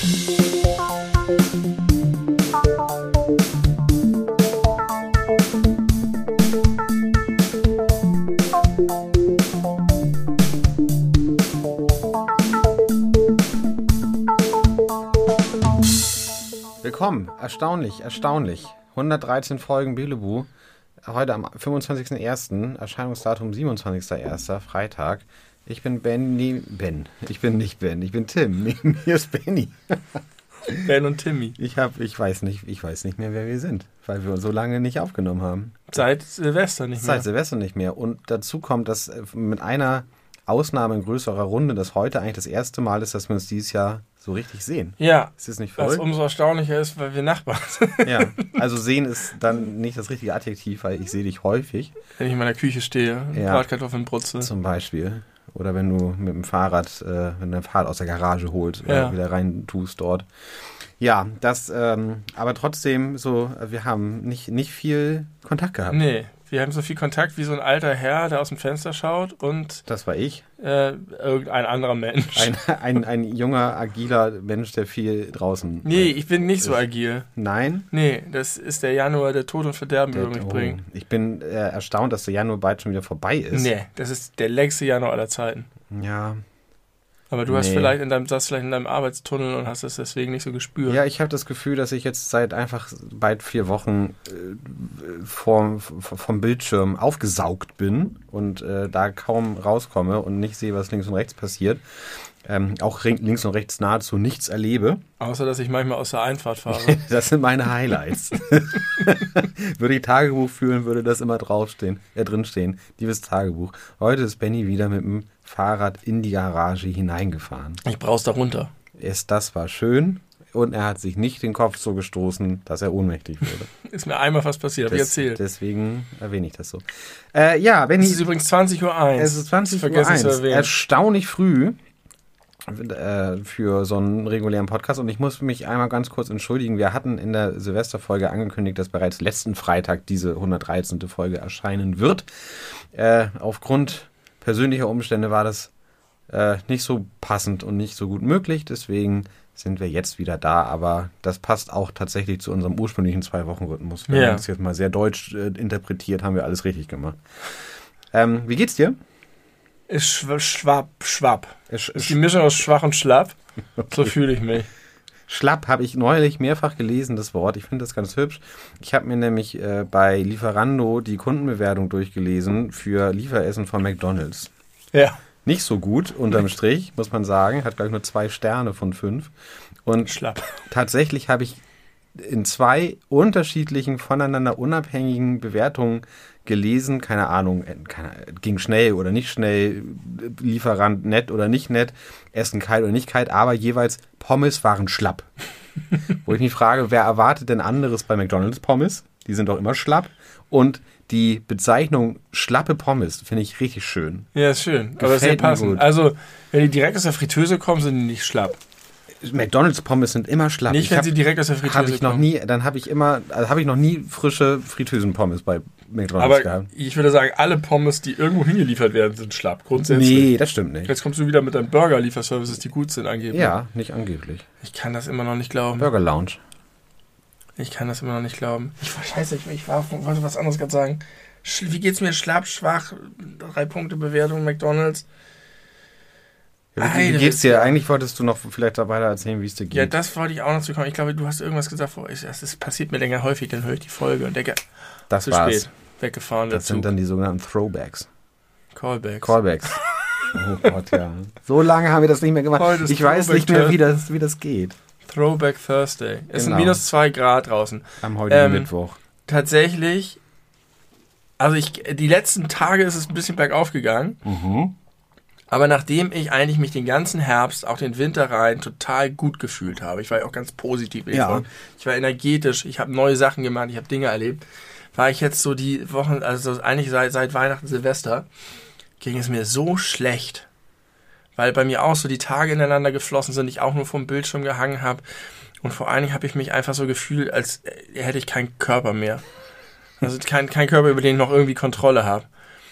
Willkommen, erstaunlich. 113 Folgen Belebu. Heute am 25.01., Erscheinungsdatum 27.01., Freitag. Ich bin Ich bin nicht Ben, ich bin Tim. Neben mir ist Benny. Ben und Timmy. Ich weiß nicht mehr, wer wir sind, weil wir so lange nicht aufgenommen haben. Seit Silvester nicht mehr. Und dazu kommt, dass mit einer Ausnahme in größerer Runde, dass heute eigentlich das erste Mal ist, dass wir uns dieses Jahr so richtig sehen. Ja. Ist das nicht verrückt? Was umso erstaunlicher ist, weil wir Nachbarn sind. Ja, also sehen ist dann nicht das richtige Adjektiv, weil ich sehe dich häufig. Wenn ich in meiner Küche stehe, Bratkartoffeln brutze. Zum Beispiel. Oder wenn du mit dem Fahrrad, wenn du dein Fahrrad aus der Garage holst oder wieder rein tust dort. Ja, das, aber trotzdem so, wir haben nicht viel Kontakt gehabt. Nee, wir haben so viel Kontakt wie so ein alter Herr, der aus dem Fenster schaut und... Das war ich. Irgendein anderer Mensch. Ein junger, agiler Mensch, der viel draußen... Nee, ich bin nicht so agil. Nein? Nee, das ist der Januar, der Tod und Verderben über mich bringt. Ich bin erstaunt, dass der Januar bald schon wieder vorbei ist. Nee, das ist der längste Januar aller Zeiten. Ja... Aber du saßt vielleicht in deinem Arbeitstunnel und hast es deswegen nicht so gespürt. Ja, ich habe das Gefühl, dass ich jetzt seit einfach bald 4 Wochen vom Bildschirm aufgesaugt bin und da kaum rauskomme und nicht sehe, was links und rechts passiert. Auch links und rechts nahezu nichts erlebe. Außer, dass ich manchmal aus der Einfahrt fahre. Das sind meine Highlights. Würde ich Tagebuch führen, würde das immer drinstehen. Liebes Tagebuch. Heute ist Benny wieder mit dem Fahrrad in die Garage hineingefahren. Ich brauch's da runter. Das war schön und er hat sich nicht den Kopf so gestoßen, dass er ohnmächtig wurde. Ist mir einmal fast passiert, habe ich erzählt. Deswegen erwähne ich das so. Benny. Es ist übrigens 20.01 Uhr. Es ist 20.01 Uhr. Erstaunlich früh für so einen regulären Podcast und ich muss mich einmal ganz kurz entschuldigen. Wir hatten in der Silvesterfolge angekündigt, dass bereits letzten Freitag diese 113. Folge erscheinen wird. Aufgrund persönlicher Umstände war das nicht so passend und nicht so gut möglich. Deswegen sind wir jetzt wieder da, aber das passt auch tatsächlich zu unserem ursprünglichen 2-Wochen-Rhythmus. Wenn man das jetzt mal sehr deutsch interpretiert, haben wir alles richtig gemacht. Wie geht's dir? Ist schwapp. Ist die Mischung aus schwach und schlapp. Okay. So fühle ich mich. Schlapp habe ich neulich mehrfach gelesen, das Wort. Ich finde das ganz hübsch. Ich habe mir nämlich bei Lieferando die Kundenbewertung durchgelesen für Lieferessen von McDonald's. Ja. Nicht so gut, unterm Strich, muss man sagen. Hat, glaube ich, nur 2 Sterne von 5. Und schlapp. Tatsächlich habe ich in 2 unterschiedlichen, voneinander unabhängigen Bewertungen gelesen, keine Ahnung, ging schnell oder nicht schnell, Lieferant nett oder nicht nett, Essen kalt oder nicht kalt, aber jeweils Pommes waren schlapp. Wo ich mich frage, wer erwartet denn anderes bei McDonald's Pommes? Die sind doch immer schlapp. Und die Bezeichnung schlappe Pommes finde ich richtig schön. Ja, ist schön, aber sehr passend. Also, wenn die direkt aus der Fritteuse kommen, sind die nicht schlapp. McDonald's Pommes sind immer schlapp. Nicht, wenn sie direkt aus der Fritteuse kommen. Habe ich noch nie frische Fritteusenpommes bei McDonald's gehabt. Aber ich würde sagen, alle Pommes, die irgendwo hingeliefert werden, sind schlapp, grundsätzlich. Nee, das stimmt nicht. Jetzt kommst du wieder mit deinen Burger-Lieferservices, die gut sind, angeblich. Ja, nicht angeblich. Ich kann das immer noch nicht glauben. Burger Lounge. Ich kann das immer noch nicht glauben. Ich wollte was anderes gerade sagen. Wie geht's mir? Schlapp, schwach, 3 Punkte Bewertung McDonald's. Ja, wie geht's dir? Eigentlich wolltest du noch vielleicht weiter erzählen, wie es dir geht. Ja, das wollte ich auch noch zu kommen. Ich glaube, du hast irgendwas gesagt, das passiert mir länger häufig, dann höre ich die Folge und denke, das zu war's. Spät, weggefahren. Das sind dann die sogenannten Throwbacks. Callbacks. Oh Gott, ja. So lange haben wir das nicht mehr gemacht. Ich weiß nicht mehr, wie das geht. Throwback Thursday. Es sind -2 Grad draußen. Am heutigen Mittwoch. Tatsächlich, also die letzten Tage ist es ein bisschen bergauf gegangen. Mhm. Aber nachdem ich eigentlich mich den ganzen Herbst, auch den Winter rein, total gut gefühlt habe, ich war ja auch ganz positiv. Ich war energetisch, ich habe neue Sachen gemacht, ich habe Dinge erlebt, war ich jetzt so die Wochen, also eigentlich seit Weihnachten, Silvester, ging es mir so schlecht. Weil bei mir auch so die Tage ineinander geflossen sind, ich auch nur vom Bildschirm gehangen habe. Und vor allen Dingen habe ich mich einfach so gefühlt, als hätte ich keinen Körper mehr. Also kein Körper, über den ich noch irgendwie Kontrolle habe.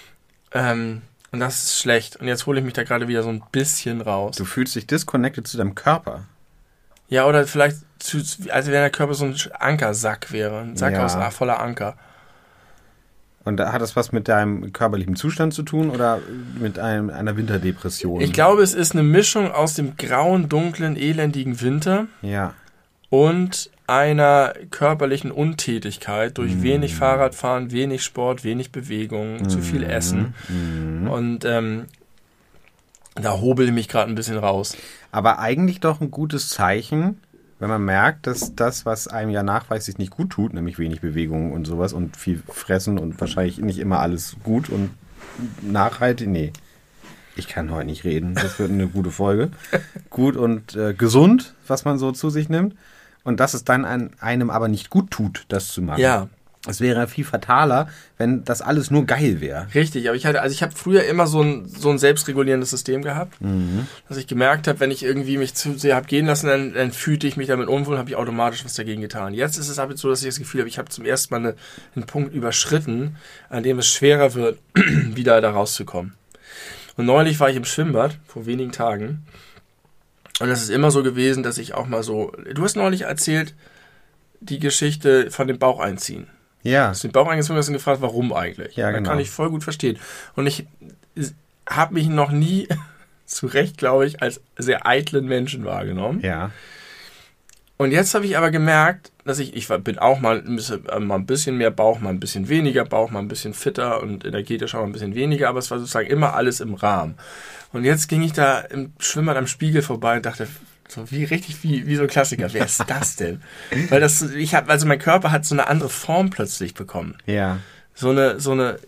Und das ist schlecht. Und jetzt hole ich mich da gerade wieder so ein bisschen raus. Du fühlst dich disconnected zu deinem Körper. Ja, oder vielleicht, als wenn der Körper so ein Ankersack wäre. Ein Sack voller Anker. Und hat das was mit deinem körperlichen Zustand zu tun oder mit einer Winterdepression? Ich glaube, es ist eine Mischung aus dem grauen, dunklen, elendigen Winter und einer körperlichen Untätigkeit durch wenig Fahrradfahren, wenig Sport, wenig Bewegung, zu viel Essen. Und da hobel ich mich gerade ein bisschen raus. Aber eigentlich doch ein gutes Zeichen, wenn man merkt, dass das, was einem ja nachweislich nicht gut tut, nämlich wenig Bewegung und sowas und viel fressen und wahrscheinlich nicht immer alles gut und nachhaltig, ich kann heute nicht reden, das wird eine gute Folge. Gut und gesund, was man so zu sich nimmt. Und dass es dann einem aber nicht gut tut, das zu machen. Ja. Es wäre viel fataler, wenn das alles nur geil wäre. Richtig, aber ich habe früher immer so ein selbstregulierendes System gehabt, dass ich gemerkt habe, wenn ich irgendwie mich zu sehr habe gehen lassen, dann fühlte ich mich damit unwohl und habe ich automatisch was dagegen getan. Jetzt ist es aber so, dass ich das Gefühl habe, ich habe zum ersten Mal einen Punkt überschritten, an dem es schwerer wird, wieder da rauszukommen. Und neulich war ich im Schwimmbad, vor wenigen Tagen, und es ist immer so gewesen, dass ich auch mal so, du hast neulich erzählt, die Geschichte von dem Bauch einziehen. Ja. Hast du den Bauch eingezogen und hast ihn gefragt, warum eigentlich? Ja, genau. Kann ich voll gut verstehen. Und ich habe mich noch nie, zu Recht glaube ich, als sehr eitlen Menschen wahrgenommen. Ja. Und jetzt habe ich aber gemerkt, dass ich bin auch mal ein bisschen mehr Bauch, mal ein bisschen weniger Bauch, mal ein bisschen fitter und energetisch auch ein bisschen weniger, aber es war sozusagen immer alles im Rahmen. Und jetzt ging ich da im Schwimmbad am Spiegel vorbei und dachte, so wie so ein Klassiker. Wer ist das denn? Weil mein Körper hat so eine andere Form plötzlich bekommen. Ja. So eine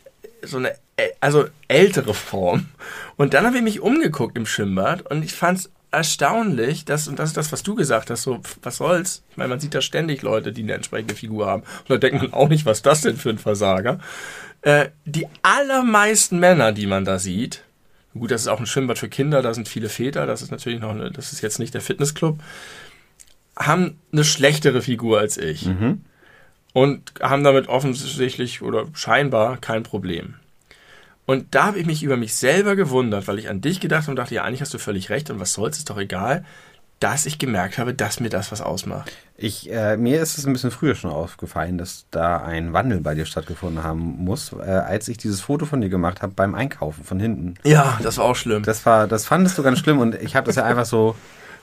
ältere Form. Und dann habe ich mich umgeguckt im Schwimmbad und ich fand es erstaunlich, und das ist das, was du gesagt hast, so, was soll's? Ich meine, man sieht da ständig Leute, die eine entsprechende Figur haben. Und da denkt man auch nicht, was ist das denn für ein Versager? Die allermeisten Männer, die man da sieht, gut, das ist auch ein Schwimmbad für Kinder, da sind viele Väter, das ist natürlich das ist jetzt nicht der Fitnessclub, haben eine schlechtere Figur als ich. Und haben damit offensichtlich oder scheinbar kein Problem. Und da habe ich mich über mich selber gewundert, weil ich an dich gedacht habe und dachte, ja, eigentlich hast du völlig recht und was soll's, ist doch egal, dass ich gemerkt habe, dass mir das was ausmacht. Mir ist es ein bisschen früher schon aufgefallen, dass da ein Wandel bei dir stattgefunden haben muss, als ich dieses Foto von dir gemacht habe beim Einkaufen von hinten. Ja, das war auch schlimm. Das fandest du ganz schlimm und ich habe das ja einfach so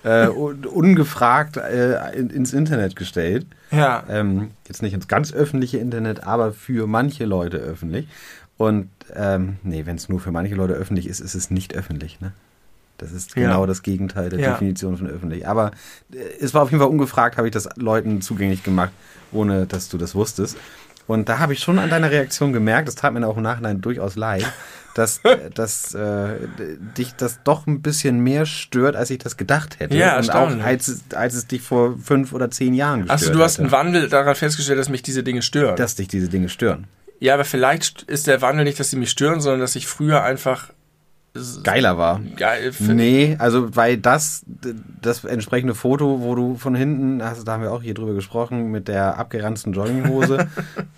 ungefragt ins Internet gestellt. Ja. Jetzt nicht ins ganz öffentliche Internet, aber für manche Leute öffentlich. Und wenn es nur für manche Leute öffentlich ist, ist es nicht öffentlich, ne? Das ist genau das Gegenteil der Definition von öffentlich. Aber es war auf jeden Fall ungefragt, habe ich das Leuten zugänglich gemacht, ohne dass du das wusstest. Und da habe ich schon an deiner Reaktion gemerkt, das tat mir auch im Nachhinein durchaus leid, dass dich das doch ein bisschen mehr stört, als ich das gedacht hätte. Ja, und auch als es dich vor 5 oder 10 Jahren gestört hat. Also du hast einen Wandel daran festgestellt, dass mich diese Dinge stören. Dass dich diese Dinge stören. Ja, aber vielleicht ist der Wandel nicht, dass sie mich stören, sondern dass ich früher einfach geiler war. Geil Nee, also weil das entsprechende Foto, wo du von hinten, da haben wir auch hier drüber gesprochen, mit der abgeranzten Jogginghose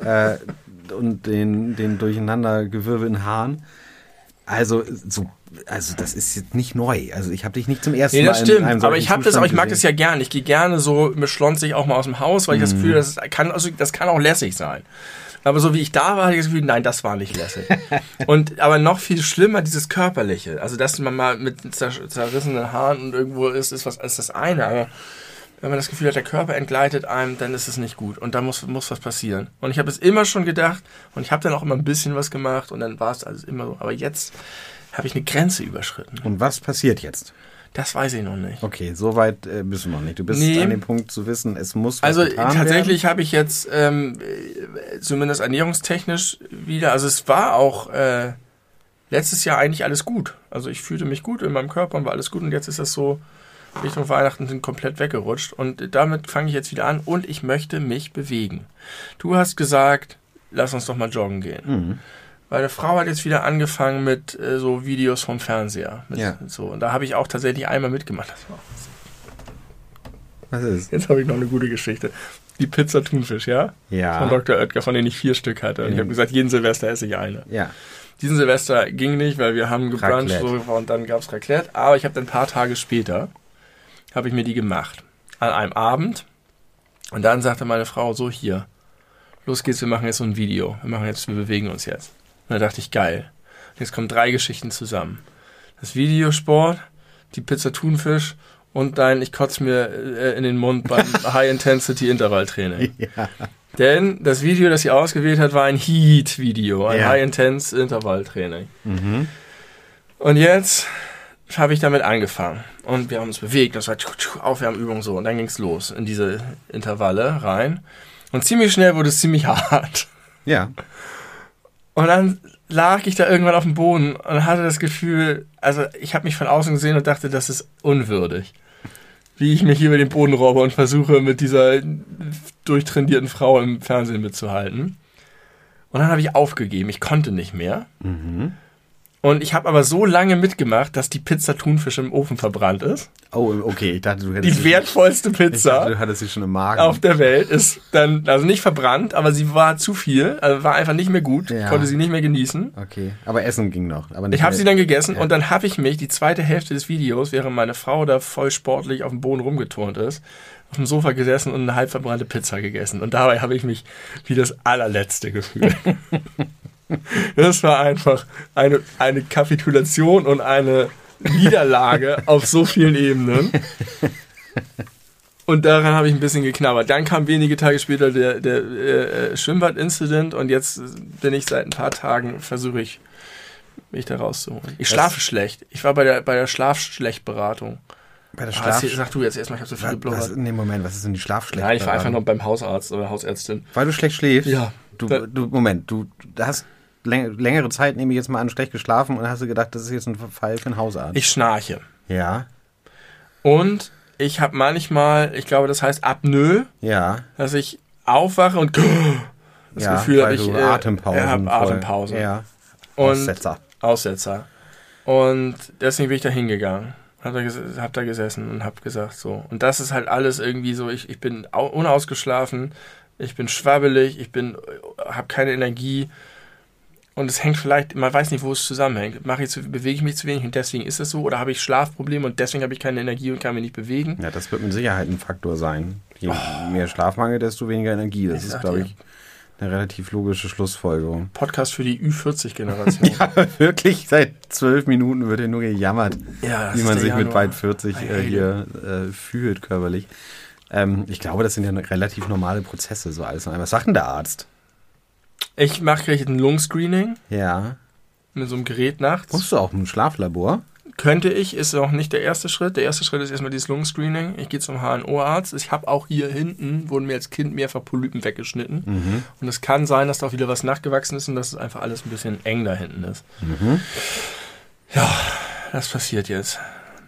und den durcheinander gewirbelten Haaren. Also das ist jetzt nicht neu. Also ich habe dich nicht zum ersten Mal das stimmt. in einem aber ich mag das ja gern. Ich gehe gerne so mit schlonzig auch mal aus dem Haus, weil ich das Gefühl, das kann auch lässig sein. Aber so wie ich da war, hatte ich das Gefühl, nein, das war nicht lässig. Aber noch viel schlimmer, dieses Körperliche. Also, dass man mal mit zerrissenen Haaren und irgendwo ist das eine. Aber wenn man das Gefühl hat, der Körper entgleitet einem, dann ist es nicht gut. Und da muss was passieren. Und ich habe es immer schon gedacht und ich habe dann auch immer ein bisschen was gemacht und dann war es alles immer so. Aber jetzt habe ich eine Grenze überschritten. Und was passiert jetzt? Das weiß ich noch nicht. Okay, so weit bist du noch nicht. Du bist an dem Punkt zu wissen, es muss was getan werden. Also tatsächlich habe ich jetzt zumindest ernährungstechnisch wieder, also es war auch letztes Jahr eigentlich alles gut. Also ich fühlte mich gut in meinem Körper und war alles gut und jetzt ist das so Richtung Weihnachten sind komplett weggerutscht und damit fange ich jetzt wieder an und ich möchte mich bewegen. Du hast gesagt, lass uns doch mal joggen gehen. Meine Frau hat jetzt wieder angefangen mit so Videos vom Fernseher. Und da habe ich auch tatsächlich einmal mitgemacht. Was ist? Jetzt habe ich noch eine gute Geschichte. Die Pizza Thunfisch, ja? Ja. Von Dr. Oetker, von denen ich 4 Stück hatte. Und ich habe gesagt, jeden Silvester esse ich eine. Ja. Diesen Silvester ging nicht, weil wir haben gebruncht und dann gab es Raclette. Aber ich habe dann ein paar Tage später, habe ich mir die gemacht. an einem Abend. Und dann sagte meine Frau so, hier, los geht's, wir machen jetzt so ein Video. Wir bewegen uns jetzt. Und da dachte ich, geil. Jetzt kommen 3 Geschichten zusammen. Das Videosport, die Pizza Thunfisch und ich kotze mir in den Mund beim High-Intensity-Intervalltraining. Ja. Denn das Video, das sie ausgewählt hat, war ein Heat-Video, ein High-Intense-Intervalltraining. Mhm. Und jetzt habe ich damit angefangen. Und wir haben uns bewegt. Das war Aufwärmübung so. Und dann ging es los in diese Intervalle rein. Und ziemlich schnell wurde es ziemlich hart. Ja. Und dann lag ich da irgendwann auf dem Boden und hatte das Gefühl, also ich habe mich von außen gesehen und dachte, das ist unwürdig. Wie ich mich über den Boden robbe und versuche, mit dieser durchtrainierten Frau im Fernsehen mitzuhalten. Und dann habe ich aufgegeben. Ich konnte nicht mehr. Mhm. Und ich habe aber so lange mitgemacht, dass die Pizza Thunfisch im Ofen verbrannt ist. Oh, okay. Ich dachte, du hättest die wertvollste Pizza du hattest sie schon im Magen. Auf der Welt ist dann, also nicht verbrannt, aber sie war zu viel, also war einfach nicht mehr gut, konnte sie nicht mehr genießen. Okay, aber Essen ging noch. Aber nicht ich habe sie dann gegessen und dann habe ich mich die zweite Hälfte des Videos, während meine Frau da voll sportlich auf dem Boden rumgeturnt ist, auf dem Sofa gesessen und eine halb verbrannte Pizza gegessen. Und dabei habe ich mich wie das allerletzte gefühlt. Das war einfach eine Kapitulation und eine Niederlage auf so vielen Ebenen. Und daran habe ich ein bisschen geknabbert. Dann kam wenige Tage später der Schwimmbad-Incident und jetzt bin ich seit ein paar Tagen, versuche ich, mich da rauszuholen. Ich schlafe schlecht. Ich war bei der Schlafschlecht-Beratung. Bei der Sag du jetzt erstmal, ich habe so viel geblubbert. Nee, Moment, was ist denn die Schlafschlecht? Nein, ich war einfach noch beim Hausarzt oder Hausärztin. Weil du schlecht schläfst? Ja. Du hast längere Zeit, nehme ich jetzt mal an, schlecht geschlafen und hast du gedacht, das ist jetzt ein Fall für einen Hausarzt. Ich schnarche. Ja. Und ich habe manchmal, ich glaube, das heißt Apnoe, dass ich aufwache und das Gefühl habe, ich Atempausen. Ja. Und Aussetzer. Und deswegen bin ich da hingegangen. Hab da gesessen und hab gesagt so. Und das ist halt alles irgendwie so, ich bin unausgeschlafen, ich bin schwabbelig, habe keine Energie. Und es hängt vielleicht, man weiß nicht, wo es zusammenhängt. Bewege ich mich zu wenig und deswegen ist es so? Oder habe ich Schlafprobleme und deswegen habe ich keine Energie und kann mich nicht bewegen? Ja, das wird mit Sicherheit ein Faktor sein. Je mehr Schlafmangel, desto weniger Energie. Das ist, glaube ich, eine relativ logische Schlussfolgerung. Podcast für die Ü40-Generation. Ja, wirklich, seit 12 Minuten wird hier nur gejammert, wie man sich mit weit 40 hier fühlt körperlich. Ich glaube, das sind ja relativ normale Prozesse, so alles. Was sagt denn der Arzt? Ich mache gleich ein Lungenscreening. Ja. Mit so einem Gerät nachts. Musst du auch im Schlaflabor? Könnte ich, ist auch nicht der erste Schritt. Der erste Schritt ist erstmal dieses Lungenscreening. Ich gehe zum HNO-Arzt. Ich habe auch hier hinten, wurden mir als Kind mehrfach Polypen weggeschnitten. Mhm. Und es kann sein, dass da auch wieder was nachgewachsen ist und dass es einfach alles ein bisschen eng da hinten ist. Mhm. Ja, das passiert jetzt.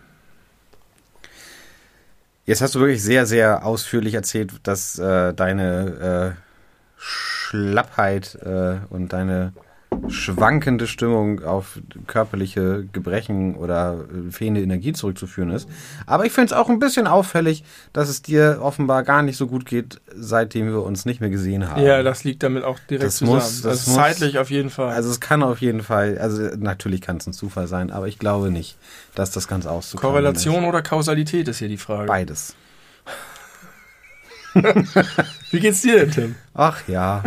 Jetzt hast du wirklich sehr, sehr ausführlich erzählt, dass deine Schlappheit und deine schwankende Stimmung auf körperliche Gebrechen oder fehlende Energie zurückzuführen ist. Aber ich finde es auch ein bisschen auffällig, dass es dir offenbar gar nicht so gut geht, seitdem wir uns nicht mehr gesehen haben. Ja, das liegt damit auch direkt zusammen. Das muss zeitlich auf jeden Fall. Also es kann auf jeden Fall, also natürlich kann es ein Zufall sein, aber ich glaube nicht, dass das ganz auszuklammern ist. Korrelation oder Kausalität ist hier die Frage. Beides. Wie geht's dir denn, Tim? Ach ja.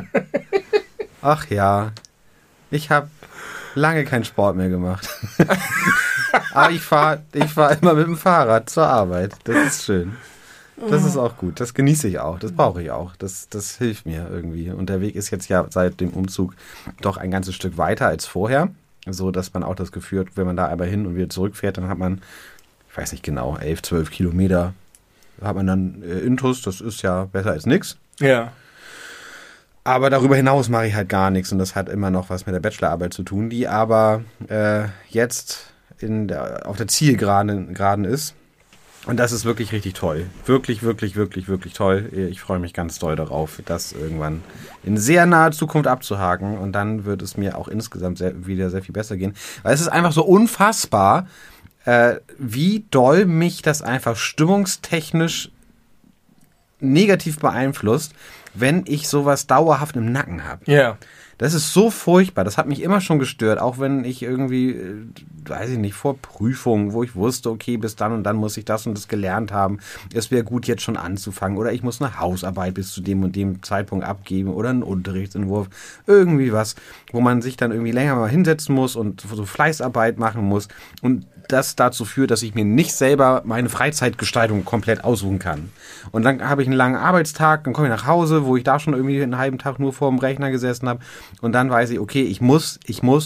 Ich habe lange keinen Sport mehr gemacht. Aber ich fahr immer mit dem Fahrrad zur Arbeit. Das ist schön. Das ist auch gut. Das genieße ich auch. Das brauche ich auch. Das hilft mir irgendwie. Und der Weg ist jetzt ja seit dem Umzug doch ein ganzes Stück weiter als vorher. So, dass man auch das Gefühl hat, wenn man da einmal hin und wieder zurückfährt, dann hat man, ich weiß nicht genau, 11, 12 Kilometer hat man dann Intus. Das ist ja besser als nix. Ja. Aber darüber hinaus mache ich halt gar nichts und das hat immer noch was mit der Bachelorarbeit zu tun, die aber jetzt auf der Zielgeraden ist. Und das ist wirklich richtig toll. Wirklich, wirklich, wirklich, wirklich toll. Ich freue mich ganz doll darauf, das irgendwann in sehr naher Zukunft abzuhaken. Und dann wird es mir auch insgesamt wieder sehr viel besser gehen. Weil es ist einfach so unfassbar, wie doll mich das einfach stimmungstechnisch negativ beeinflusst, wenn ich sowas dauerhaft im Nacken habe. Ja. Das ist so furchtbar. Das hat mich immer schon gestört. Auch wenn ich irgendwie, weiß ich nicht, vor Prüfungen, wo ich wusste, okay, bis dann und dann muss ich das und das gelernt haben. Es wäre gut, jetzt schon anzufangen. Oder ich muss eine Hausarbeit bis zu dem und dem Zeitpunkt abgeben. Oder einen Unterrichtsentwurf. Irgendwie was, wo man sich dann irgendwie länger mal hinsetzen muss und so Fleißarbeit machen muss. Und das dazu führt, dass ich mir nicht selber meine Freizeitgestaltung komplett aussuchen kann. Und dann habe ich einen langen Arbeitstag, dann komme ich nach Hause, wo ich da schon irgendwie einen halben Tag nur vor dem Rechner gesessen habe. Und dann weiß ich, okay, ich muss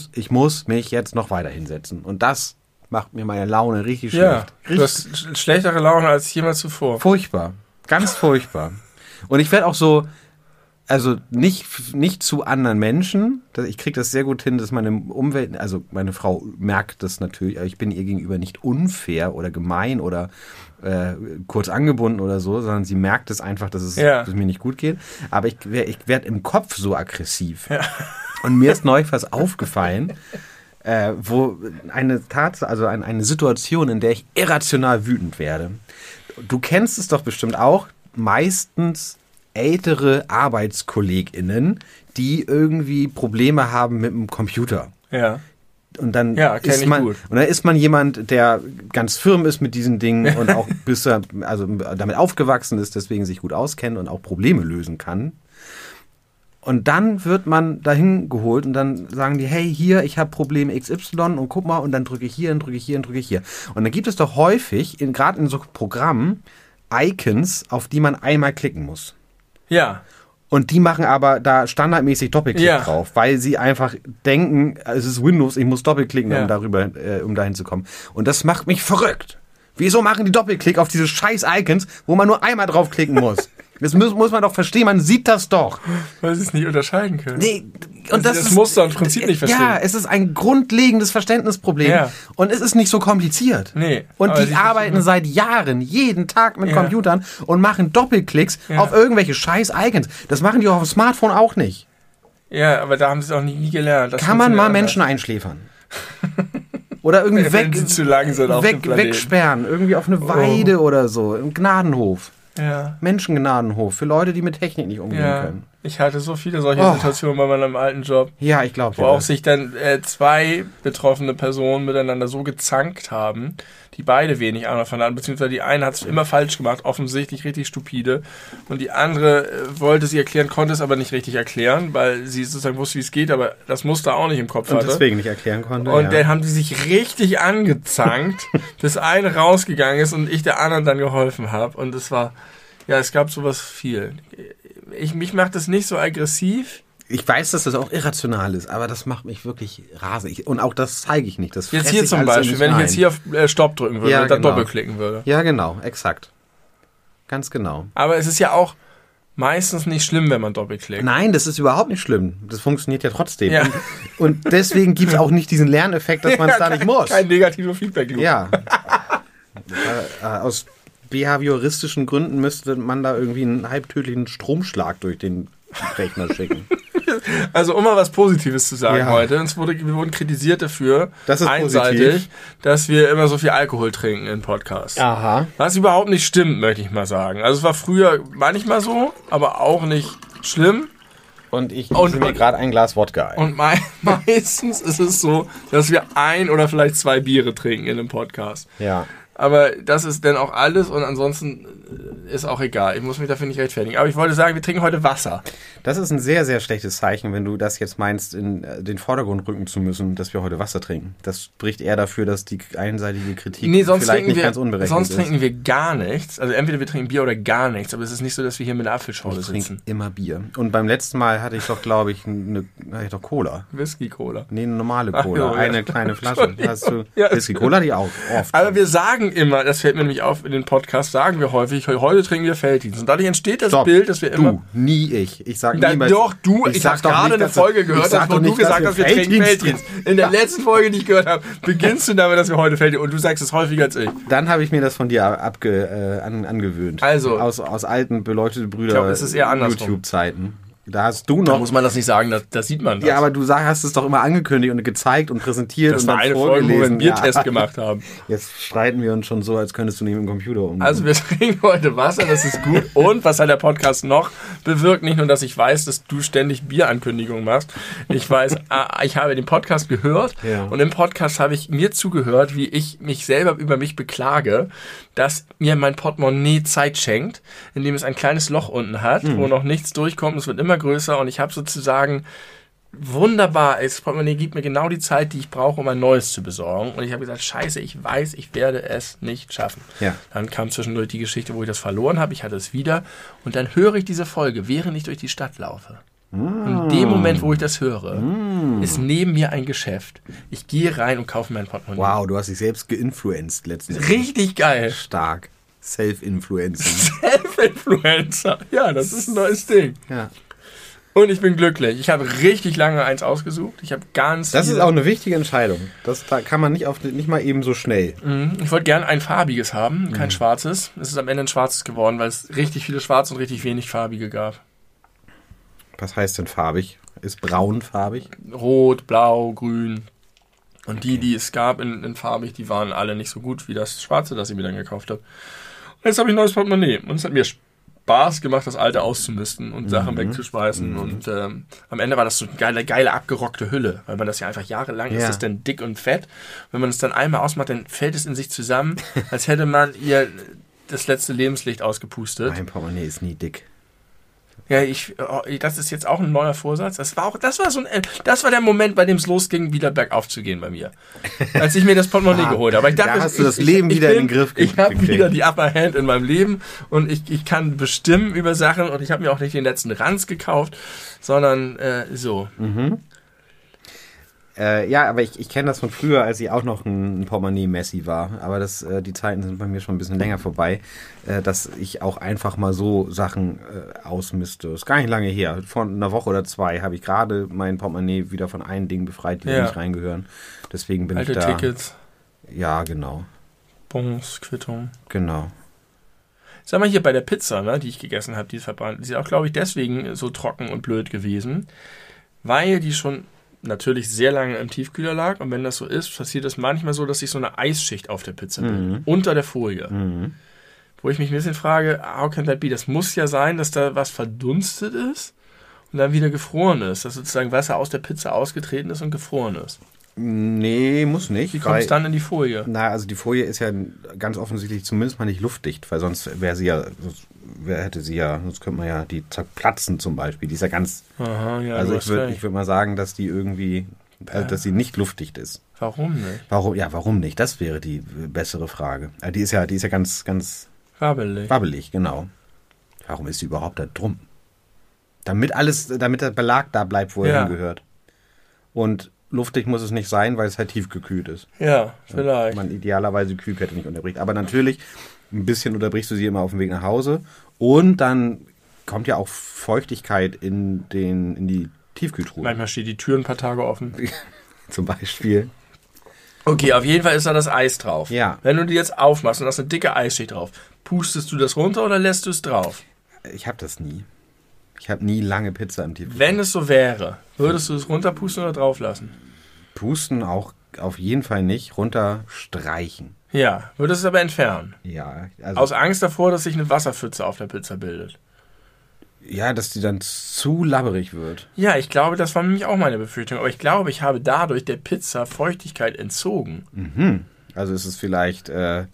mich jetzt noch weiter hinsetzen. Und das macht mir meine Laune richtig schlecht. Ja, du hast schlechtere Laune als jemals zuvor. Furchtbar. Ganz furchtbar. Und ich werde auch so, also nicht zu anderen Menschen. Ich kriege das sehr gut hin, dass meine Umwelt, also meine Frau merkt das natürlich, ich bin ihr gegenüber nicht unfair oder gemein oder kurz angebunden oder so, sondern sie merkt es einfach, dass es mir nicht gut geht. Aber ich werde im Kopf so aggressiv. Ja. Und mir ist neulich was aufgefallen, wo eine Situation, in der ich irrational wütend werde. Du kennst es doch bestimmt auch, meistens ältere ArbeitskollegInnen, die irgendwie Probleme haben mit dem Computer. Ja. Und dann ist man jemand, der ganz firm ist mit diesen Dingen und auch damit aufgewachsen ist, deswegen sich gut auskennt und auch Probleme lösen kann. Und dann wird man dahin geholt und dann sagen die, hey, hier, ich habe Problem XY und guck mal, und dann drücke ich hier und drücke ich hier und drücke ich hier. Und dann gibt es doch häufig, gerade in so Programmen, Icons, auf die man einmal klicken muss. Ja. Und die machen aber da standardmäßig Doppelklick drauf, weil sie einfach denken, es ist Windows, ich muss doppelklicken, um dahin zu kommen. Und das macht mich verrückt. Wieso machen die Doppelklick auf diese scheiß Icons, wo man nur einmal draufklicken muss? Das muss man doch verstehen, man sieht das doch. Weil sie es nicht unterscheiden können. Nee, und das Muster und Prinzip nicht verstehen. Ja, es ist ein grundlegendes Verständnisproblem. Ja. Und es ist nicht so kompliziert. Nee. Und die arbeiten seit Jahren, jeden Tag mit Computern und machen Doppelklicks auf irgendwelche scheiß Icons. Das machen die auch auf dem Smartphone auch nicht. Ja, aber da haben sie es auch nie gelernt. Kann man mal Menschen einschläfern? Oder irgendwie wegsperren, irgendwie auf eine Weide oder so, im Gnadenhof. Ja. Menschengnadenhof für Leute, die mit Technik nicht umgehen können. Ich hatte so viele solche Situationen bei meinem alten Job. Ja, ich glaube. Wo auch sich dann zwei betroffene Personen miteinander so gezankt haben, die beide wenig Ahnung davon hatten, beziehungsweise die eine hat es immer falsch gemacht, offensichtlich richtig stupide, und die andere wollte sie erklären, konnte es aber nicht richtig erklären, weil sie sozusagen wusste, wie es geht, aber das Muster auch nicht im Kopf hatte. Und deswegen nicht erklären konnte. Und dann haben die sich richtig angezankt, bis eine rausgegangen ist und ich der anderen dann geholfen habe. Und es war, es gab sowas viel. Mich macht das nicht so aggressiv. Ich weiß, dass das auch irrational ist, aber das macht mich wirklich rasig. Und auch das zeige ich nicht. Das jetzt hier zum Beispiel, wenn ich jetzt hier auf Stopp drücken würde und dann doppelklicken würde. Ja, genau, exakt. Ganz genau. Aber es ist ja auch meistens nicht schlimm, wenn man doppelklickt. Nein, das ist überhaupt nicht schlimm. Das funktioniert ja trotzdem. Ja. Und deswegen gibt es auch nicht diesen Lerneffekt, dass man es da nicht muss. Kein negativer Feedback. Ja. Aus behavioristischen Gründen müsste man da irgendwie einen halbtödlichen Stromschlag durch den Rechner schicken. Also um mal was Positives zu sagen heute. Wir wurden kritisiert dafür, einseitig, dass wir immer so viel Alkohol trinken im Podcast. Aha. Was überhaupt nicht stimmt, möchte ich mal sagen. Also es war früher manchmal so, aber auch nicht schlimm. Und ich nehme mir gerade ein Glas Wodka ein. Und meistens ist es so, dass wir 1 oder vielleicht 2 Biere trinken in einem Podcast. Ja. Aber das ist dann auch alles und ansonsten ist auch egal. Ich muss mich dafür nicht rechtfertigen. Aber ich wollte sagen, wir trinken heute Wasser. Das ist ein sehr, sehr schlechtes Zeichen, wenn du das jetzt meinst, in den Vordergrund rücken zu müssen, dass wir heute Wasser trinken. Das spricht eher dafür, dass die einseitige Kritik vielleicht nicht ganz unberechtigt ist. Sonst trinken wir gar nichts. Also entweder wir trinken Bier oder gar nichts. Aber es ist nicht so, dass wir hier mit einer Apfelschorle sitzen. Ich trinke immer Bier. Und beim letzten Mal hatte ich doch, glaube ich, Cola. Whisky-Cola. Nee, eine normale Cola. Eine kleine Flasche. Hast du Whisky-Cola, die auch oft. Aber wir sagen immer, das fällt mir nämlich auf, in den Podcasts sagen wir häufig, heute trinken wir Felddienst. Und dadurch entsteht das Bild, dass wir immer... Du, nie ich. Ich sag niemals... Doch, du, ich habe gerade eine Folge gehört, wo du gesagt hast, wir trinken Felddienst. In der letzten Folge, die ich gehört habe, beginnst du damit, dass wir heute Felddienst... Und du sagst es häufiger als ich. Dann habe ich mir das von dir angewöhnt. Also... Aus alten beleuchteten Brüder YouTube-Zeiten. Da hast du noch... Da muss man das nicht sagen, da sieht man das. Ja, aber du hast es doch immer angekündigt und gezeigt und präsentiert das und war dann eine vorgelesen. Folge, wo wir einen Biertest gemacht haben. Jetzt streiten wir uns schon so, als könntest du nicht mit dem Computer umgehen. Also wir trinken heute Wasser, das ist gut. Und was hat der Podcast noch bewirkt? Nicht nur, dass ich weiß, dass du ständig Bierankündigungen machst. Ich weiß, ich habe den Podcast gehört und im Podcast habe ich mir zugehört, wie ich mich selber über mich beklage, dass mir mein Portemonnaie Zeit schenkt, indem es ein kleines Loch unten hat, wo noch nichts durchkommt. Es wird immer größer und ich habe sozusagen wunderbar, das Portemonnaie gibt mir genau die Zeit, die ich brauche, um ein neues zu besorgen. Und ich habe gesagt, scheiße, ich weiß, ich werde es nicht schaffen. Ja. Dann kam zwischendurch die Geschichte, wo ich das verloren habe. Ich hatte es wieder. Und dann höre ich diese Folge, während ich durch die Stadt laufe. Und in dem Moment, wo ich das höre, ist neben mir ein Geschäft. Ich gehe rein und kaufe mein Portemonnaie. Wow, du hast dich selbst geinfluenced letztens. Richtig geil. Stark. Self-Influencing. Self-Influencer. Ja, das ist ein neues Ding. Ja. Und ich bin glücklich. Ich habe richtig lange eins ausgesucht. Ich habe Das ist auch eine wichtige Entscheidung. Da kann man nicht mal eben so schnell. Ich wollte gerne ein farbiges haben, kein schwarzes. Es ist am Ende ein schwarzes geworden, weil es richtig viele schwarze und richtig wenig farbige gab. Was heißt denn farbig? Ist braun farbig? Rot, blau, grün. Und die es gab in farbig, die waren alle nicht so gut wie das schwarze, das ich mir dann gekauft habe. Und jetzt habe ich ein neues Portemonnaie. Und es hat mir Spaß gemacht, das alte auszumisten und Sachen wegzuschmeißen. Und am Ende war das so eine geile abgerockte Hülle, weil man das ja einfach jahrelang ist, das dann dick und fett. Wenn man es dann einmal ausmacht, dann fällt es in sich zusammen, als hätte man ihr das letzte Lebenslicht ausgepustet. Mein Portemonnaie ist nie dick. Ja, das ist jetzt auch ein neuer Vorsatz. Das war der Moment, bei dem es losging, wieder bergauf zu gehen bei mir. Als ich mir das Portemonnaie geholt habe. Ich dachte, da hast du das Leben wieder in den Griff gekriegt. Ich habe wieder die Upper Hand in meinem Leben und ich kann bestimmen über Sachen und ich habe mir auch nicht den letzten Ranz gekauft, sondern so. Ja, aber ich kenne das von früher, als ich auch noch ein Portemonnaie-Messi war. Aber die Zeiten sind bei mir schon ein bisschen länger vorbei, dass ich auch einfach mal so Sachen ausmiste. Ist gar nicht lange her. Vor einer Woche oder zwei habe ich gerade mein Portemonnaie wieder von einem Ding befreit, die nicht reingehören. Deswegen bin Alte ich da. Tickets. Ja, genau. Bons, Quittung. Genau. Sag mal hier bei der Pizza, ne, die ich gegessen habe, die ist verbrannt. Die ist auch, glaube ich, deswegen so trocken und blöd gewesen, weil die schon natürlich sehr lange im Tiefkühler lag. Und wenn das so ist, passiert es manchmal so, dass sich so eine Eisschicht auf der Pizza bildet. Unter der Folie. Wo ich mich ein bisschen frage, how can that be? Das muss ja sein, dass da was verdunstet ist und dann wieder gefroren ist. Dass sozusagen Wasser aus der Pizza ausgetreten ist und gefroren ist. Nee, muss nicht. Wie kommt es dann in die Folie? Na, also die Folie ist ja ganz offensichtlich zumindest mal nicht luftdicht, weil sonst sonst könnte man ja die zerplatzen zum Beispiel. Die ist ja ganz. Aha, ja, also ich würde mal sagen, dass die irgendwie, dass sie nicht luftdicht ist. Warum nicht? Warum nicht? Das wäre die bessere Frage. Die ist ja ganz, ganz wabbelig, genau. Warum ist sie überhaupt da drum? Damit der Belag da bleibt, wo er hingehört. Und luftig muss es nicht sein, weil es halt tiefgekühlt ist. Ja, vielleicht. Man idealerweise die Kühlkette nicht unterbricht. Aber natürlich, ein bisschen unterbrichst du sie immer auf dem Weg nach Hause. Und dann kommt ja auch Feuchtigkeit in die Tiefkühltruhe. Manchmal steht die Tür ein paar Tage offen. Zum Beispiel. Okay, auf jeden Fall ist da das Eis drauf. Ja. Wenn du die jetzt aufmachst und hast eine dicke Eisschicht drauf, pustest du das runter oder lässt du es drauf? Ich habe das nie. Ich habe nie lange Pizza im Tiefkühl. Wenn es so wäre, würdest du es runterpusten oder drauf lassen? Pusten auch auf jeden Fall nicht, runterstreichen. Ja, würdest du es aber entfernen? Ja. Also aus Angst davor, dass sich eine Wasserpfütze auf der Pizza bildet. Ja, dass die dann zu labberig wird. Ja, ich glaube, das war nämlich auch meine Befürchtung. Aber ich glaube, ich habe dadurch der Pizza Feuchtigkeit entzogen. Also ist es vielleicht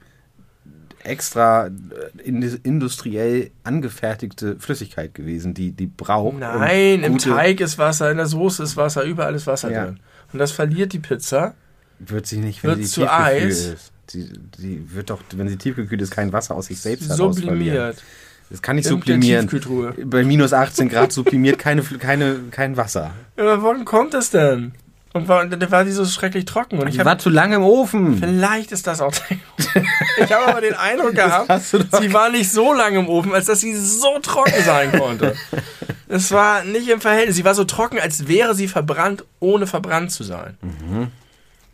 extra industriell angefertigte Flüssigkeit gewesen, die braucht. Nein, im Teig ist Wasser, in der Soße ist Wasser, überall ist Wasser drin. Und das verliert die Pizza. Wird sie nicht, wenn sie zu Eis ist. Sie wird doch, wenn sie tiefgekühlt ist, kein Wasser aus sich selbst heraus verlieren. Sublimiert. Das kann nicht sublimieren. Bei minus 18 Grad sublimiert kein Wasser. Ja, aber wann kommt das denn? Und war die so schrecklich trocken. Und ich war zu lange im Ofen. Vielleicht ist das auch. Ich habe aber den Eindruck gehabt, sie war nicht so lange im Ofen, als dass sie so trocken sein konnte. Es war nicht im Verhältnis. Sie war so trocken, als wäre sie verbrannt, ohne verbrannt zu sein.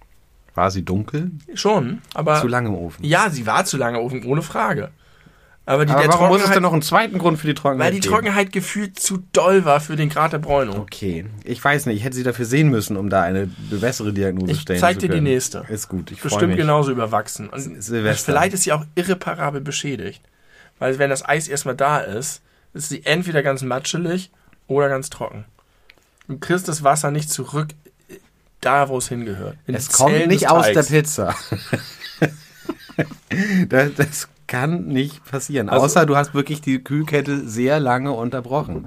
War sie dunkel? Schon, aber. Zu lange im Ofen. Ja, sie war zu lange im Ofen, ohne Frage. Aber warum muss es denn noch einen zweiten Grund für die Trockenheit Weil die Trockenheit gefühlt zu doll war für den Grad der Bräunung. Okay, ich weiß nicht, ich hätte sie dafür sehen müssen, um da eine bessere Diagnose stellen zu können. Ich zeig dir die nächste. Ist gut, ich freue mich. Bestimmt genauso überwachsen. Und vielleicht ist sie auch irreparabel beschädigt. Weil wenn das Eis erstmal da ist sie entweder ganz matschelig oder ganz trocken. Du kriegst das Wasser nicht zurück da, wo es hingehört. Es kommt nicht aus der Pizza. Das kann nicht passieren. Also, außer du hast wirklich die Kühlkette sehr lange unterbrochen.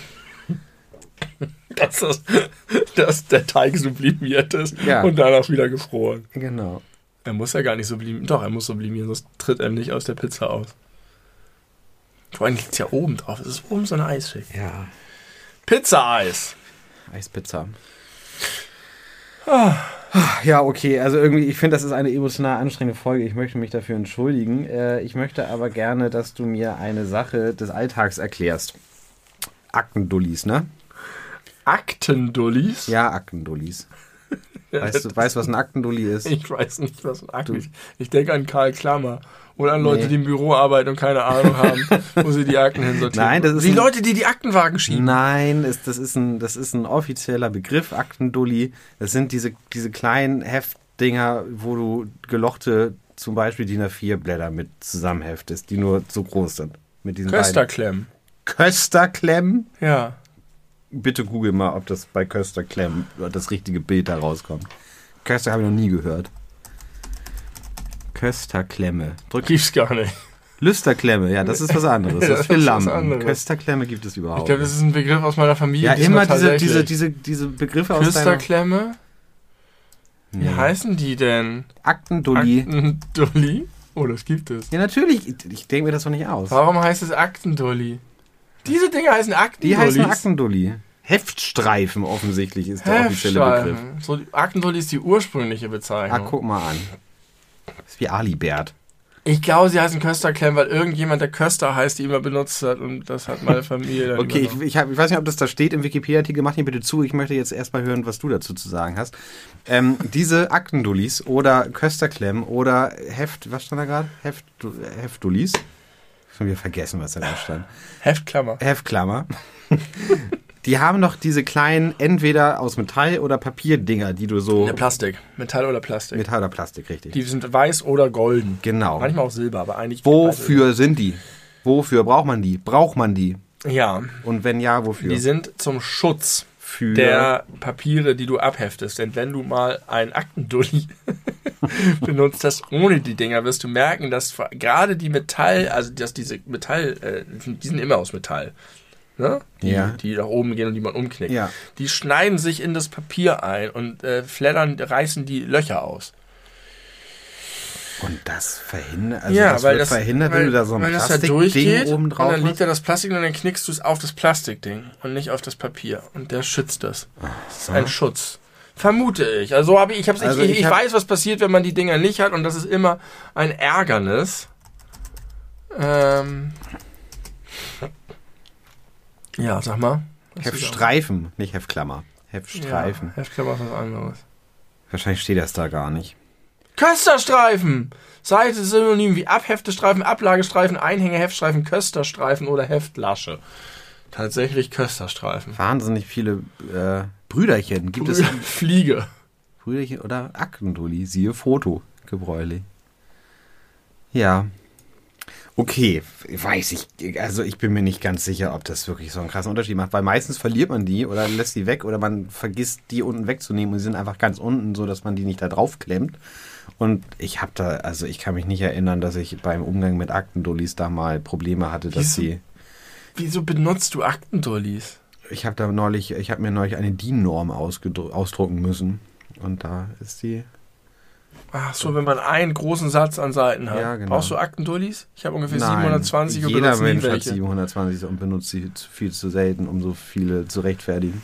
Dass der Teig sublimiert ist und danach wieder gefroren. Genau. Er muss ja gar nicht sublimieren. Doch, er muss sublimieren, sonst tritt er nicht aus der Pizza aus. Vor allem liegt es ja oben drauf. Es ist oben so eine Eisschicht. Ja. Pizza-Eis. Eispizza. Ja, okay. Also irgendwie, ich finde, das ist eine emotional anstrengende Folge. Ich möchte mich dafür entschuldigen. Ich möchte aber gerne, dass du mir eine Sache des Alltags erklärst. Aktendullis, ne? Aktendullis? Ja, Aktendullis. Weißt du, was ein Aktendulli ist? Ich weiß nicht, was ein Akten ist. Ich denke an Karl Klammer. Oder an Leute, die im Büro arbeiten und keine Ahnung haben, wo sie die Akten hinsortieren. Nein, das ist die Leute, die die Aktenwagen schieben. Nein, das ist ein offizieller Begriff, Aktendulli. Das sind diese kleinen Heftdinger, wo du gelochte, zum Beispiel DIN A4 Blätter mit zusammenheftest, die nur so groß sind. Mit diesen Kösterklemmen. Kösterklemmen? Ja. Bitte google mal, ob das bei Kösterklemmen das richtige Bild da rauskommt. Köster habe ich noch nie gehört. Kösterklemme. Gibt's gar nicht. Lüsterklemme, ja, das ist was anderes. Das ist für Lampen. Kösterklemme gibt es überhaupt. Ich glaube, das ist ein Begriff aus meiner Familie. Ja, immer diese Begriffe aus Küsterklemme? Wie heißen die denn? Aktendulli. Aktendulli? Oh, das gibt es. Ja, natürlich. Ich denke mir das doch nicht aus. Warum heißt es Aktendulli? Diese Dinge heißen Aktendullis? Die heißen Aktendulli. Heftstreifen offensichtlich ist der offizielle Begriff. So, Aktendulli ist die ursprüngliche Bezeichnung. Ah, guck mal an. Das ist wie Alibert. Ich glaube, sie heißen Kösterklemmen, weil irgendjemand, der Köster heißt, die immer benutzt hat und das hat meine Familie dann Okay, ich weiß nicht, ob das da steht im Wikipedia-Artikel. Mach ihn bitte zu. Ich möchte jetzt erstmal hören, was du dazu zu sagen hast. Diese Aktendullis oder Kösterklemmen oder was stand da gerade? Heftdullis? Schon wieder vergessen, was da stand. Heftklammer. Die haben doch diese kleinen, entweder aus Metall oder Papierdinger, die du so... Plastik. Metall oder Plastik. Metall oder Plastik, richtig. Die sind weiß oder golden. Genau. Manchmal auch Silber, aber eigentlich... Wofür sind die? Wofür braucht man die? Braucht man die? Ja. Und wenn ja, wofür? Die sind zum Schutz der Papiere, die du abheftest. Denn wenn du mal einen Aktendulli benutzt hast ohne die Dinger, wirst du merken, dass gerade die Metall, also dass diese Metall, die sind immer aus Metall. Ne? Die nach oben gehen und die man umknickt. Ja. Die schneiden sich in das Papier ein und reißen die Löcher aus. Und das verhindert, wenn du da so ein Plastikding oben drauf hast? Und dann liegt da das Plastik und dann knickst du es auf das Plastikding und nicht auf das Papier. Und der schützt das. Das ist ein Schutz. Vermute ich. Also ich weiß, was passiert, wenn man die Dinger nicht hat und das ist immer ein Ärgernis. Ja, sag mal. Heftstreifen, nicht Heftklammer. Heftstreifen. Ja, Heftklammer ist was anderes. Wahrscheinlich steht das da gar nicht. Kösterstreifen! Seite Synonym wie Abheftestreifen, Ablagestreifen, Einhängeheftstreifen, Kösterstreifen oder Heftlasche. Tatsächlich Kösterstreifen. Wahnsinnig viele Brüderchen. Gibt es Fliege. Brüderchen oder Aktendulli. Siehe Foto. Gebräulich. Ja. Okay, weiß ich. Also ich bin mir nicht ganz sicher, ob das wirklich so einen krassen Unterschied macht, weil meistens verliert man die oder lässt die weg oder man vergisst die unten wegzunehmen und sie sind einfach ganz unten, so dass man die nicht da drauf klemmt. Und ich kann mich nicht erinnern, dass ich beim Umgang mit Aktendullis da mal Probleme hatte, dass Wieso benutzt du Aktendullis? Ich habe mir neulich eine DIN-Norm ausdrucken müssen und da ist die... Ach so, wenn man einen großen Satz an Seiten hat. Ja, genau. Brauchst du Aktendullis? Ich habe ungefähr 720 und benutze nie welche. Jeder Mensch hat 720 und benutzt sie viel zu selten, um so viele zu rechtfertigen.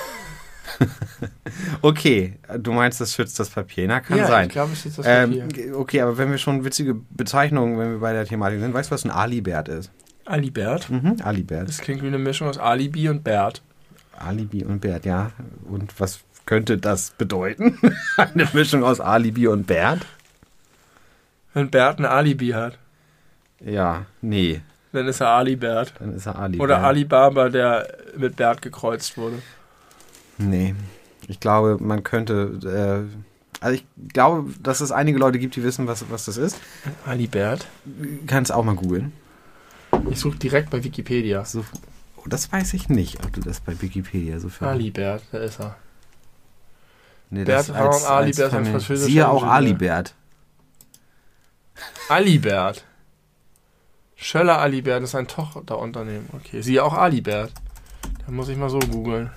Okay, du meinst, das schützt das Papier. Na, kann sein. Ich glaube, es schützt das Papier. Okay, aber wenn wir schon witzige Bezeichnungen, wenn wir bei der Thematik sind, weißt du, was ein Alibert ist? Alibert? Mhm, Alibert. Das klingt wie eine Mischung aus Alibi und Bert. Alibi und Bert, ja. Und was könnte das bedeuten? Eine Mischung aus Alibi und Bert? Wenn Bert ein Alibi hat. Ja, nee. Dann ist er Alibert. Dann ist er Alibert. Oder Alibaba, der mit Bert gekreuzt wurde. Nee. Ich glaube, man könnte... also ich glaube, dass es einige Leute gibt, die wissen, was das ist. Alibert? Kannst auch mal googeln. Ich suche direkt bei Wikipedia. Das weiß ich nicht, ob du das bei Wikipedia so findest. Alibert, da ist er. Nee, Bert Braun Alibert, ein französischer Siehe auch Ingenieur. Alibert. Alibert. Schöller Alibert ist ein Tochterunternehmen. Okay, siehe auch Alibert. Da muss ich mal so googeln.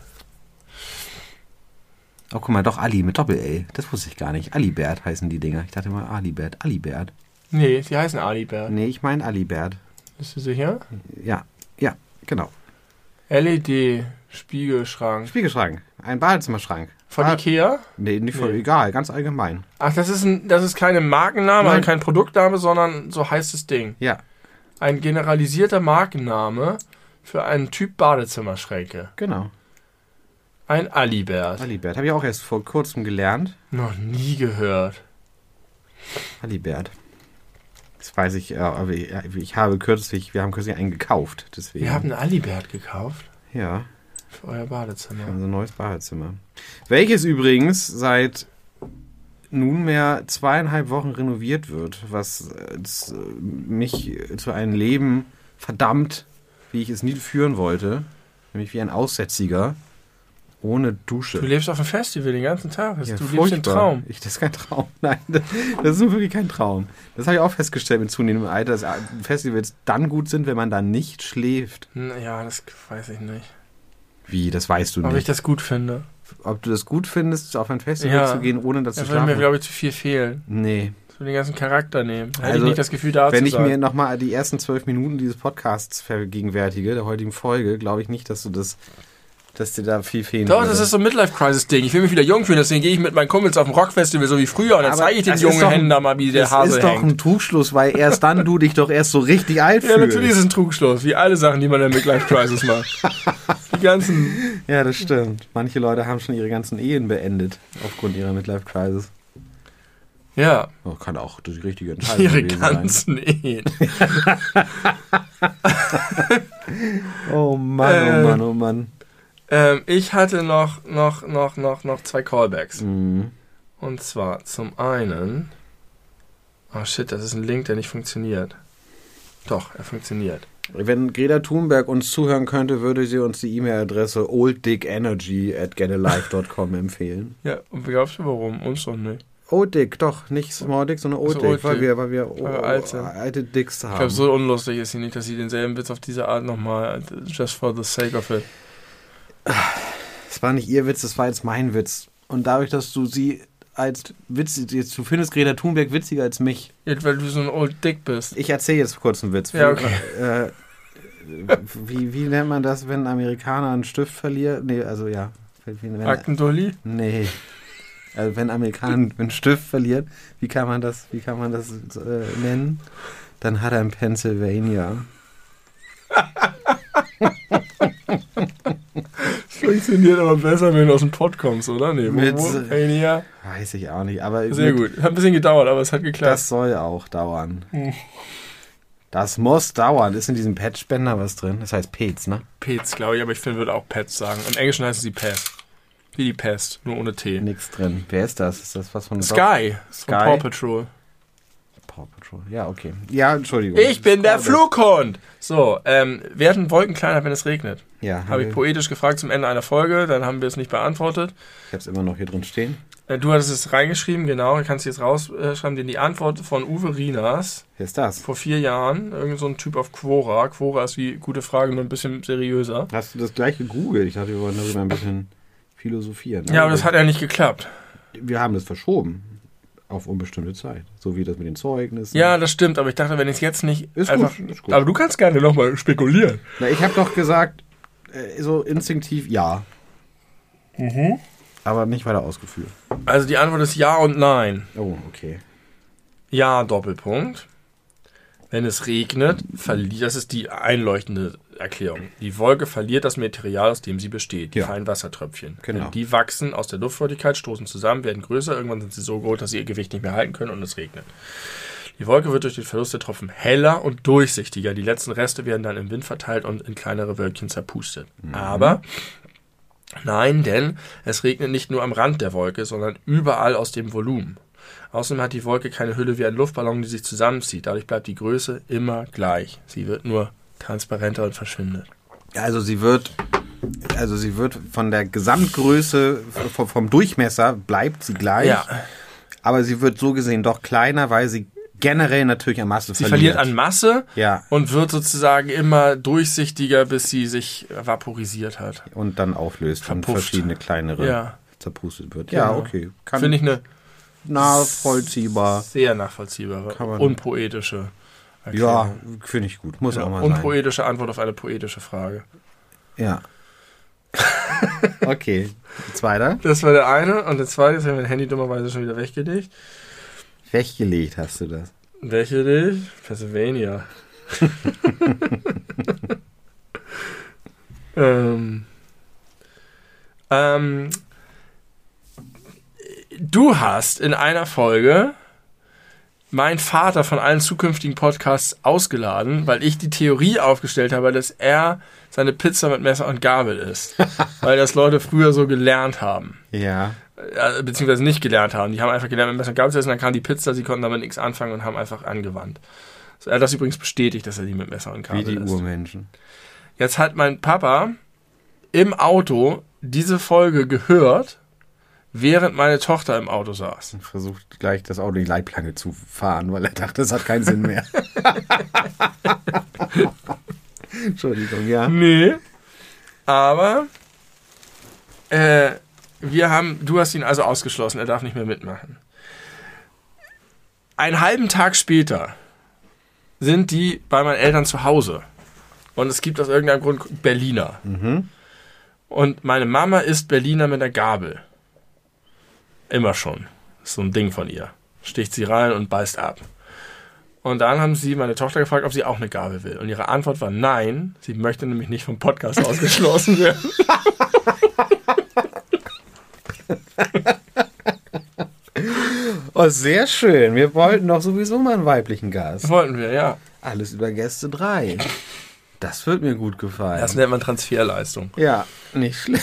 Oh, guck mal, doch Ali mit Doppel-A. Das wusste ich gar nicht. Alibert heißen die Dinger. Ich dachte mal Alibert. Alibert. Nee, sie heißen Alibert. Nee, ich meine Alibert. Bist du sicher? Ja, genau. LED, Spiegelschrank. Spiegelschrank. Ein Badezimmerschrank. Von Ikea? Nee, nicht voll egal. Ganz allgemein. Ach, das ist keine Markenname, Nein. kein Produktname, sondern so heißt das Ding. Ja, Ein generalisierter Markenname für einen Typ Badezimmerschränke. genau. Ein Alibert. Alibert. Habe ich auch erst vor kurzem gelernt. Noch nie gehört. Alibert. Das weiß ich, aber wir haben kürzlich einen gekauft. Deswegen. Wir haben einen Alibert gekauft Ja, für euer Badezimmer. für unser neues Badezimmer. Welches übrigens seit nunmehr 2,5 Wochen renoviert wird, was mich zu einem Leben verdammt, wie ich es nie führen wollte. Nämlich wie ein Aussätziger. Ohne Dusche. Du lebst auf dem Festival den ganzen Tag. Ja, Du lebst den Traum. Das ist kein Traum. Nein, das ist nur wirklich kein Traum. Das habe ich auch festgestellt mit zunehmendem Alter, dass Festivals dann gut sind, wenn man da nicht schläft. Ja, das weiß ich nicht. Wie, das weißt du Ob ich nicht. das gut finde. Ob du das gut findest, auf ein Festival Ja. zu gehen, ohne dass Da du würde mir, schlafen. glaube ich, zu viel fehlen. Nee. So den ganzen Charakter nehmen. Da hätte Also, ich nicht das Gefühl, da Wenn zu ich sein. mir nochmal die ersten 12 Minuten dieses Podcasts vergegenwärtige, der heutigen Folge, glaube ich nicht, dass dir da viel fehlen Doch, würde. das ist so ein Midlife-Crisis-Ding. Ich will mich wieder jung fühlen, deswegen gehe ich mit meinen Kumpels auf dem Rockfestival so wie früher und dann Aber zeige ich den das jungen ist doch- Händen da mal, wie der Das Hase ist doch hängt. ein Trugschluss, weil erst dann du dich doch erst so richtig alt Ja, fühlst. natürlich ist es ein Trugschluss, wie alle Sachen, die man in der Midlife-Crisis macht. Die ganzen... Ja, das stimmt. Manche Leute haben schon ihre ganzen Ehen beendet aufgrund ihrer Midlife-Crisis. Ja, Oh, kann auch die richtige Entscheidung ihre gewesen sein. ganzen Ehen. Oh Mann, oh Mann, oh Mann. Ich hatte noch 2 Callbacks. Mhm. Und zwar zum einen... Oh shit, das ist ein Link, der nicht funktioniert. Doch, er funktioniert. Wenn Greta Thunberg uns zuhören könnte, würde sie uns die E-Mail-Adresse olddickenergy@getalife.com empfehlen. Ja, und wie glaubst du warum? Uns doch nicht. Old Dick, doch, nicht Small Dick, sondern Old Also Dick, Old weil Dick. wir alt sind. alte Dicks Ich haben. glaube, so unlustig ist sie nicht, dass sie denselben Witz auf diese Art nochmal, just for the sake of it. Das war nicht ihr Witz, das war jetzt mein Witz. Und dadurch, dass du sie als Witz, du findest Greta Thunberg witziger als mich. Ja, weil du so ein Old Dick bist. Ich erzähle jetzt kurz einen Witz. Ja, okay. Wie nennt man das, wenn ein Amerikaner einen Stift verliert? Nee, also ja. Aktendulli? Nee. Also wenn ein Amerikaner einen Stift verliert, wie kann man das nennen? Dann hat er ein Pennsylvania. Funktioniert aber besser, wenn du aus dem Pott kommst, oder? Nee, Mania? Weiß ich auch nicht, aber sehr gut. Hat ein bisschen gedauert, aber es hat geklappt. Das soll auch dauern. Das muss dauern. Ist in diesem Petspender was drin? Das heißt Pets, ne? Pets, glaube ich, aber ich würde auch Pets sagen. Im Englischen heißen sie Pest. Wie die Pest, nur ohne T. Nix drin. Wer ist das? Ist das was von Sky. Von Paw Patrol. Paw Patrol. Ja, okay. Ja, Entschuldigung. Ich bin der Flughund! So, werden Wolken kleiner, wenn es regnet? Ja. Habe ich poetisch gefragt zum Ende einer Folge, dann haben wir es nicht beantwortet. Ich habe es immer noch hier drin stehen. Du hattest es reingeschrieben, genau. Du kannst jetzt rausschreiben, denn die Antwort von Uwe Rinas. Wer ist das? Vor 4 Jahren. Irgend so ein Typ auf Quora. Quora ist wie gute Frage, nur ein bisschen seriöser. Hast du das gleich gegoogelt? Ich dachte, wir wollen darüber ein bisschen philosophieren. Ja, aber das hat ja nicht geklappt. Wir haben das verschoben. Auf unbestimmte Zeit. So wie das mit den Zeugnissen. Ja, das stimmt, aber ich dachte, wenn ich es jetzt nicht Ist einfach... gut, ist gut. Aber du kannst gerne nochmal spekulieren. Na, ich habe doch gesagt, so instinktiv ja. Aber nicht weiter ausgeführt. Also die Antwort ist ja und nein. Oh, okay. Ja, Doppelpunkt. Wenn es regnet, das ist die einleuchtende Erklärung. Die Wolke verliert das Material, aus dem sie besteht, die Ja. feinen Wassertröpfchen. Genau. Die wachsen aus der Luftfeuchtigkeit, stoßen zusammen, werden größer, irgendwann sind sie so groß, dass sie ihr Gewicht nicht mehr halten können und es regnet. Die Wolke wird durch den Verlust der Tropfen heller und durchsichtiger. Die letzten Reste werden dann im Wind verteilt und in kleinere Wölkchen zerpustet. Aber nein, denn es regnet nicht nur am Rand der Wolke, sondern überall aus dem Volumen. Außerdem hat die Wolke keine Hülle wie ein Luftballon, die sich zusammenzieht. Dadurch bleibt die Größe immer gleich. Sie wird nur transparenter und verschwindet. Also sie wird von der Gesamtgröße, vom Durchmesser bleibt sie gleich. Ja. Aber sie wird so gesehen doch kleiner, weil sie generell natürlich an Masse verliert. Sie verliert an Masse und wird sozusagen immer durchsichtiger, bis sie sich vaporisiert hat. Und dann auflöst Verpufft. Und verschiedene kleinere zerpustet wird. Ja, okay. Finde ich eine nachvollziehbar. Sehr nachvollziehbare, unpoetische Erklärung. Ja, finde ich gut. Muss auch mal sein. Unpoetische Antwort auf eine poetische Frage. Ja. Okay. Zweiter? Das war der eine. Und der zweite ist ja mein Handy dummerweise schon wieder weggelegt. Weggelegt hast du das? Weggelegt? Pennsylvania. Du hast in einer Folge meinen Vater von allen zukünftigen Podcasts ausgeladen, weil ich die Theorie aufgestellt habe, dass er seine Pizza mit Messer und Gabel isst. Weil das Leute früher so gelernt haben. Ja. Beziehungsweise nicht gelernt haben. Die haben einfach gelernt, mit Messer und Gabel zu essen, dann kam die Pizza, sie konnten damit nichts anfangen und haben einfach angewandt. So, er hat das übrigens bestätigt, dass er die mit Messer und Gabel isst. Wie die Urmenschen. Jetzt hat mein Papa im Auto diese Folge gehört, während meine Tochter im Auto saß. Und versucht gleich das Auto in die Leitplanke zu fahren, weil er dachte, das hat keinen Sinn mehr. Entschuldigung, ja. Nee. Aber du hast ihn also ausgeschlossen, er darf nicht mehr mitmachen. Einen halben Tag später sind die bei meinen Eltern zu Hause. Und es gibt aus irgendeinem Grund Berliner. Mhm. Und meine Mama isst Berliner mit der Gabel. Immer schon. Das ist so ein Ding von ihr. Sticht sie rein und beißt ab. Und dann haben sie meine Tochter gefragt, ob sie auch eine Gabel will. Und ihre Antwort war nein. Sie möchte nämlich nicht vom Podcast ausgeschlossen werden. Oh, sehr schön. Wir wollten doch sowieso mal einen weiblichen Gast. Wollten wir, ja. Alles über Gäste 3. Das wird mir gut gefallen. Das nennt man Transferleistung. Ja, nicht schlecht.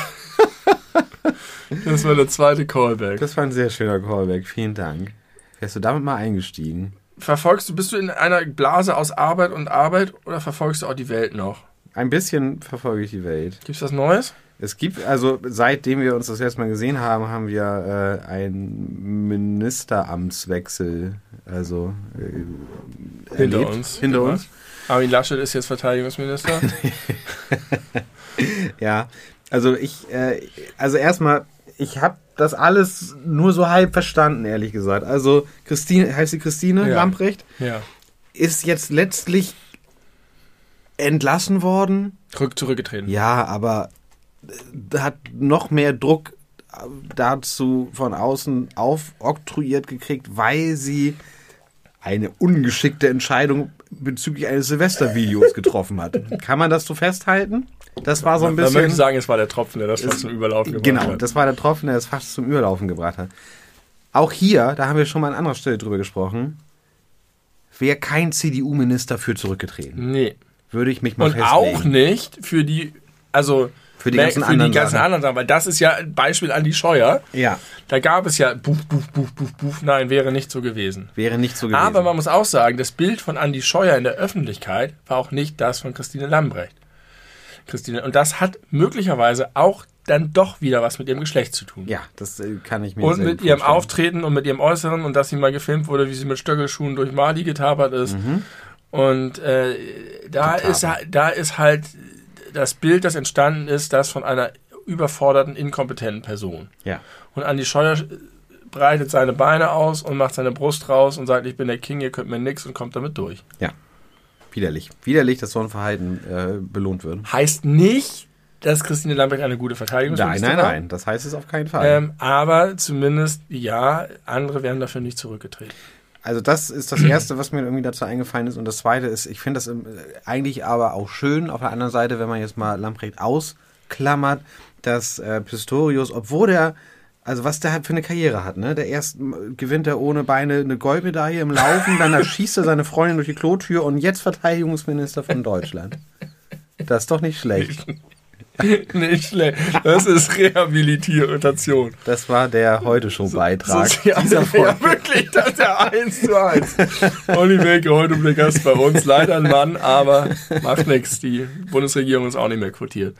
Das war der zweite Callback. Das war ein sehr schöner Callback. Vielen Dank. Wärst du damit mal eingestiegen? Bist du in einer Blase aus Arbeit und Arbeit oder verfolgst du auch die Welt noch? Ein bisschen verfolge ich die Welt. Gibt's was Neues? Es gibt, also seitdem wir uns das erste Mal gesehen haben, haben wir einen Ministeramtswechsel hinter uns. Hinter uns. Armin Laschet ist jetzt Verteidigungsminister. Ja, also erstmal, ich habe das alles nur so halb verstanden, ehrlich gesagt. Also Christine, heißt sie Christine Lambrecht? Ja. Ist jetzt letztlich entlassen worden. Zurückgetreten. Ja, aber hat noch mehr Druck dazu von außen aufoktroyiert gekriegt, weil sie eine ungeschickte Entscheidung bezüglich eines Silvestervideos getroffen hat. Kann man das so festhalten? Das war so ein bisschen... Man möchte sagen, es war der Tropfen, der das fast zum Überlaufen gebracht hat. Genau, das war der Tropfen, der das fast zum Überlaufen gebracht hat. Auch hier, da haben wir schon mal an anderer Stelle drüber gesprochen, wäre kein CDU-Minister für zurückgetreten. Nee. Würde ich mich mal festlegen. Und auch nicht für die ganzen anderen Sachen, weil das ist ja ein Beispiel Andi Scheuer. Ja. Da gab es ja nein, wäre nicht so gewesen. Wäre nicht so gewesen. Aber man muss auch sagen, das Bild von Andi Scheuer in der Öffentlichkeit war auch nicht das von Christine Lambrecht. Und das hat möglicherweise auch dann doch wieder was mit ihrem Geschlecht zu tun. Ja, das kann ich mir Und mit ihrem Auftreten und mit ihrem Äußeren und dass sie mal gefilmt wurde, wie sie mit Stöckelschuhen durch Mali getapert ist. Mhm. Und da ist halt das Bild, das entstanden ist, das von einer überforderten, inkompetenten Person. Ja. Und Andi Scheuer breitet seine Beine aus und macht seine Brust raus und sagt, ich bin der King, ihr könnt mir nix und kommt damit durch. Ja. Widerlich. Widerlich, dass so ein Verhalten belohnt wird. Heißt nicht, dass Christine Lambrecht eine gute Verteidigungsministerin war. Nein. Das heißt es auf keinen Fall. Aber zumindest, ja, andere werden dafür nicht zurückgetreten. Also das ist das Erste, was mir irgendwie dazu eingefallen ist. Und das Zweite ist, ich finde das eigentlich aber auch schön, auf der anderen Seite, wenn man jetzt mal Lambrecht ausklammert, dass Pistorius, obwohl er Also was der halt für eine Karriere hat, ne? Der erst gewinnt er ohne Beine eine Goldmedaille im Laufen, dann erschießt er seine Freundin durch die Klotür und jetzt Verteidigungsminister von Deutschland. Das ist doch nicht schlecht. Nicht schlecht. Das ist Rehabilitation. Das war der Heute-Show-Beitrag. Ja, wirklich, das ist ja 1:1. Olli Welke, heute der Gast bei uns. Leider ein Mann, aber macht nichts. Die Bundesregierung ist auch nicht mehr quotiert.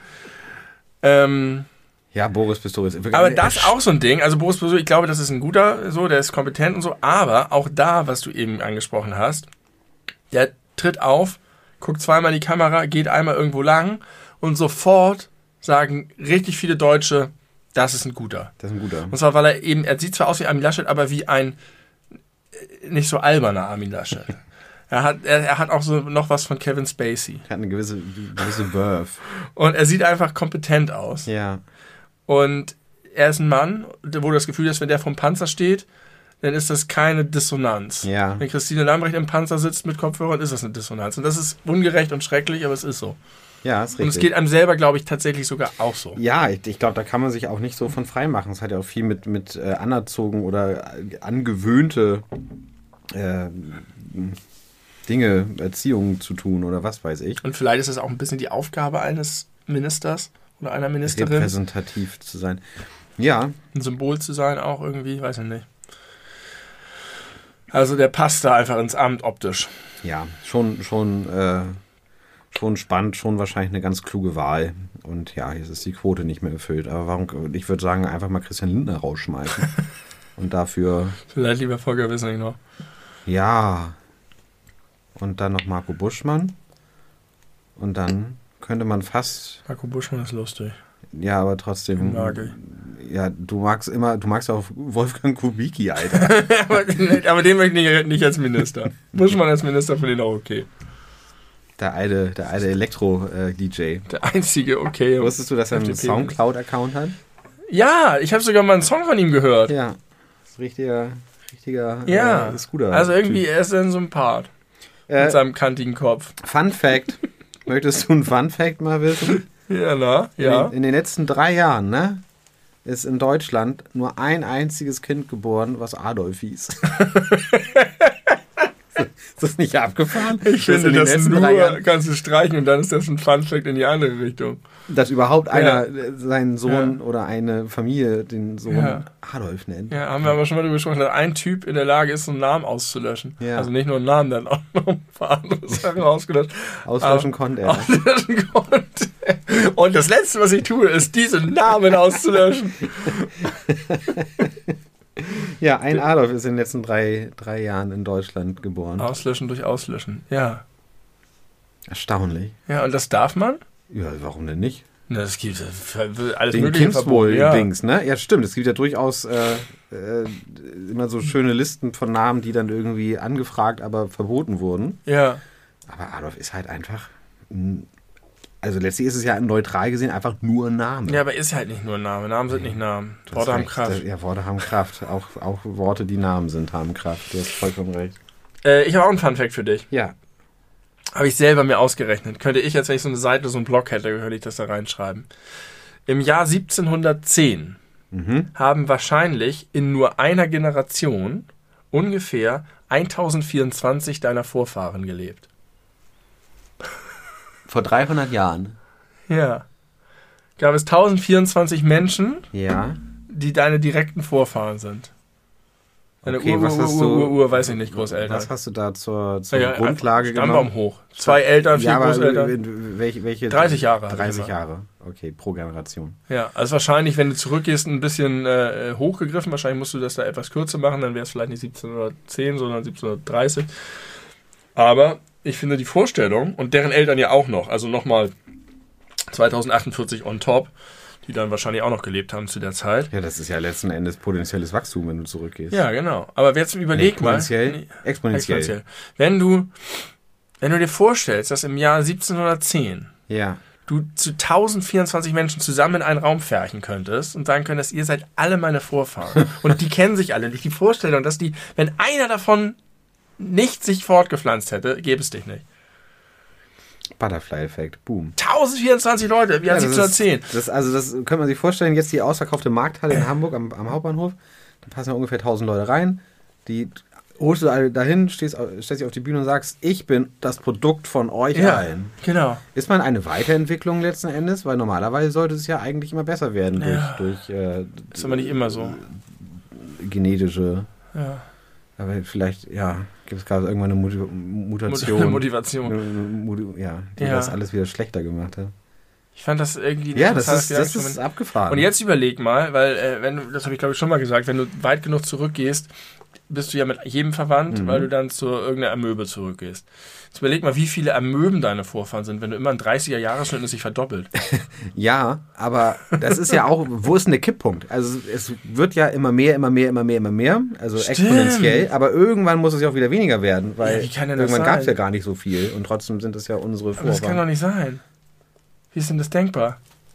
Ja, Boris Pistorius. Aber das ist auch so ein Ding. Also Boris Pistorius, ich glaube, das ist ein guter, so, der ist kompetent und so. Aber auch da, was du eben angesprochen hast, der tritt auf, guckt zweimal in die Kamera, geht einmal irgendwo lang und sofort sagen richtig viele Deutsche, das ist ein guter. Das ist ein guter. Und zwar, weil er sieht zwar aus wie Armin Laschet, aber wie ein nicht so alberner Armin Laschet. Er hat auch so noch was von Kevin Spacey. Er hat eine gewisse Verve. Und er sieht einfach kompetent aus. Ja. Und er ist ein Mann, wo du das Gefühl hast, wenn der vom Panzer steht, dann ist das keine Dissonanz. Ja. Wenn Christine Lambrecht im Panzer sitzt mit Kopfhörern, ist das eine Dissonanz. Und das ist ungerecht und schrecklich, aber es ist so. Ja, ist richtig. Und es geht einem selber, glaube ich, tatsächlich sogar auch so. Ja, ich glaube, da kann man sich auch nicht so von frei machen. Es hat ja auch viel mit anerzogen oder angewöhnte Dinge, Erziehung zu tun oder was weiß ich. Und vielleicht ist es auch ein bisschen die Aufgabe eines Ministers oder einer Ministerin. Repräsentativ zu sein. Ja. Ein Symbol zu sein auch irgendwie, weiß ich nicht. Also der passt da einfach ins Amt optisch. Ja, schon spannend, schon wahrscheinlich eine ganz kluge Wahl. Und ja, jetzt ist die Quote nicht mehr erfüllt. Aber warum, ich würde sagen, einfach mal Christian Lindner rausschmeißen. Und dafür... Vielleicht lieber Volker Wissing noch. Ja. Und dann noch Marco Buschmann. Und dann könnte man fast... Marco Buschmann ist lustig. Ja, aber trotzdem... Ja, du magst auch Wolfgang Kubicki, Alter. aber den möchte ich nicht als Minister. Buschmann als Minister finde ich auch okay. Der alte Elektro-DJ. Der einzige, okay. Wusstest du, dass er einen Soundcloud-Account hat? Ja, ich habe sogar mal einen Song von ihm gehört. Ja, das ist richtiger ja. Scooter. Also irgendwie, er ist ein Sympath. Mit seinem kantigen Kopf. Fun Fact. Möchtest du einen Fun Fact mal wissen? Ja, na? Ja. In den letzten 3 Jahren, ne? Ist in Deutschland nur ein einziges Kind geboren, was Adolf hieß. Ist das nicht abgefahren? Ich finde, das nur kannst du streichen und dann ist das ein Funfact in die andere Richtung. Dass überhaupt einer seinen Sohn oder eine Familie den Sohn Adolf nennt. Ja, haben wir aber schon mal darüber gesprochen, dass ein Typ in der Lage ist, so einen Namen auszulöschen. Ja. Also nicht nur einen Namen, dann auch noch ein paar andere Sachen ausgelöscht. Auslöschen konnte er. Auslöschen konnte. Und das Letzte, was ich tue, ist, diese Namen auszulöschen. Ja, ein Adolf ist in den letzten 3 Jahren in Deutschland geboren. Auslöschen durch Auslöschen, ja. Erstaunlich. Ja, und das darf man? Ja, warum denn nicht? Na, das gibt alles den mögliche Kindeswohl-Dings, ne? Ja, stimmt. Es gibt ja durchaus immer so schöne Listen von Namen, die dann irgendwie angefragt, aber verboten wurden. Ja. Aber Adolf ist halt einfach... Also letztlich ist es ja neutral gesehen einfach nur ein Name. Ja, aber ist halt nicht nur ein Name. Namen sind nicht Namen. Worte haben Kraft. Ja, Worte haben Kraft. Auch Worte, die Namen sind, haben Kraft. Du hast vollkommen recht. Ich habe auch einen Funfact für dich. Ja. Habe ich selber mir ausgerechnet. Könnte ich jetzt, wenn ich so eine Seite, so einen Blog hätte, könnte ich das da reinschreiben. Im Jahr 1710 haben wahrscheinlich in nur einer Generation ungefähr 1024 deiner Vorfahren gelebt. Vor 300 Jahren? Ja. Gab es 1024 Menschen, ja, die deine direkten Vorfahren sind. Deine okay, weiß ich nicht, Großeltern. Was hast du da zur Grundlage genommen? Stammbaum hoch. 2 Eltern, 4 Großeltern. Welche? 30 Jahre. 30 Jahre, okay, pro Generation. Ja, also wahrscheinlich, wenn du zurückgehst, ein bisschen hochgegriffen. Wahrscheinlich musst du das da etwas kürzer machen, dann wäre es vielleicht nicht 1710, sondern 1730. Aber ich finde die Vorstellung, und deren Eltern ja auch noch, also nochmal 2048 on top, die dann wahrscheinlich auch noch gelebt haben zu der Zeit. Ja, das ist ja letzten Endes potenzielles Wachstum, wenn du zurückgehst. Ja, genau. Aber jetzt überleg mal. Exponentiell. Wenn du dir vorstellst, dass im Jahr 1710 du zu 1024 Menschen zusammen in einen Raum färchen könntest und sagen könntest, ihr seid alle meine Vorfahren. Und die kennen sich alle nicht. Die Vorstellung, dass wenn einer davon nicht sich fortgepflanzt hätte, gäbe es dich nicht. Butterfly-Effekt, boom. 1024 Leute, wie hat 1710? Das könnte man sich vorstellen, jetzt die ausverkaufte Markthalle in Hamburg am Hauptbahnhof, da passen ja ungefähr 1000 Leute rein, die holst du alle dahin, stellst dich auf die Bühne und sagst, ich bin das Produkt von euch allen. Genau. Ist man eine Weiterentwicklung letzten Endes? Weil normalerweise sollte es ja eigentlich immer besser werden durch ist aber nicht immer so. Genetische. Ja. Aber vielleicht, gab es irgendwann eine Mutation. Eine Motivation. Die das alles wieder schlechter gemacht hat. Ich fand das irgendwie... das ist abgefahren. Und jetzt überleg mal, weil, das habe ich glaube ich schon mal gesagt, wenn du weit genug zurückgehst, bist du ja mit jedem verwandt, weil du dann zu irgendeiner Amöbe zurückgehst. Jetzt überleg mal, wie viele Amöben deine Vorfahren sind, wenn du immer ein 30er-Jahresschnitt sich verdoppelt. Ja, aber das ist ja auch, wo ist denn der Kipppunkt? Also es wird ja immer mehr, also exponentiell, aber irgendwann muss es ja auch wieder weniger werden, weil irgendwann gab es ja gar nicht so viel und trotzdem sind es ja unsere Vorfahren. Aber das kann doch nicht sein. Wie ist denn das denkbar?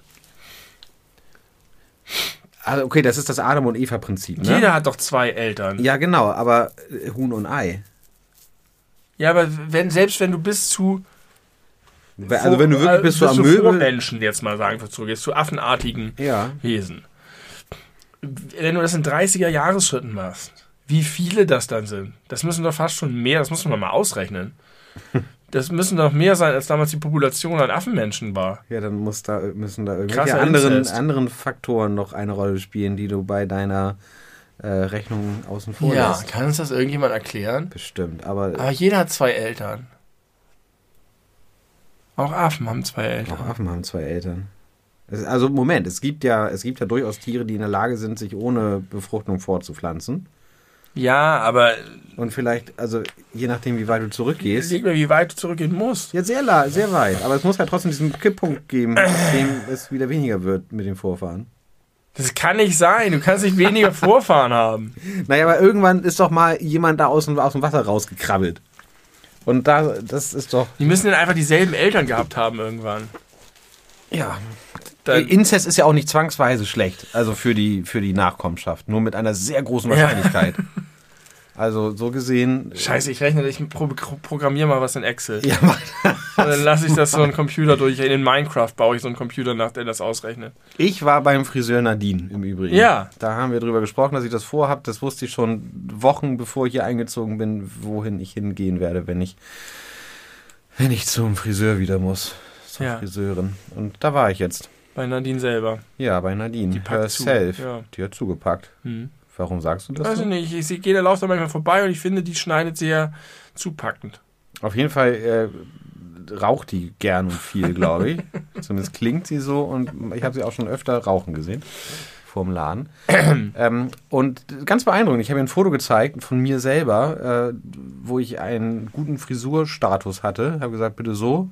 Also okay, das ist das Adam- und Eva-Prinzip, ne? Jeder hat doch 2 Eltern. Ja, genau, aber Huhn und Ei. Ja, aber selbst wenn du bis zu... Also wenn du wirklich bis zu Amöbe... Menschen jetzt mal sagen, zurückgehst, zu affenartigen Wesen. Wenn du das in 30er-Jahresschritten machst, wie viele das dann sind, das müssen doch fast schon mehr, das muss man mal ausrechnen. Das müssen doch mehr sein, als damals die Population an Affenmenschen war. Ja, dann müssen da irgendwelche anderen Faktoren noch eine Rolle spielen, die du bei deiner Rechnung außen vor lässt. Ja, kann uns das irgendjemand erklären? Bestimmt, aber jeder hat 2 Eltern. Auch Affen haben 2 Eltern. Also Moment, es gibt ja durchaus Tiere, die in der Lage sind, sich ohne Befruchtung fortzupflanzen. Ja, aber... Und vielleicht, also je nachdem, wie weit du zurückgehst... Liegt mir, wie weit du zurückgehen musst. Ja, sehr weit. Aber es muss halt trotzdem diesen Kipppunkt geben, dem es wieder weniger wird mit den Vorfahren. Das kann nicht sein. Du kannst nicht weniger Vorfahren haben. Naja, aber irgendwann ist doch mal jemand da aus dem Wasser rausgekrabbelt. Und das ist doch... Die müssen dann einfach dieselben Eltern gehabt haben irgendwann. Ja. Inzest ist ja auch nicht zwangsweise schlecht, also für die Nachkommenschaft, nur mit einer sehr großen Wahrscheinlichkeit. Also so gesehen... Scheiße, ich programmiere mal was in Excel. Ja, mach das. Und dann lasse ich das so einen Computer durch. In Minecraft baue ich so einen Computer nach, der das ausrechnet. Ich war beim Friseur Nadine im Übrigen. Ja. Da haben wir drüber gesprochen, dass ich das vorhabe. Das wusste ich schon Wochen, bevor ich hier eingezogen bin, wohin ich hingehen werde, wenn ich zum Friseur wieder muss. Zur Friseurin. Und da war ich jetzt. Bei Nadine selber. Ja, bei Nadine. Die packt herself. Ja. Die hat zugepackt. Warum sagst du das? Weiß ich nicht. Ich gehe da lauf da manchmal vorbei und ich finde, die schneidet sehr zupackend. Auf jeden Fall raucht die gern und viel, glaube ich. Zumindest klingt sie so und ich habe sie auch schon öfter rauchen gesehen. Vorm Laden. Und ganz beeindruckend. Ich habe ihr ein Foto gezeigt von mir selber, wo ich einen guten Frisurstatus hatte. Habe gesagt, bitte so.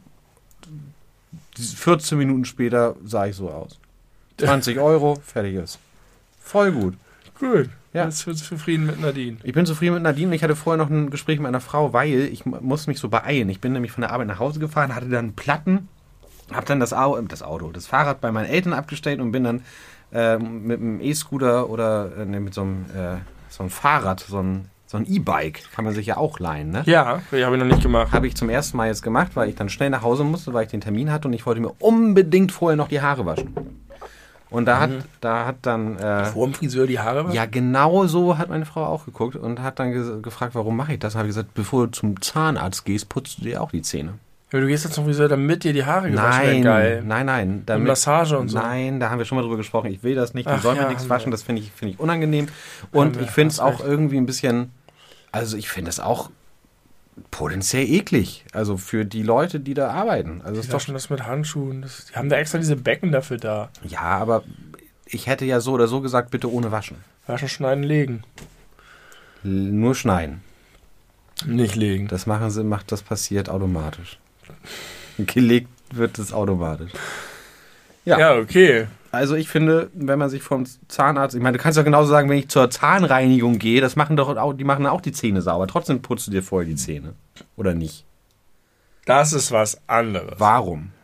14 Minuten später sah ich so aus. 20 €, fertig ist. Voll gut. Gut. Ja. Bist du zufrieden mit Nadine? Ich bin zufrieden mit Nadine. Ich hatte vorher noch ein Gespräch mit einer Frau, weil ich musste mich so beeilen. Ich bin nämlich von der Arbeit nach Hause gefahren, hatte dann Platten, habe dann das Fahrrad bei meinen Eltern abgestellt und bin dann mit einem E-Scooter oder mit so einem Fahrrad, so ein E-Bike, kann man sich ja auch leihen, ne? Ja, habe ich noch nicht gemacht. Habe ich zum ersten Mal jetzt gemacht, weil ich dann schnell nach Hause musste, weil ich den Termin hatte und ich wollte mir unbedingt vorher noch die Haare waschen. Und da hat dann... Vor dem Friseur die Haare waschen? Ja, genau so hat meine Frau auch geguckt und hat dann gefragt, warum mache ich das? Habe ich gesagt, bevor du zum Zahnarzt gehst, putzt du dir auch die Zähne. Ja, du gehst jetzt zum Friseur, damit dir die Haare gewaschen werden, geil. Nein. Damit, Massage und so. Nein, da haben wir schon mal drüber gesprochen. Ich will das nicht, die sollen mir nichts waschen, das finde ich unangenehm. Und ich finde es auch irgendwie ein bisschen... Also ich finde es auch potenziell eklig. Also für die Leute, die da arbeiten. Also die waschen das mit Handschuhen. Die haben da extra diese Becken dafür da. Ja, aber ich hätte ja so oder so gesagt, bitte ohne waschen. Waschen, schneiden, legen. Nur schneiden. Nicht legen. Das passiert automatisch. Gelegt wird es automatisch. Ja, okay. Also ich finde, wenn man sich vom Zahnarzt... Ich meine, du kannst ja genauso sagen, wenn ich zur Zahnreinigung gehe, die machen auch die Zähne sauber. Trotzdem putzt du dir vorher die Zähne. Oder nicht? Das ist was anderes. Warum?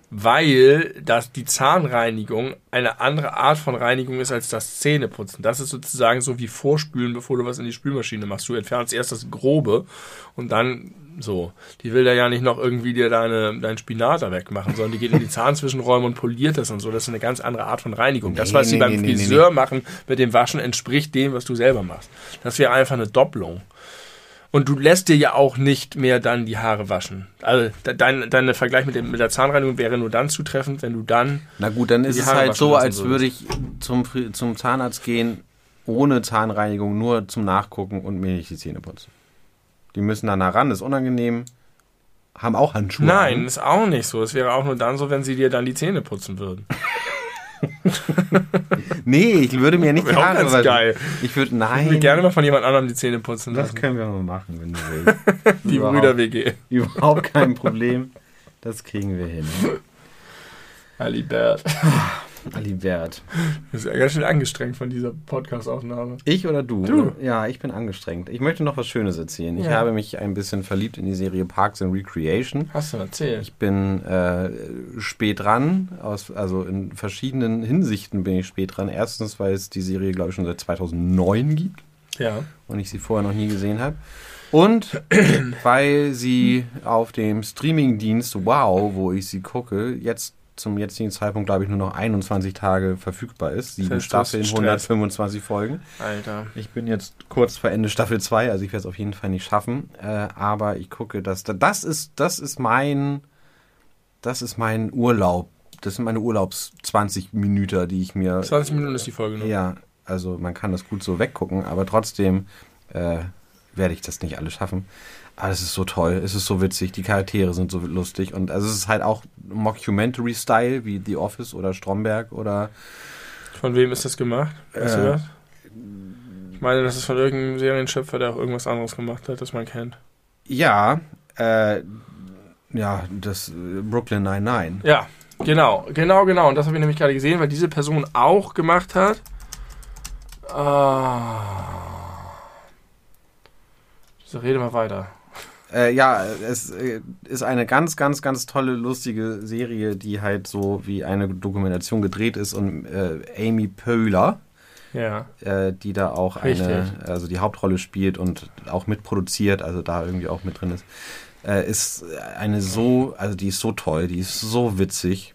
weil die Zahnreinigung eine andere Art von Reinigung ist als das Zähneputzen. Das ist sozusagen so wie Vorspülen, bevor du was in die Spülmaschine machst. Du entfernst erst das Grobe und dann so. Die will da ja nicht noch irgendwie dir deinen Spinat da wegmachen, sondern die geht in die Zahnzwischenräume und poliert das und so. Das ist eine ganz andere Art von Reinigung. Das, was sie beim Friseur machen mit dem Waschen, entspricht dem, was du selber machst. Das wäre einfach eine Doppelung. Und du lässt dir ja auch nicht mehr dann die Haare waschen. Also dein Vergleich mit der Zahnreinigung wäre nur dann zutreffend, wenn du dann... Na gut, dann ist es halt so, als würde ich zum Zahnarzt gehen, ohne Zahnreinigung, nur zum Nachgucken und mir nicht die Zähne putzen. Die müssen da nah ran, das ist unangenehm. Haben auch Handschuhe. Nein, ist auch nicht so. Es wäre auch nur dann so, wenn sie dir dann die Zähne putzen würden. Nee, ich würde mir nicht die Haare waschen. Geil. Ich würde mir gerne mal von jemand anderem die Zähne putzen lassen. Das können wir mal machen, wenn du willst. Die Brüder-WG. Überhaupt kein Problem. Das kriegen wir hin. Alibert. Alibert. Du bist ja ganz schön angestrengt von dieser Podcast-Aufnahme. Ich oder du? Du. Ja, ich bin angestrengt. Ich möchte noch was Schönes erzählen. Ich habe mich ein bisschen verliebt in die Serie Parks and Recreation. Hast du erzählt? Ich bin spät dran. Also in verschiedenen Hinsichten bin ich spät dran. Erstens, weil es die Serie, glaube ich, schon seit 2009 gibt. Ja. Und ich sie vorher noch nie gesehen habe. Und weil sie auf dem Streamingdienst Wow, wo ich sie gucke, jetzt zum jetzigen Zeitpunkt, glaube ich, nur noch 21 Tage verfügbar ist. 7 Staffeln, 125 Folgen. Alter. Ich bin jetzt kurz vor Ende Staffel 2, also ich werde es auf jeden Fall nicht schaffen. Aber ich gucke, das ist mein Urlaub. Das sind meine Urlaubs 20 Minuten, die ich mir... 20 Minuten ist die Folge, ne? Ja, also man kann das gut so weggucken, aber trotzdem werde ich das nicht alles schaffen. Aber es ist so toll, es ist so witzig, die Charaktere sind so lustig und also es ist halt auch Mockumentary-Style wie The Office oder Stromberg oder... Von wem ist das gemacht? Weißt du das? Ich meine, das ist von irgendeinem Serienschöpfer, der auch irgendwas anderes gemacht hat, das man kennt. Ja, das Brooklyn Nine-Nine. Ja, genau. Und das habe ich nämlich gerade gesehen, weil diese Person auch gemacht hat. So, rede mal weiter. Es ist eine ganz, ganz, ganz tolle, lustige Serie, die halt so wie eine Dokumentation gedreht ist und Amy Poehler, die da auch also die Hauptrolle spielt und auch mitproduziert, also da irgendwie auch mit drin ist, ist die ist so toll, die ist so witzig,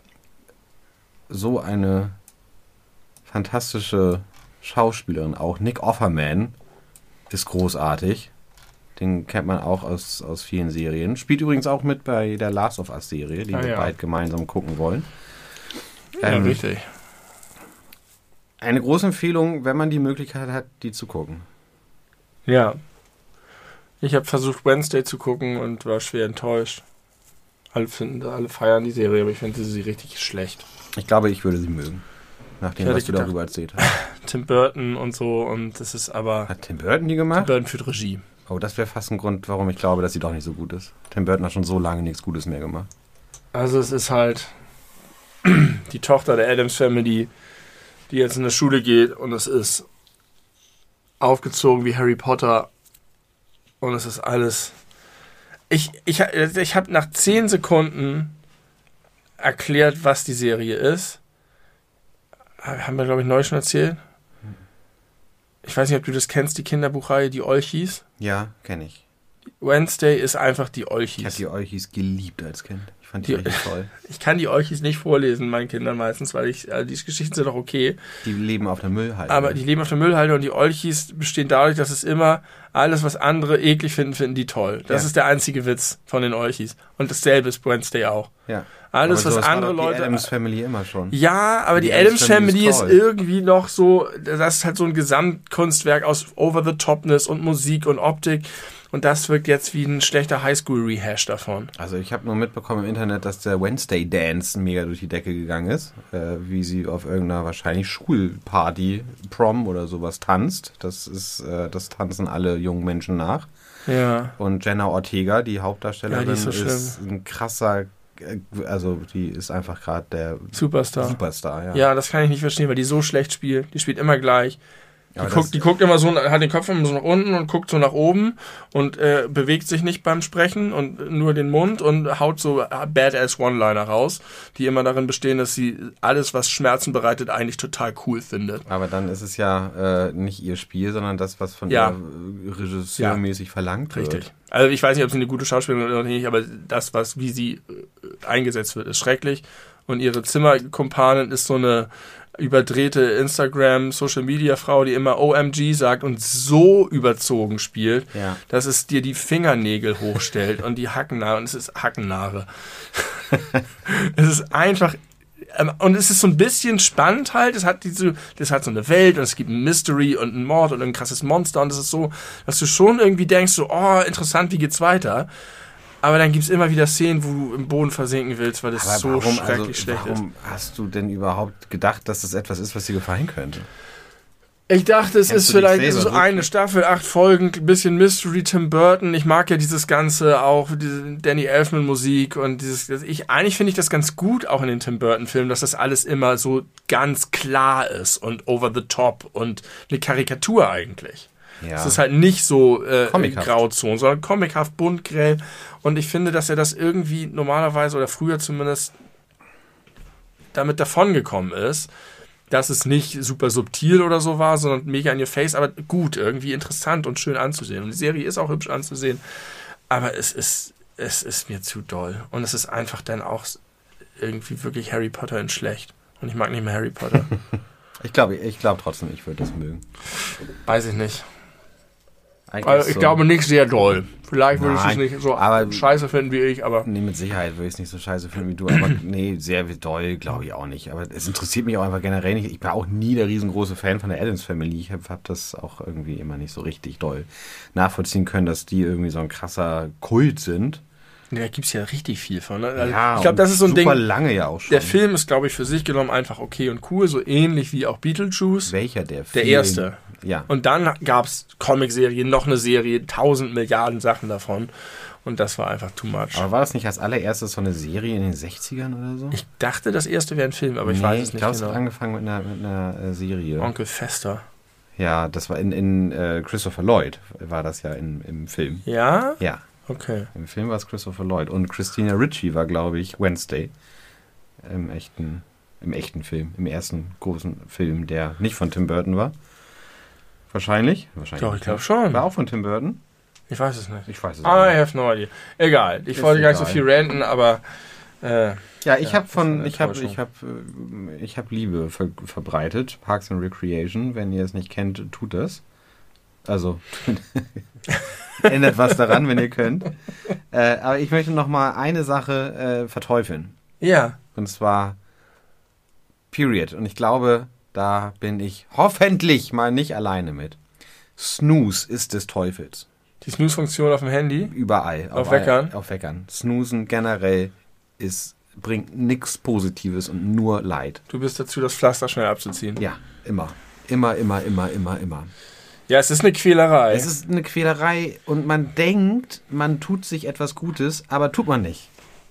so eine fantastische Schauspielerin auch. Nick Offerman ist großartig. Den kennt man auch aus vielen Serien. Spielt übrigens auch mit bei der Last of Us Serie, die wir bald gemeinsam gucken wollen. Ja, richtig. Eine große Empfehlung, wenn man die Möglichkeit hat, die zu gucken. Ja. Ich habe versucht, Wednesday zu gucken und war schwer enttäuscht. Alle feiern die Serie, aber ich finde sie richtig schlecht. Ich glaube, ich würde sie mögen. Nach dem, was du darüber erzählt hast. Tim Burton und so, und das ist aber... Hat Tim Burton die gemacht? Tim Burton führt Regie. Oh, das wäre fast ein Grund, warum ich glaube, dass sie doch nicht so gut ist. Tim Burton hat schon so lange nichts Gutes mehr gemacht. Also es ist halt die Tochter der Addams Family, die jetzt in der Schule geht, und es ist aufgezogen wie Harry Potter und es ist alles... Ich habe nach 10 Sekunden erklärt, was die Serie ist. Haben wir, glaube ich, neu schon erzählt. Ich weiß nicht, ob du das kennst, die Kinderbuchreihe, die Olchis. Ja, kenne ich. Wednesday ist einfach die Olchis. Ich habe die Olchis geliebt als Kind. Ich fand die richtig toll. Ich kann die Olchis nicht vorlesen, meinen Kindern meistens, weil die Geschichten sind doch okay. Die leben auf der Müllhalde. Aber die leben auf der Müllhalde und die Olchis bestehen dadurch, dass es immer alles, was andere eklig finden, finden die toll. Das ist der einzige Witz von den Olchis. Und dasselbe ist Wednesday auch. Ja. Alles, was andere Leute... Die Addams Family immer schon. Ja, aber die Addams Family ist irgendwie noch so... Das ist halt so ein Gesamtkunstwerk aus Over-the-Topness und Musik und Optik. Und das wirkt jetzt wie ein schlechter Highschool-Rehash davon. Also ich habe nur mitbekommen im Internet, dass der Wednesday Dance mega durch die Decke gegangen ist. Wie sie auf irgendeiner wahrscheinlich Schulparty, Prom oder sowas tanzt. Das tanzen alle jungen Menschen nach. Ja. Und Jenna Ortega, die Hauptdarstellerin, die ist ein krasser... Also die ist einfach gerade der Superstar, ja. Ja, das kann ich nicht verstehen, weil die so schlecht spielt. Die spielt immer gleich. Die guckt immer so, hat den Kopf immer so nach unten und guckt so nach oben und bewegt sich nicht beim Sprechen und nur den Mund und haut so Badass One-Liner raus, die immer darin bestehen, dass sie alles, was Schmerzen bereitet, eigentlich total cool findet. Aber dann ist es ja nicht ihr Spiel, sondern das, was von ihr regisseurmäßig verlangt wird. Richtig. Also ich weiß nicht, ob sie eine gute Schauspielerin ist oder nicht, aber das, wie sie eingesetzt wird, ist schrecklich. Und ihre Zimmerkumpanin ist so eine überdrehte Instagram-Social-Media-Frau, die immer OMG sagt und so überzogen spielt, dass es dir die Fingernägel hochstellt und die Hackennare. Und es ist Hackennare. Es ist einfach... Und es ist so ein bisschen spannend halt. Das hat so eine Welt und es gibt ein Mystery und einen Mord und ein krasses Monster. Und es ist so, dass du schon irgendwie denkst, so, oh, interessant, wie geht's weiter? Aber dann gibt es immer wieder Szenen, wo du im Boden versinken willst, weil das so schrecklich schlecht ist. Warum hast du denn überhaupt gedacht, dass das etwas ist, was dir gefallen könnte? Ich dachte, es ist vielleicht so eine Staffel, 8 Folgen, ein bisschen Mystery, Tim Burton. Ich mag ja dieses Ganze auch, diese Danny Elfman Musik und eigentlich finde ich das ganz gut auch in den Tim Burton Filmen, dass das alles immer so ganz klar ist und over the top und eine Karikatur eigentlich. Ja. Es ist halt nicht so Grauzone, sondern comichaft, bunt, grell. Und ich finde, dass er das irgendwie normalerweise oder früher zumindest damit davongekommen ist, dass es nicht super subtil oder so war, sondern mega in your face, aber gut, irgendwie interessant und schön anzusehen. Und die Serie ist auch hübsch anzusehen, aber es ist mir zu doll. Und es ist einfach dann auch irgendwie wirklich Harry Potter in schlecht. Und ich mag nicht mehr Harry Potter. Ich glaube trotzdem, ich würde das mögen. Weiß ich nicht. Also ich glaube nicht sehr doll. Vielleicht würde ich es nicht so scheiße finden wie ich, aber... Nee, mit Sicherheit würde ich es nicht so scheiße finden wie du, aber nee, sehr doll glaube ich auch nicht. Aber es interessiert mich auch einfach generell nicht. Ich war auch nie der riesengroße Fan von der Addams Family. Ich habe das auch irgendwie immer nicht so richtig doll nachvollziehen können, dass die irgendwie so ein krasser Kult sind. Ja, da gibt es ja richtig viel von. Ne? Also ja, ich glaube, das ist so ein Ding. Super lange ja auch schon. Der Film ist, glaube ich, für sich genommen einfach okay und cool, so ähnlich wie auch Beetlejuice. Welcher der Film? Der erste. Ja. Und dann gab es Comic-Serien, noch eine Serie, 1000 Milliarden Sachen davon. Und das war einfach too much. Aber war das nicht als allererstes so eine Serie in den 60ern oder so? Ich dachte, das erste wäre ein Film, aber ich weiß es nicht genau. Ich glaube, es hat angefangen mit einer Serie. Onkel Fester. Ja, das war in Christopher Lloyd, war das ja im Film. Ja? Ja. Okay. Im Film war es Christopher Lloyd. Und Christina Ricci war, glaube ich, Wednesday. Im echten Film. Im ersten großen Film, der nicht von Tim Burton war. Wahrscheinlich. Doch, ich glaube schon. War auch von Tim Burton? Ich weiß es nicht. Ich weiß es nicht. I have no idea. Egal. Ich wollte gar nicht so viel ranten, aber... ich habe Liebe verbreitet. Parks and Recreation. Wenn ihr es nicht kennt, tut das. Also... ändert was daran, wenn ihr könnt. Aber ich möchte noch mal eine Sache verteufeln. Ja. Und zwar Period. Und ich glaube, da bin ich hoffentlich mal nicht alleine mit. Snooze ist des Teufels. Die Snooze-Funktion auf dem Handy? Überall. Auf Weckern? Auf Weckern. Snoozen generell bringt nichts Positives und nur Leid. Du bist dazu, das Pflaster schnell abzuziehen? Ja, immer. Immer. Ja, es ist eine Quälerei. Es ist eine Quälerei und man denkt, man tut sich etwas Gutes, aber tut man nicht.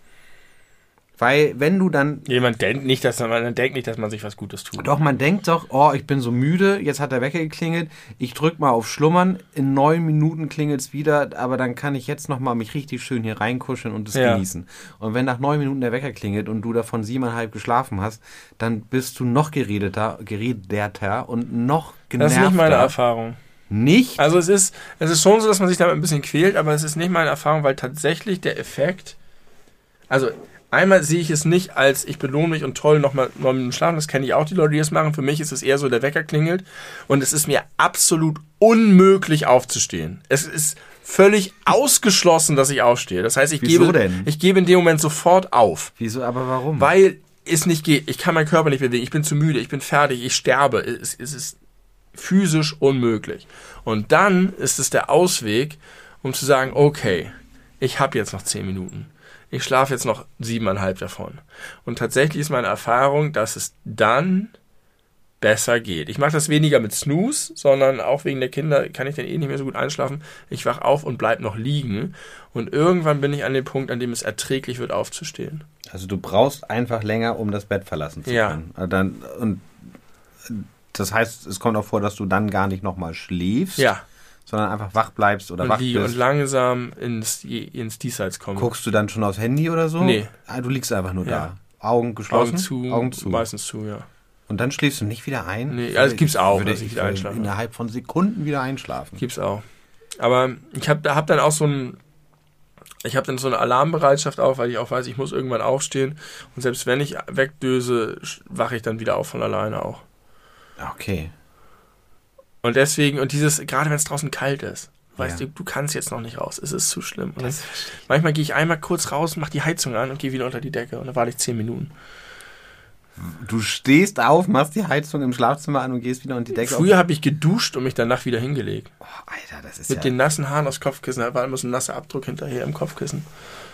Weil wenn du dann... Man denkt nicht, dass man sich was Gutes tut. Doch, man denkt doch, oh, ich bin so müde, jetzt hat der Wecker geklingelt, ich drück mal auf Schlummern, in 9 Minuten klingelt's wieder, aber dann kann ich jetzt nochmal mich richtig schön hier reinkuscheln und es genießen. Und wenn nach 9 Minuten der Wecker klingelt und du davon 7,5 geschlafen hast, dann bist du noch geredeter und noch genervter. Das ist nicht meine Erfahrung. Nicht? Also es ist schon so, dass man sich damit ein bisschen quält, aber es ist nicht meine Erfahrung, weil tatsächlich der Effekt, also einmal sehe ich es nicht als, ich belohne mich und toll, nochmal 9 Minuten schlafen, das kenne ich auch, die Leute, die das machen. Für mich ist es eher so, der Wecker klingelt und es ist mir absolut unmöglich aufzustehen. Es ist völlig ausgeschlossen, dass ich aufstehe. Das heißt, ich gebe in dem Moment sofort auf. Wieso, aber warum? Weil es nicht geht. Ich kann meinen Körper nicht bewegen, ich bin zu müde, ich bin fertig, ich sterbe. Es ist physisch unmöglich. Und dann ist es der Ausweg, um zu sagen, okay, ich habe jetzt noch 10 Minuten. Ich schlafe jetzt noch 7,5 davon. Und tatsächlich ist meine Erfahrung, dass es dann besser geht. Ich mache das weniger mit Snooze, sondern auch wegen der Kinder kann ich dann nicht mehr so gut einschlafen. Ich wach auf und bleib noch liegen. Und irgendwann bin ich an dem Punkt, an dem es erträglich wird, aufzustehen. Also du brauchst einfach länger, um das Bett verlassen zu können. das heißt, es kommt auch vor, dass du dann gar nicht nochmal schläfst, sondern einfach wach bleibst oder wach bist. Und langsam ins Diesseits komme. Guckst du dann schon aufs Handy oder so? Nee. Du liegst einfach nur da. Augen geschlossen? Augen zu. Meistens zu, ja. Und dann schläfst du nicht wieder ein? Nee, also gibt's auch, dass ich wieder einschlafe. Innerhalb von Sekunden wieder einschlafen. Gibt's auch. Aber ich hab dann auch so eine Alarmbereitschaft auch, weil ich auch weiß, ich muss irgendwann aufstehen. Und selbst wenn ich wegdöse, wache ich dann wieder auf von alleine auch. Okay. Und deswegen, gerade wenn es draußen kalt ist, weißt du kannst jetzt noch nicht raus. Es ist zu schlimm. Und dann, manchmal gehe ich einmal kurz raus, mache die Heizung an und gehe wieder unter die Decke. Und dann warte ich 10 Minuten. Du stehst auf, machst die Heizung im Schlafzimmer an und gehst wieder unter die Decke. Früher habe ich geduscht und mich danach wieder hingelegt. Oh, Alter, das ist Mit den nassen Haaren aufs Kopfkissen. Da war immer so ein nasser Abdruck hinterher im Kopfkissen.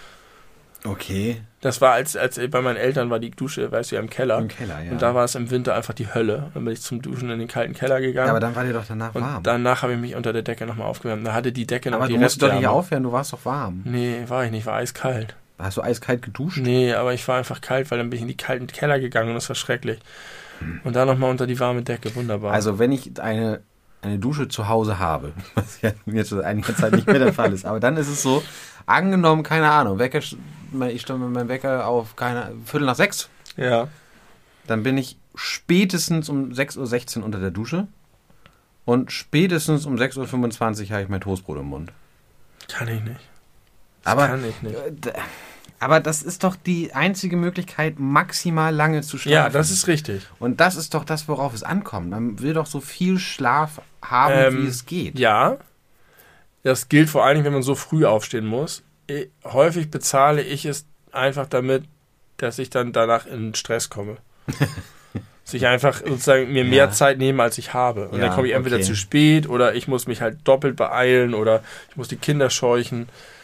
Okay. Das war, als bei meinen Eltern war die Dusche, weißt du, im Keller. Im Keller, ja. Und da war es im Winter einfach die Hölle. Dann bin ich zum Duschen in den kalten Keller gegangen. Ja, aber dann war dir doch danach warm. Und danach habe ich mich unter der Decke nochmal aufgewärmt. Da hatte die Decke noch die Restwärme. Aber du musst doch nicht aufwärmen, du warst doch warm. Nee, war ich nicht, war eiskalt. Hast du eiskalt geduscht? Nee, aber ich war einfach kalt, weil dann bin ich in die kalten Keller gegangen und das war schrecklich. Und dann nochmal unter die warme Decke, wunderbar. Also wenn ich eine Dusche zu Hause habe, was ja jetzt schon einige Zeit nicht mehr der Fall ist, aber dann ist es so, angenommen, keine Ahnung, ich stelle mit meinem Wecker auf 5:45. Ja. Dann bin ich spätestens um 6:16 Uhr unter der Dusche und spätestens um 6:25 Uhr habe ich mein Toastbrot im Mund. Kann ich nicht. Kann ich nicht. Aber das ist doch die einzige Möglichkeit, maximal lange zu schlafen. Ja, das ist richtig. Und das ist doch das, worauf es ankommt. Man will doch so viel Schlaf haben, wie es geht. Ja, das gilt vor allen Dingen, wenn man so früh aufstehen muss. Häufig bezahle ich es einfach damit, dass ich dann danach in Stress komme. Dass ich einfach sozusagen mir mehr Zeit nehme, als ich habe. Und dann komme ich entweder zu spät oder ich muss mich halt doppelt beeilen oder ich muss die Kinder scheuchen.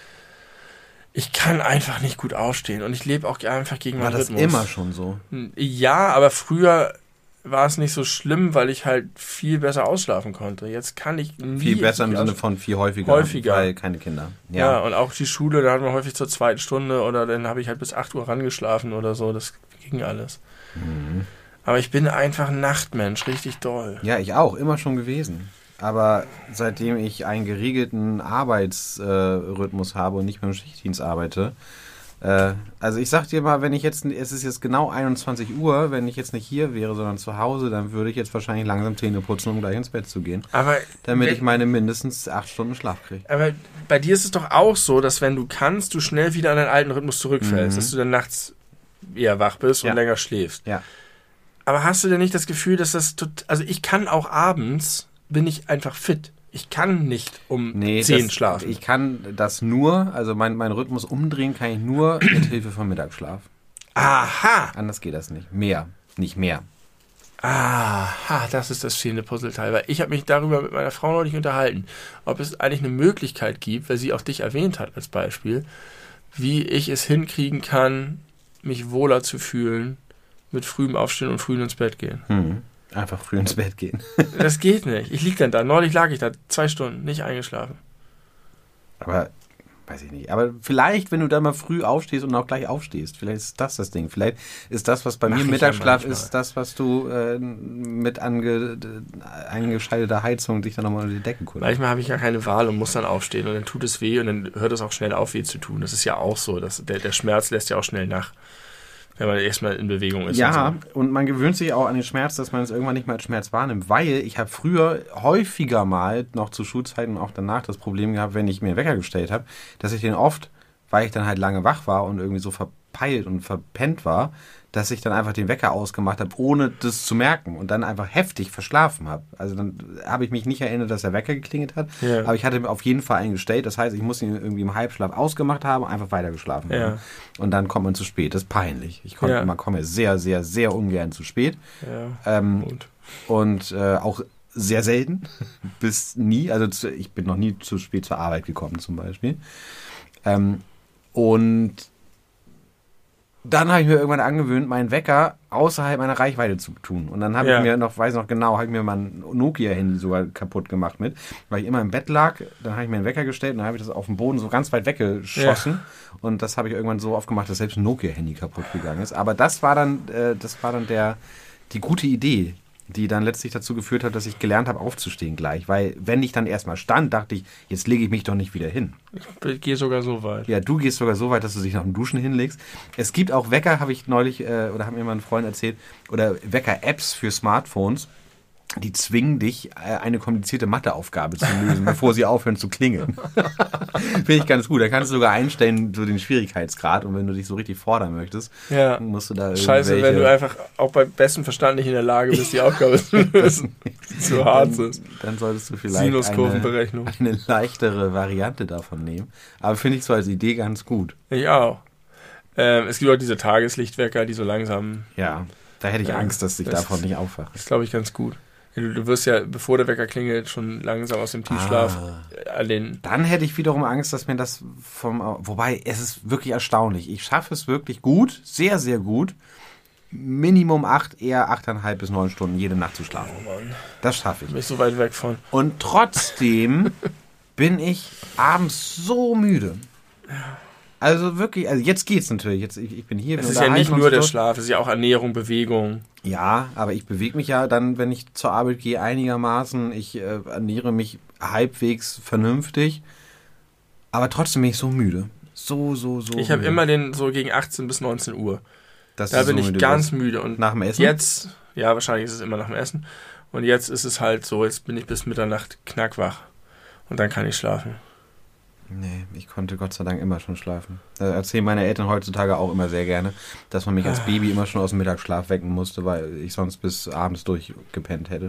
Ich kann einfach nicht gut aufstehen und ich lebe auch einfach gegen meinen Rhythmus. War das immer schon so? Ja, aber früher war es nicht so schlimm, weil ich halt viel besser ausschlafen konnte. Jetzt kann ich nie... Viel besser im Sinne von viel häufiger. Weil keine Kinder. Ja, und auch die Schule, da hatten wir häufig zur 2. Stunde oder dann habe ich halt bis 8 Uhr rangeschlafen oder so. Das ging alles. Mhm. Aber ich bin einfach ein Nachtmensch, richtig doll. Ja, ich auch, immer schon gewesen. Aber seitdem ich einen geregelten Arbeitsrhythmus habe und nicht mehr im Schichtdienst arbeite, also ich sag dir mal, es ist jetzt genau 21 Uhr, wenn ich jetzt nicht hier wäre, sondern zu Hause, dann würde ich jetzt wahrscheinlich langsam Zähne putzen, um gleich ins Bett zu gehen. Damit ich meine mindestens 8 Stunden Schlaf kriege. Aber bei dir ist es doch auch so, dass wenn du kannst, du schnell wieder an deinen alten Rhythmus zurückfällst, dass du dann nachts eher wach bist und länger schläfst. Ja. Aber hast du denn nicht das Gefühl, dass also ich kann auch abends, bin ich einfach fit. Ich kann nicht um 10 schlafen. Ich kann das nur, also mein Rhythmus umdrehen kann ich nur mit Hilfe von Mittagsschlaf. Aha! Anders geht das nicht. Nicht mehr. Aha, das ist das fehlende Puzzleteil. Weil ich habe mich darüber mit meiner Frau neulich unterhalten, ob es eigentlich eine Möglichkeit gibt, weil sie auch dich erwähnt hat als Beispiel, wie ich es hinkriegen kann, mich wohler zu fühlen mit frühem Aufstehen und früh ins Bett gehen. Einfach früh ins Bett gehen. Das geht nicht. Ich liege dann da. Neulich lag ich da 2 Stunden, nicht eingeschlafen. Aber, weiß ich nicht. Aber vielleicht, wenn du da mal früh aufstehst und auch gleich aufstehst, vielleicht ist das Ding. Vielleicht ist das, was bei mir Mittagsschlaf ist, das, was du mit eingeschalteter Heizung dich dann nochmal unter die Decke kurz. Manchmal habe ich ja keine Wahl und muss dann aufstehen und dann tut es weh und dann hört es auch schnell auf, weh zu tun. Das ist ja auch so. Der Schmerz lässt ja auch schnell nach. Wenn man erstmal in Bewegung ist. Ja, und man gewöhnt sich auch an den Schmerz, dass man es irgendwann nicht mehr als Schmerz wahrnimmt, weil ich habe früher häufiger mal, noch zu Schulzeiten und auch danach, das Problem gehabt, wenn ich mir einen Wecker gestellt habe, dass ich den oft, weil ich dann halt lange wach war und irgendwie so verpeilt und verpennt war, dass ich dann einfach den Wecker ausgemacht habe, ohne das zu merken und dann einfach heftig verschlafen habe. Also dann habe ich mich nicht erinnert, dass der Wecker geklingelt hat, aber ich hatte mir auf jeden Fall eingestellt. Das heißt, ich muss ihn irgendwie im Halbschlaf ausgemacht haben, einfach weitergeschlafen haben. Und dann kommt man zu spät. Das ist peinlich. Man komme sehr, sehr, sehr ungern zu spät. Ja. Und auch sehr selten, bis nie. Also ich bin noch nie zu spät zur Arbeit gekommen zum Beispiel. Und dann habe ich mir irgendwann angewöhnt, meinen Wecker außerhalb meiner Reichweite zu tun. Und dann habe ich mir noch, weiß noch genau, habe ich mir mein Nokia-Handy sogar kaputt gemacht mit, weil ich immer im Bett lag. Dann habe ich mir einen Wecker gestellt und dann habe ich das auf den Boden so ganz weit weggeschossen. Ja. Und das habe ich irgendwann so oft gemacht, dass selbst ein Nokia-Handy kaputt gegangen ist. Aber das war dann die gute Idee, die dann letztlich dazu geführt hat, dass ich gelernt habe, aufzustehen gleich. Weil, wenn ich dann erstmal stand, dachte ich, jetzt lege ich mich doch nicht wieder hin. Ich gehe sogar so weit. Ja, du gehst sogar so weit, dass du dich nach dem Duschen hinlegst. Es gibt auch Wecker, habe ich neulich, oder haben mir mal ein Freund erzählt, oder Wecker-Apps für Smartphones, die zwingen dich, eine komplizierte Matheaufgabe zu lösen, bevor sie aufhören zu klingeln. Finde ich ganz gut. Da kannst du sogar einstellen, so den Schwierigkeitsgrad. Und wenn du dich so richtig fordern möchtest, musst du da irgendwelche... Scheiße, wenn du einfach auch bei bestem Verstand nicht in der Lage bist, die Aufgabe zu lösen. Zu hart ist. Dann solltest du vielleicht eine leichtere Variante davon nehmen. Aber finde ich so als Idee ganz gut. Ich auch. Es gibt auch diese Tageslichtwecker, die so langsam... Ja, da hätte ich Angst, dass ich davon nicht aufwache. Das ist, glaube ich, ganz gut. Du wirst ja, bevor der Wecker klingelt, schon langsam aus dem Tiefschlaf Dann hätte ich wiederum Angst, dass mir das wobei, es ist wirklich erstaunlich. Ich schaffe es wirklich gut, sehr, sehr gut, Minimum 8, eher 8,5 bis 9 Stunden jede Nacht zu schlafen. Oh Mann. Das schaffe ich. Bin ich so weit weg von. Und trotzdem bin ich abends so müde. Ja. Also wirklich, also jetzt geht's natürlich. Jetzt, ich bin hier. Es ist ja nicht nur der Schlaf, es ist ja auch Ernährung, Bewegung. Ja, aber ich bewege mich ja dann, wenn ich zur Arbeit gehe, einigermaßen. Ich ernähre mich halbwegs vernünftig. Aber trotzdem bin ich so müde. So Ich habe immer so gegen 18 bis 19 Uhr. Da bin ich ganz müde. Und nach dem Essen? Jetzt, ja, wahrscheinlich ist es immer nach dem Essen. Und jetzt ist es halt so, jetzt bin ich bis Mitternacht knackwach. Und dann kann ich schlafen. Nee, ich konnte Gott sei Dank immer schon schlafen. Da erzählen meine Eltern heutzutage auch immer sehr gerne, dass man mich als Baby immer schon aus dem Mittagsschlaf wecken musste, weil ich sonst bis abends durchgepennt hätte.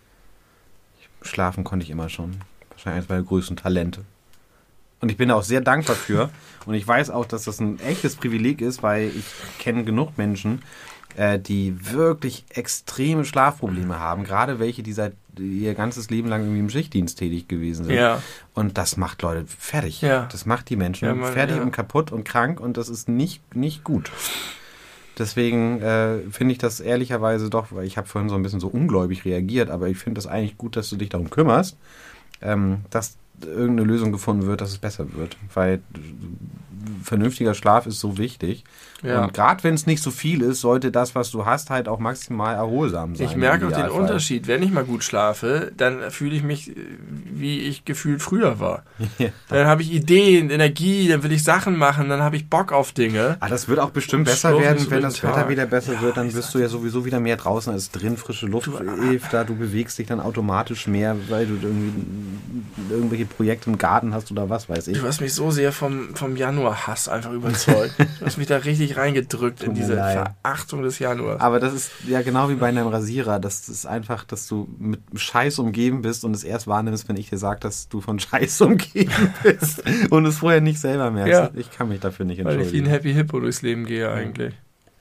Schlafen konnte ich immer schon. Wahrscheinlich eines meiner größten Talente. Und ich bin da auch sehr dankbar für. Und ich weiß auch, dass das ein echtes Privileg ist, weil ich kenne genug Menschen, die wirklich extreme Schlafprobleme haben. Gerade welche, die ihr ganzes Leben lang irgendwie im Schichtdienst tätig gewesen sind. Ja. Und das macht Leute fertig. Ja. Das macht die Menschen fertig und kaputt und krank. Und das ist nicht gut. Deswegen finde ich das ehrlicherweise doch, weil ich habe vorhin so ein bisschen so ungläubig reagiert, aber ich finde das eigentlich gut, dass du dich darum kümmerst, dass irgendeine Lösung gefunden wird, dass es besser wird. Weil vernünftiger Schlaf ist so wichtig. Ja. Und gerade wenn es nicht so viel ist, sollte das, was du hast, halt auch maximal erholsam sein. Ich merke auch den Unterschied. Wenn ich mal gut schlafe, dann fühle ich mich, wie ich gefühlt früher war. Ja. Dann habe ich Ideen, Energie, dann will ich Sachen machen, dann habe ich Bock auf Dinge. Das wird auch bestimmt besser werden, wenn das Wetter wieder besser wird. Dann bist du ja sowieso wieder mehr draußen als drin. Frische Luft hilft da. Du bewegst dich dann automatisch mehr, weil du irgendwie irgendwelche Projekte im Garten hast oder was weiß ich. Du hast mich so sehr vom Januar-Hass einfach überzeugt. Du hast mich da richtig reingedrückt in diese Verachtung des Januars. Aber das ist ja genau wie bei einem Rasierer. Das ist einfach, dass du mit Scheiß umgeben bist und es erst wahrnimmst, wenn ich dir sage, dass du von Scheiß umgeben bist und es vorher nicht selber merkst. Ja. Ich kann mich dafür nicht entschuldigen. Weil ich wie ein Happy Hippo durchs Leben gehe eigentlich.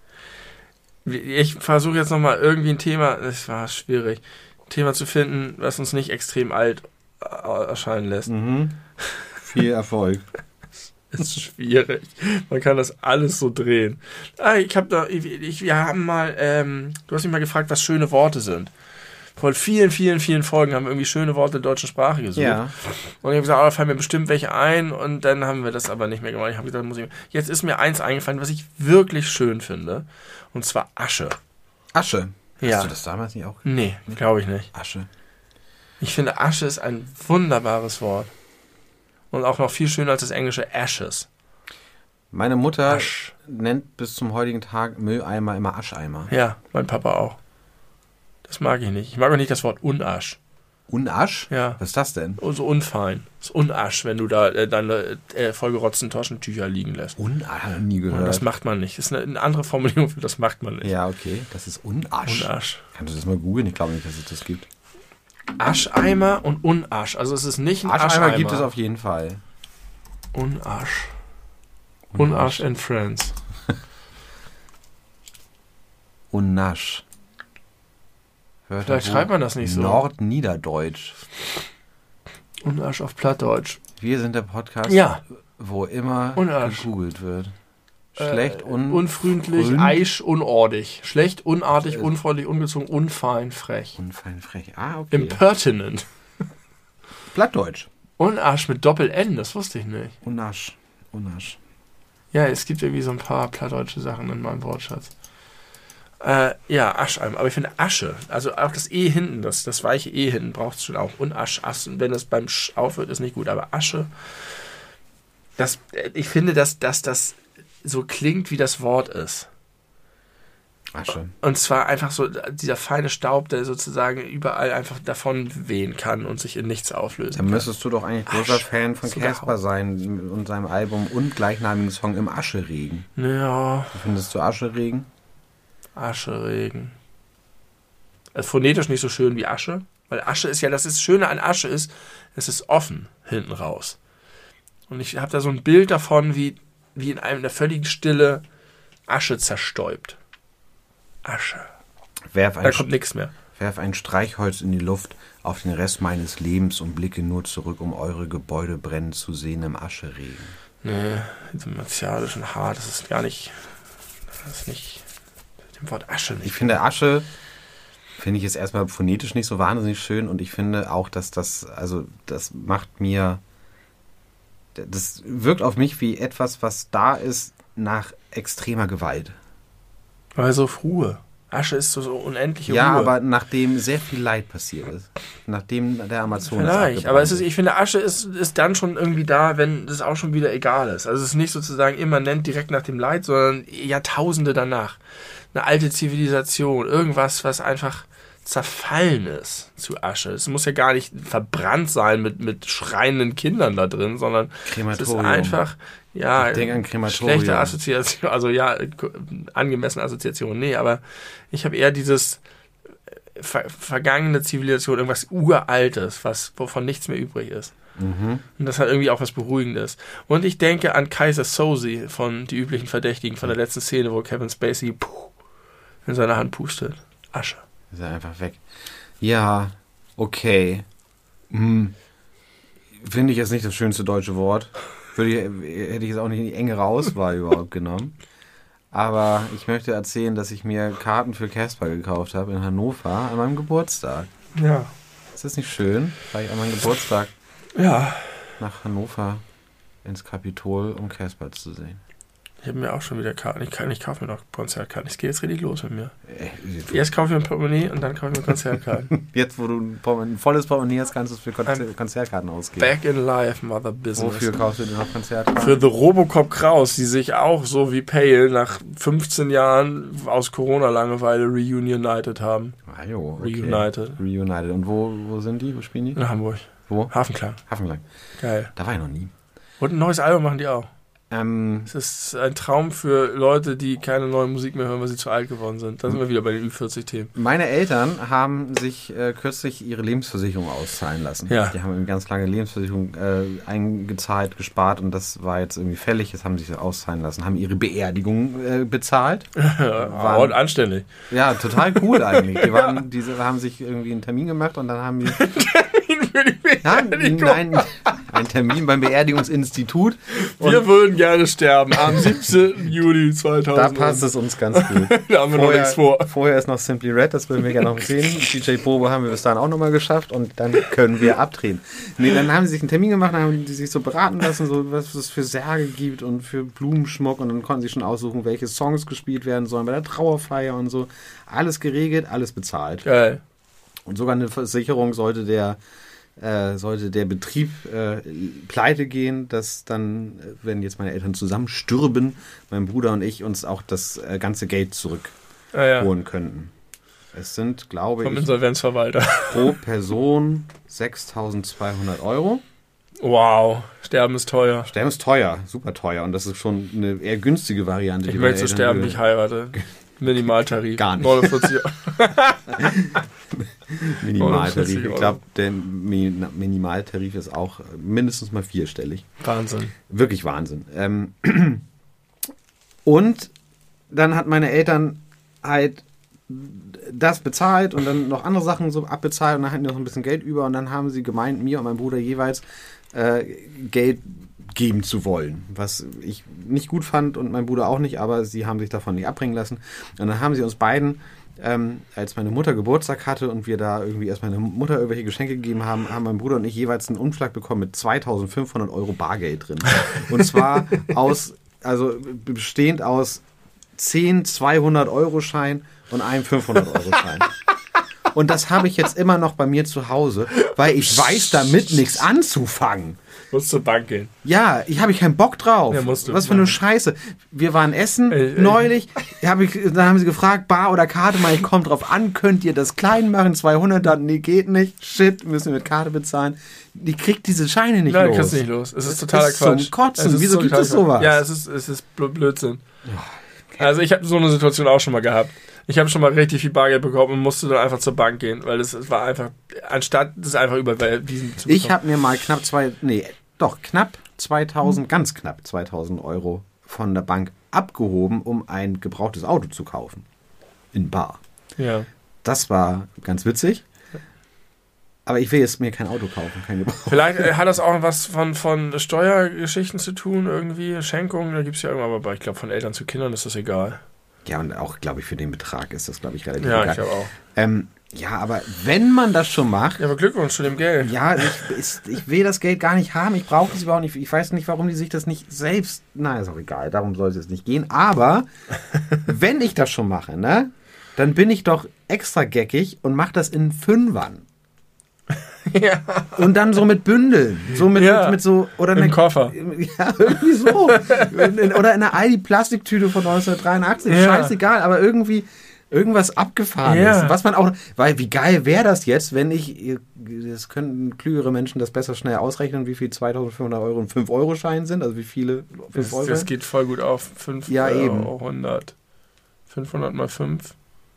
Ich versuche jetzt nochmal irgendwie ein Thema, das war schwierig, ein Thema zu finden, was uns nicht extrem alt erscheinen lässt. Mhm. Viel Erfolg. Ist schwierig. Man kann das alles so drehen. Wir haben mal, du hast mich mal gefragt, was schöne Worte sind. Vor vielen, vielen, vielen Folgen haben wir irgendwie schöne Worte der deutschen Sprache gesucht. Ja. Und ich habe gesagt, da fallen mir bestimmt welche ein und dann haben wir das aber nicht mehr gemacht. Ich habe gesagt, jetzt ist mir eins eingefallen, was ich wirklich schön finde. Und zwar Asche. Asche? Ja. Hast du das damals nicht auch? Nee, glaube ich nicht. Asche. Ich finde, Asche ist ein wunderbares Wort. Und auch noch viel schöner als das englische Ashes. Meine Mutter nennt bis zum heutigen Tag Mülleimer immer Ascheimer. Ja, mein Papa auch. Das mag ich nicht. Ich mag auch nicht das Wort Unasch. Unasch? Ja. Was ist das denn? So unfein. Das ist Unasch, wenn du da deine vollgerotzten Taschentücher liegen lässt. Unasch, nie gehört. Und das macht man nicht. Das ist eine andere Formulierung für das macht man nicht. Ja, okay. Das ist Unasch. Unasch. Kannst du das mal googeln? Ich glaube nicht, dass es das gibt. Ascheimer und Unasch. Also es ist nicht ein Ascheimer. Ascheimer gibt es auf jeden Fall. Unasch. Unasch and Friends. Unasch. Vielleicht schreibt man das nicht so. Nordniederdeutsch. Unasch auf Plattdeutsch. Wir sind der Podcast, wo immer gegoogelt wird. Schlecht, unfreundlich, eisch, unordig. Schlecht, unartig, unfreundlich, ungezogen, unfein, frech. Unfein, frech. Ah, okay. Impertinent. Plattdeutsch. Unasch mit Doppel-N, das wusste ich nicht. Unasch. Ja, es gibt irgendwie so ein paar plattdeutsche Sachen in meinem Wortschatz. Ascheimer. Aber ich finde Asche, also auch das E hinten, das weiche E hinten braucht es schon auch. Und wenn es beim Sch aufhört, ist nicht gut. Aber Asche, ich finde, dass das so klingt, wie das Wort ist. Asche. Und zwar einfach so dieser feine Staub, der sozusagen überall einfach davon wehen kann und sich in nichts auflösen kann. Dann müsstest du doch eigentlich großer Fan von Casper sein und seinem Album und gleichnamigen Song Im Ascheregen. Ja. Wie findest du Ascheregen? Ascheregen. Also phonetisch nicht so schön wie Asche, weil Asche ist ja, das Schöne an Asche ist, es ist offen hinten raus. Und ich habe da so ein Bild davon, wie in der völligen Stille Asche zerstäubt. Asche. Da kommt nichts mehr. Werf ein Streichholz in die Luft auf den Rest meines Lebens und blicke nur zurück, um eure Gebäude brennen zu sehen im Ascheregen. Nee, so martialisch und hart, das ist nicht dem Wort Asche nicht. Ich finde Asche, finde ich jetzt erstmal phonetisch nicht so wahnsinnig schön und ich finde auch, dass das wirkt auf mich wie etwas, was da ist nach extremer Gewalt. Also Ruhe. Asche ist so unendliche Ruhe. Ja, aber nachdem sehr viel Leid passiert ist. Nachdem der Amazonas vielleicht, aber ich finde, Asche ist dann schon irgendwie da, wenn es auch schon wieder egal ist. Also es ist nicht sozusagen immanent direkt nach dem Leid, sondern Jahrtausende danach. Eine alte Zivilisation, irgendwas, was einfach zerfallen ist zu Asche. Es muss ja gar nicht verbrannt sein mit schreienden Kindern da drin, sondern es ist einfach, ich denke an Krematorium. Schlechte Assoziation, also angemessene Assoziation, nee, aber ich habe eher dieses vergangene Zivilisation, irgendwas Uraltes, wovon nichts mehr übrig ist. Mhm. Und das hat irgendwie auch was Beruhigendes. Und ich denke an Kaiser Soze von Die üblichen Verdächtigen, von der letzten Szene, wo Kevin Spacey in seiner Hand pustet. Asche. Ist er einfach weg. Ja, okay. Finde ich jetzt nicht das schönste deutsche Wort. Hätte ich jetzt auch nicht in die engere Auswahl überhaupt genommen. Aber ich möchte erzählen, dass ich mir Karten für Casper gekauft habe in Hannover an meinem Geburtstag. Ja. Ist das nicht schön? War ich an meinem Geburtstag nach Hannover ins Kapitol, um Casper zu sehen. Ich habe mir auch schon wieder Karten. Ich kaufe mir noch Konzertkarten. Es geht jetzt richtig los mit mir. Erst kaufe ich mir ein Portemonnaie und dann kaufe ich mir Konzertkarten. Jetzt, wo du ein volles Portemonnaie hast, kannst du es für Konzertkarten ausgeben. Back in life, mother business. Wofür kaufst du denn noch Konzertkarten? Für The Robocop Kraus, die sich auch so wie Pale nach 15 Jahren aus Corona-Langeweile reunited haben. Ah jo, okay. Reunited. Und wo sind die? Wo spielen die? In Hamburg. Wo? Hafenklang. Geil. Da war ich noch nie. Und ein neues Album machen die auch. Es ist ein Traum für Leute, die keine neue Musik mehr hören, weil sie zu alt geworden sind. Da sind wir wieder bei den Ü40-Themen. Meine Eltern haben sich kürzlich ihre Lebensversicherung auszahlen lassen. Ja. Die haben eine ganz lange Lebensversicherung eingezahlt, gespart und das war jetzt irgendwie fällig. Jetzt haben sie sich auszahlen lassen, haben ihre Beerdigung bezahlt. Und anständig. Ja, total cool eigentlich. Die haben sich irgendwie einen Termin gemacht und dann haben die... Termin für die Beerdigung? Nein, ein Termin beim Beerdigungsinstitut. Wir würden gerne sterben am 17. Juli 2000. Da passt es uns ganz gut. Da haben wir noch nichts vor. Vorher ist noch Simply Red, das würden wir gerne noch sehen. DJ Bobo haben wir bis dahin auch nochmal geschafft und dann können wir abdrehen. Nee, dann haben sie sich einen Termin gemacht, dann haben die sich so beraten lassen, so was es für Särge gibt und für Blumenschmuck und dann konnten sie schon aussuchen, welche Songs gespielt werden sollen bei der Trauerfeier und so. Alles geregelt, alles bezahlt. Geil. Und sogar eine Versicherung sollte der Betrieb pleite gehen, dass dann, wenn jetzt meine Eltern zusammen stürben, mein Bruder und ich uns auch das ganze Geld zurückholen könnten. Es sind, glaube vom Insolvenzverwalter pro Person 6.200 €. Wow, Sterben ist teuer. Sterben ist teuer, super teuer. Und das ist schon eine eher günstige Variante. Ich möchte sterben, ich heirate. Minimaltarif. Gar nicht. 49 Minimaltarif. Ich glaube, der Minimaltarif ist auch mindestens mal vierstellig. Wahnsinn. Wirklich Wahnsinn. Und dann hat meine Eltern halt das bezahlt und dann noch andere Sachen so abbezahlt und dann hatten die noch ein bisschen Geld über und dann haben sie gemeint, mir und meinem Bruder jeweils Geld geben zu wollen, was ich nicht gut fand und mein Bruder auch nicht, aber sie haben sich davon nicht abbringen lassen. Und dann haben sie uns beiden, als meine Mutter Geburtstag hatte und wir da irgendwie erst meine Mutter irgendwelche Geschenke gegeben haben, haben mein Bruder und ich jeweils einen Umschlag bekommen mit 2.500 € Bargeld drin. Und zwar bestehend aus 10 200-Euro-Scheinen und einem 500-Euro-Schein. Und das habe ich jetzt immer noch bei mir zu Hause, weil ich weiß damit nichts anzufangen. Musst zur Bank gehen. Ja, habe ich keinen Bock drauf. Ja, musst du. Was für eine Scheiße. Wir waren essen neulich. Dann haben sie gefragt, Bar oder Karte. Ich komme drauf an. Könnt ihr das klein machen? 200, dann nee, geht nicht. Shit, müssen wir mit Karte bezahlen. Die kriegt diese Scheine nicht los. Nein, kriegst du nicht los. Es ist totaler Quatsch. Zum Kotzen. Wieso gibt es sowas? Ja, es ist Blödsinn. Also ich habe so eine Situation auch schon mal gehabt. Ich habe schon mal richtig viel Bargeld bekommen und musste dann einfach zur Bank gehen, weil es war einfach, anstatt das einfach überwiesen zu bekommen. Ich habe mir mal knapp 2000 Euro von der Bank abgehoben, um ein gebrauchtes Auto zu kaufen. In bar. Ja. Das war ganz witzig. Aber ich will jetzt mir kein Auto kaufen, kein Gebrauch. Vielleicht hat das auch was von Steuergeschichten zu tun, irgendwie, Schenkungen, da gibt es ja irgendwann, aber ich glaube, von Eltern zu Kindern ist das egal. Ja, und auch, glaube ich, für den Betrag ist das, glaube ich, relativ egal. Ja, ich glaube auch. Ja, aber wenn man das schon macht... Ja, aber Glückwunsch zu dem Geld. Ja, ich will das Geld gar nicht haben. Ich brauche es überhaupt nicht. Ich weiß nicht, warum die sich das nicht selbst... Na, ist auch egal. Darum soll es jetzt nicht gehen. Aber wenn ich das schon mache, ne, dann bin ich doch extra geckig und mache das in Fünfern. Ja. Und dann so mit Bündeln. So mit so... Oder im Koffer. Ja, irgendwie so. Oder in einer Aldi-Plastiktüte von 1983. Ja. Scheißegal, aber irgendwie... Irgendwas abgefahren ist. Was man auch, weil wie geil wäre das jetzt, wenn das könnten klügere Menschen das besser schnell ausrechnen, wie viel 2.500 Euro und 5-Euro-Schein sind, also wie viele 5 Euro. Das geht voll gut auf. 5 ja, Euro, eben. 100. 500 mal 5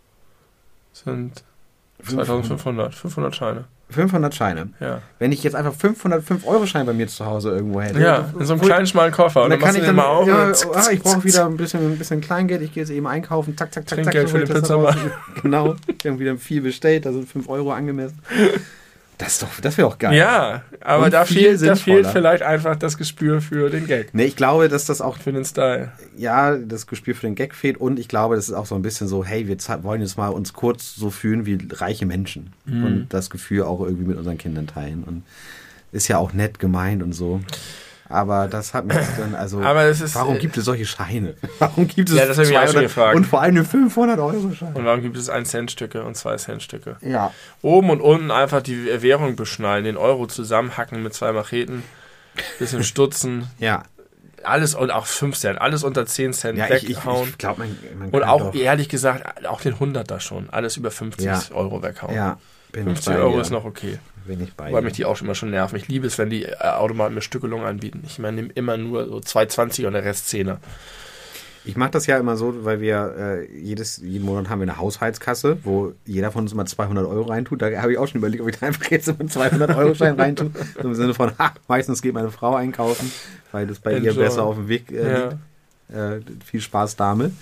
sind 2.500. 500 Scheine. 500 Scheine. Ja. Wenn ich jetzt einfach 505-Euro-Schein bei mir zu Hause irgendwo hätte. Ja, in so einem kleinen, schmalen Koffer. Und dann kann ich dann mal auf. Ich brauche wieder ein bisschen Kleingeld. Ich gehe jetzt eben einkaufen. Zack, zack, zack, zack. Trinkgeld für den Pizzamann. Genau. Ich habe wieder viel bestellt. Da sind 5 Euro angemessen. Das wäre auch geil. Ja, aber da fehlt vielleicht einfach das Gespür für den Gag. Nee, ich glaube, dass das auch... Für den Style. Ja, das Gespür für den Gag fehlt und ich glaube, das ist auch so ein bisschen so, hey, wir wollen jetzt mal uns kurz so fühlen wie reiche Menschen und das Gefühl auch irgendwie mit unseren Kindern teilen und ist ja auch nett gemeint und so. Aber das hat mich dann, warum gibt es solche Scheine? Warum gibt es das habe ich mich auch schon gefragt. Und vor allem eine 500-Euro-Scheine? Und warum gibt es 1-Cent-Stücke und 2-Cent-Stücke? Ja. Oben und unten einfach die Währung beschnallen, den Euro zusammenhacken mit 2 Macheten, bisschen stutzen. Ja. Alles und auch 5 Cent, alles unter 10 Cent weghauen. Ich glaube, man und auch, ehrlich gesagt, auch den 100er schon. Alles über 50 Euro weghauen. Ja. 50 Euro ist noch okay. Bin ich bei Weil mich die auch immer schon nerven. Ich liebe es, wenn die Automaten mir Stückelungen anbieten. Ich meine, nehme immer nur so 2,20er und der Rest 10er. Ich mache das ja immer so, weil wir jeden Monat haben wir eine Haushaltskasse, wo jeder von uns immer 200 Euro reintut. Da habe ich auch schon überlegt, ob ich da einfach jetzt immer einen 200-Euro-Schein reintue. So im Sinne von, meistens geht meine Frau einkaufen, weil das bei ihr besser auf dem Weg liegt. Viel Spaß damit.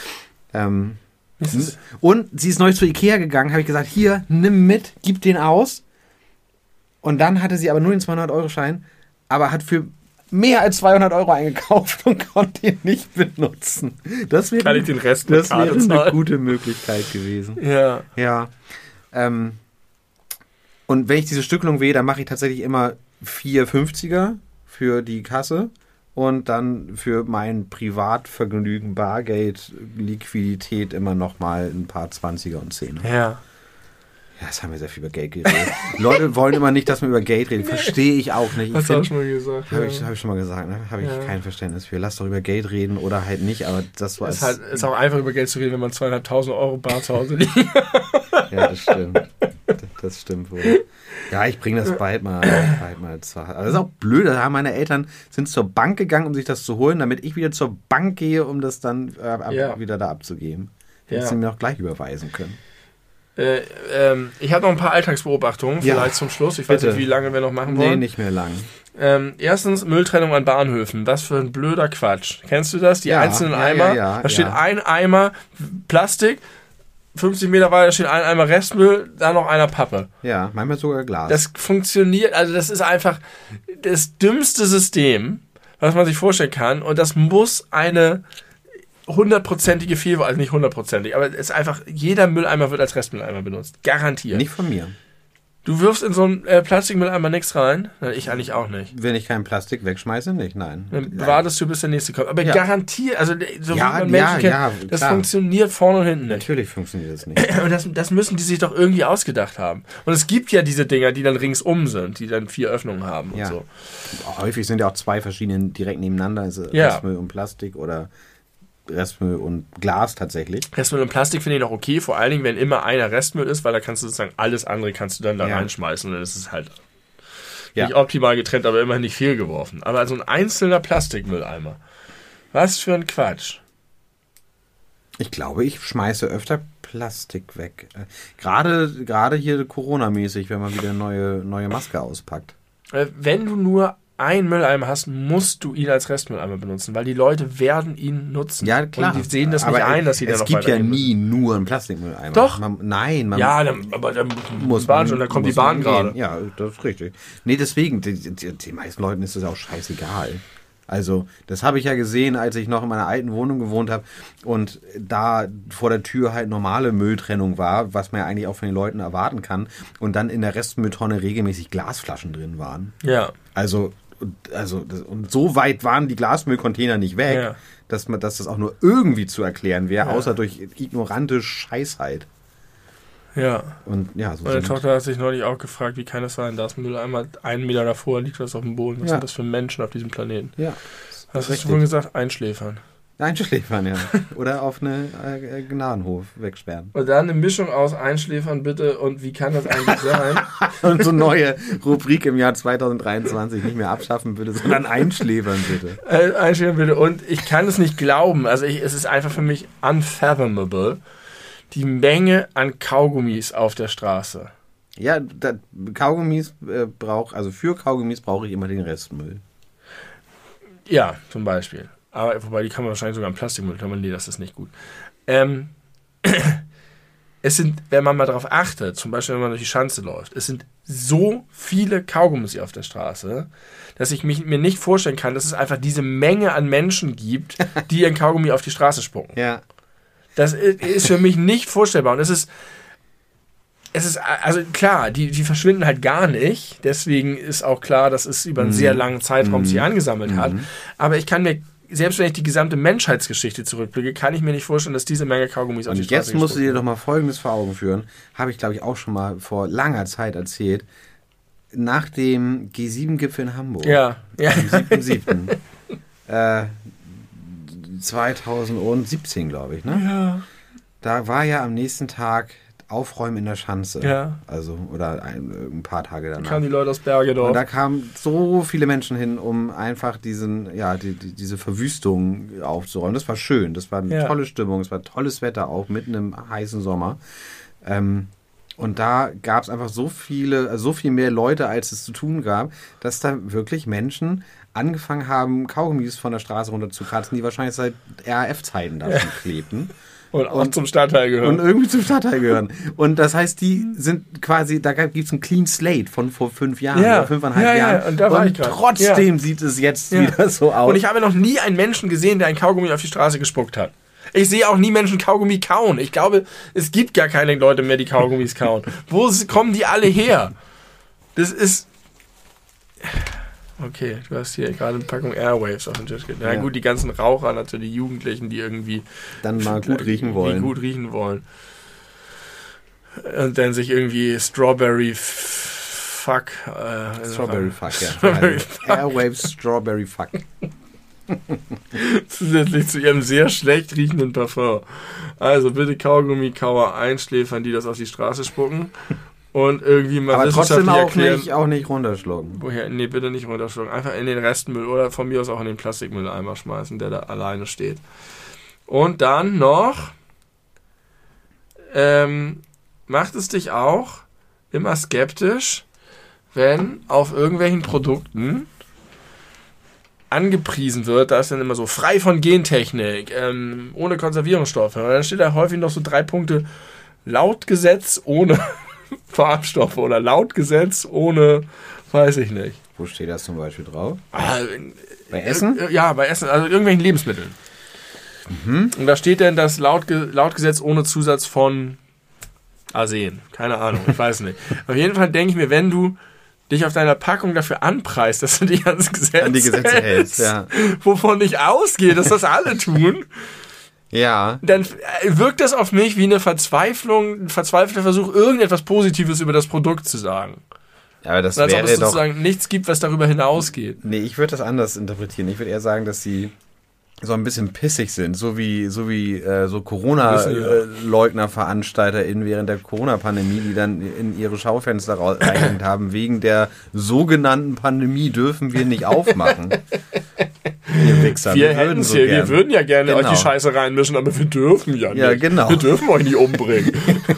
Und sie ist neu zu Ikea gegangen, habe ich gesagt, hier, nimm mit, gib den aus. Und dann hatte sie aber nur den 200-Euro-Schein, aber hat für mehr als 200 Euro eingekauft und konnte ihn nicht benutzen. Kann ich den Rest Das wäre eine gute Möglichkeit gewesen. Ja. Ja. Und wenn ich diese Stückelung wähle, dann mache ich tatsächlich immer 4 50er für die Kasse und dann für mein Privatvergnügen, Bargeld, Liquidität immer noch mal ein paar 20er und 10er. Ja. Ja, das haben wir sehr viel über Geld geredet. Leute wollen immer nicht, dass wir über Geld reden. Verstehe ich auch nicht. Hast du auch schon mal gesagt. Habe ich schon mal gesagt, ne? Habe ich kein Verständnis für. Lass doch über Geld reden oder halt nicht, aber das war... Es ist auch einfach über Geld zu reden, wenn man 2.500 Euro bar zu Hause liegt. Ja, das stimmt. Das stimmt wohl. Ja, ich bringe das bald mal zur... Aber das ist auch blöd. Da haben meine Eltern sind zur Bank gegangen, um sich das zu holen, damit ich wieder zur Bank gehe, um das dann wieder da abzugeben. Hätten sie mir auch gleich überweisen können. Ich habe noch ein paar Alltagsbeobachtungen, vielleicht zum Schluss. Ich weiß nicht, wie lange wir noch machen wollen. Nee, nicht mehr lang. Erstens, Mülltrennung an Bahnhöfen. Was für ein blöder Quatsch. Kennst du das? Die einzelnen Eimer. Da steht ein Eimer Plastik, 50 Meter weiter steht ein Eimer Restmüll, da noch einer Pappe. Ja, manchmal sogar Glas. Das funktioniert, also das ist einfach das dümmste System, was man sich vorstellen kann. Und das muss eine 100%ige Fehlwahl, also nicht 100%ig, aber es ist einfach, jeder Mülleimer wird als Restmülleimer benutzt. Garantiert. Nicht von mir. Du wirfst in so einen Plastikmülleimer nichts rein? Na, ich eigentlich auch nicht. Wenn ich kein Plastik wegschmeiße, nicht, nein. Dann wartest du, bis der nächste kommt. Aber garantiert, also so wie man Menschen kennt, das klar. Funktioniert vorne und hinten nicht. Natürlich funktioniert das nicht. Und das müssen die sich doch irgendwie ausgedacht haben. Und es gibt ja diese Dinger, die dann ringsum sind, die dann 4 Öffnungen haben und so. Häufig sind ja auch 2 verschiedene direkt nebeneinander, also Restmüll und Plastik oder Restmüll und Glas tatsächlich. Restmüll und Plastik finde ich noch okay, vor allen Dingen, wenn immer einer Restmüll ist, weil da kannst du sozusagen alles andere kannst du dann da reinschmeißen und dann ist es halt nicht optimal getrennt, aber immerhin nicht fehlgeworfen. Aber also ein einzelner Plastikmülleimer. Was für ein Quatsch. Ich glaube, ich schmeiße öfter Plastik weg. Gerade hier Corona-mäßig, wenn man wieder eine neue Maske auspackt. Wenn du nur einen Mülleimer hast, musst du ihn als Restmülleimer benutzen, weil die Leute werden ihn nutzen. Ja, klar. Und die sehen das nicht ein, dass sie da noch weitergehen. Es gibt ja nie nur einen Plastikmülleimer. Doch. Aber dann muss man und dann kommt die Bahn gerade. Ja, das ist richtig. Nee, deswegen, die meisten Leuten ist das auch scheißegal. Also, das habe ich ja gesehen, als ich noch in meiner alten Wohnung gewohnt habe und da vor der Tür halt normale Mülltrennung war, was man ja eigentlich auch von den Leuten erwarten kann und dann in der Restmülltonne regelmäßig Glasflaschen drin waren. Ja. Also und so weit waren die Glasmüllcontainer nicht weg, dass das auch nur irgendwie zu erklären wäre, außer durch ignorante Scheißheit. Ja. Und ja, so meine Tochter hat sich neulich auch gefragt, wie kann es sein, da ist ein Mülleimer 1 Meter davor, liegt das auf dem Boden. Was sind das für Menschen auf diesem Planeten? Ja. Hast du schon gesagt? Einschläfern. Einschläfern, ja. Oder auf einen Gnadenhof wegsperren. Und dann eine Mischung aus Einschläfern bitte und wie kann das eigentlich sein? Und so neue Rubrik im Jahr 2023 nicht mehr abschaffen bitte, sondern einschläfern bitte. Einschläfern bitte. Und ich kann es nicht glauben, also es ist einfach für mich unfathomable, die Menge an Kaugummis auf der Straße. Ja, für Kaugummis brauche ich immer den Restmüll. Ja, zum Beispiel. Aber wobei, die kann man wahrscheinlich sogar im Plastikmüll tun. Nee, das ist nicht gut. Es sind, wenn man mal darauf achtet, zum Beispiel, wenn man durch die Schanze läuft, es sind so viele Kaugummis hier auf der Straße, dass ich mir nicht vorstellen kann, dass es einfach diese Menge an Menschen gibt, die ihren Kaugummi auf die Straße spucken. Ja. Das ist für mich nicht vorstellbar. Und es ist, also klar, die verschwinden halt gar nicht. Deswegen ist auch klar, dass es über einen sehr langen Zeitraum sich angesammelt hat. Aber ich kann mir, selbst wenn ich die gesamte Menschheitsgeschichte zurückblicke, kann ich mir nicht vorstellen, dass diese Menge Kaugummis auf die Straße Und jetzt musst du dir doch mal Folgendes vor Augen führen. Habe ich, glaube ich, auch schon mal vor langer Zeit erzählt. Nach dem G7-Gipfel in Hamburg. Ja. Am 7.7. 2017, glaube ich, ne? Ja. Da war ja am nächsten Tag Aufräumen in der Schanze. Ja. Also, oder ein paar Tage danach. Da kamen die Leute aus Bergedorf. Und da kamen so viele Menschen hin, um einfach diese Verwüstung aufzuräumen. Das war schön. Das war eine tolle Stimmung. Es war tolles Wetter auch, mitten im heißen Sommer. Und da gab es einfach so viel mehr Leute, als es zu tun gab, dass da wirklich Menschen angefangen haben, Kaugummis von der Straße runter zu kratzen, die wahrscheinlich seit RAF-Zeiten da schon klebten. Und auch zum Stadtteil gehören. Und irgendwie zum Stadtteil gehören. Und das heißt, die sind quasi, da gibt es ein Clean Slate von vor 5 Jahren oder 5,5 Jahren. Ja, und da war ich grad. Trotzdem sieht es jetzt wieder so aus. Und ich habe noch nie einen Menschen gesehen, der ein Kaugummi auf die Straße gespuckt hat. Ich sehe auch nie Menschen Kaugummi kauen. Ich glaube, es gibt gar keine Leute mehr, die Kaugummis kauen. Wo kommen die alle her? Das ist... Okay, du hast hier gerade eine Packung Airwaves auf den Tisch gelegt. Na gut, die ganzen Raucher, natürlich die Jugendlichen, die irgendwie... Dann mal gut riechen wollen. Und dann sich irgendwie Strawberry Fuck... Strawberry Fuck, ja. Strawberry Fuck. Airwaves Strawberry Fuck. Zusätzlich zu ihrem sehr schlecht riechenden Parfum. Also bitte Kaugummi-Kauer einschläfern, die das auf die Straße spucken. Und irgendwie mal aber trotzdem erklären, auch nicht runterschlucken. Woher? Nee, bitte nicht runterschlucken. Einfach in den Restmüll oder von mir aus auch in den Plastikmülleimer schmeißen, der da alleine steht. Und dann noch macht es dich auch immer skeptisch, wenn auf irgendwelchen Produkten angepriesen wird, da ist dann immer so frei von Gentechnik, ohne Konservierungsstoffe. Und dann steht da häufig noch so 3 Punkte: Lautgesetz ohne Farbstoffe oder Lautgesetz ohne, weiß ich nicht. Wo steht das zum Beispiel drauf? Bei Essen? Ja, bei Essen, also irgendwelchen Lebensmitteln. Und da steht dann das Lautgesetz ohne Zusatz von Arsen. Keine Ahnung, ich weiß nicht. Auf jeden Fall denke ich mir, wenn du dich auf deiner Packung dafür anpreist, dass du dich an die Gesetze hältst, ja. Wovon ich ausgehe, dass das alle tun, ja, dann wirkt das auf mich wie ein verzweifelter Versuch, irgendetwas Positives über das Produkt zu sagen. Ja, aber das als wäre ob es doch sozusagen nichts gibt, was darüber hinausgeht. Nee, ich würde das anders interpretieren. Ich würde eher sagen, dass sie so ein bisschen pissig sind, so wie so Corona-Leugner-VeranstalterInnen während der Corona-Pandemie, die dann in ihre Schaufenster reingehängt haben, wegen der sogenannten Pandemie dürfen wir nicht aufmachen. Ihr Wichser. Wir würden ja gerne euch die Scheiße reinmischen, aber wir dürfen ja nicht. Ja, genau. Wir dürfen euch nicht umbringen.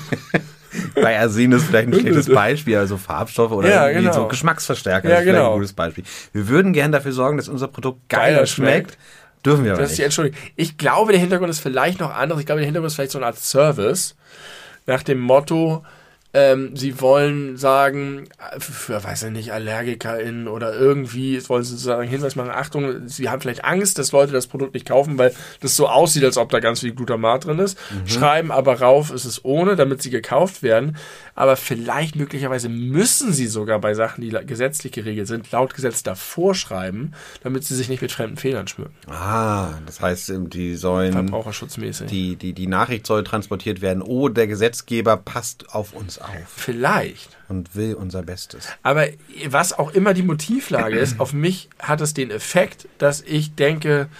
Bei Arsen ist vielleicht ein schlechtes Beispiel, also Farbstoffe oder so Geschmacksverstärker, das ist vielleicht ein gutes Beispiel. Wir würden gerne dafür sorgen, dass unser Produkt geiler schmeckt. Dürfen wir aber nicht. Entschuldigung. Ich glaube, der Hintergrund ist vielleicht noch anders. Ich glaube, der Hintergrund ist vielleicht so eine Art Service. Nach dem Motto, sie wollen sagen, für, weiß ich nicht, AllergikerInnen oder irgendwie, wollen sie sozusagen Hinweis machen, Achtung, sie haben vielleicht Angst, dass Leute das Produkt nicht kaufen, weil das so aussieht, als ob da ganz viel Glutamat drin ist. Schreiben aber rauf, ist es ohne, damit sie gekauft werden. Aber vielleicht möglicherweise müssen sie sogar bei Sachen, die gesetzlich geregelt sind, laut Gesetz davor schreiben, damit sie sich nicht mit fremden Fehlern schmücken. Das heißt, die sollen verbraucherschutzmäßig. Die Nachricht soll transportiert werden. Oh, der Gesetzgeber passt auf uns auf. Vielleicht. Und will unser Bestes. Aber was auch immer die Motivlage ist, auf mich hat es den Effekt, dass ich denke,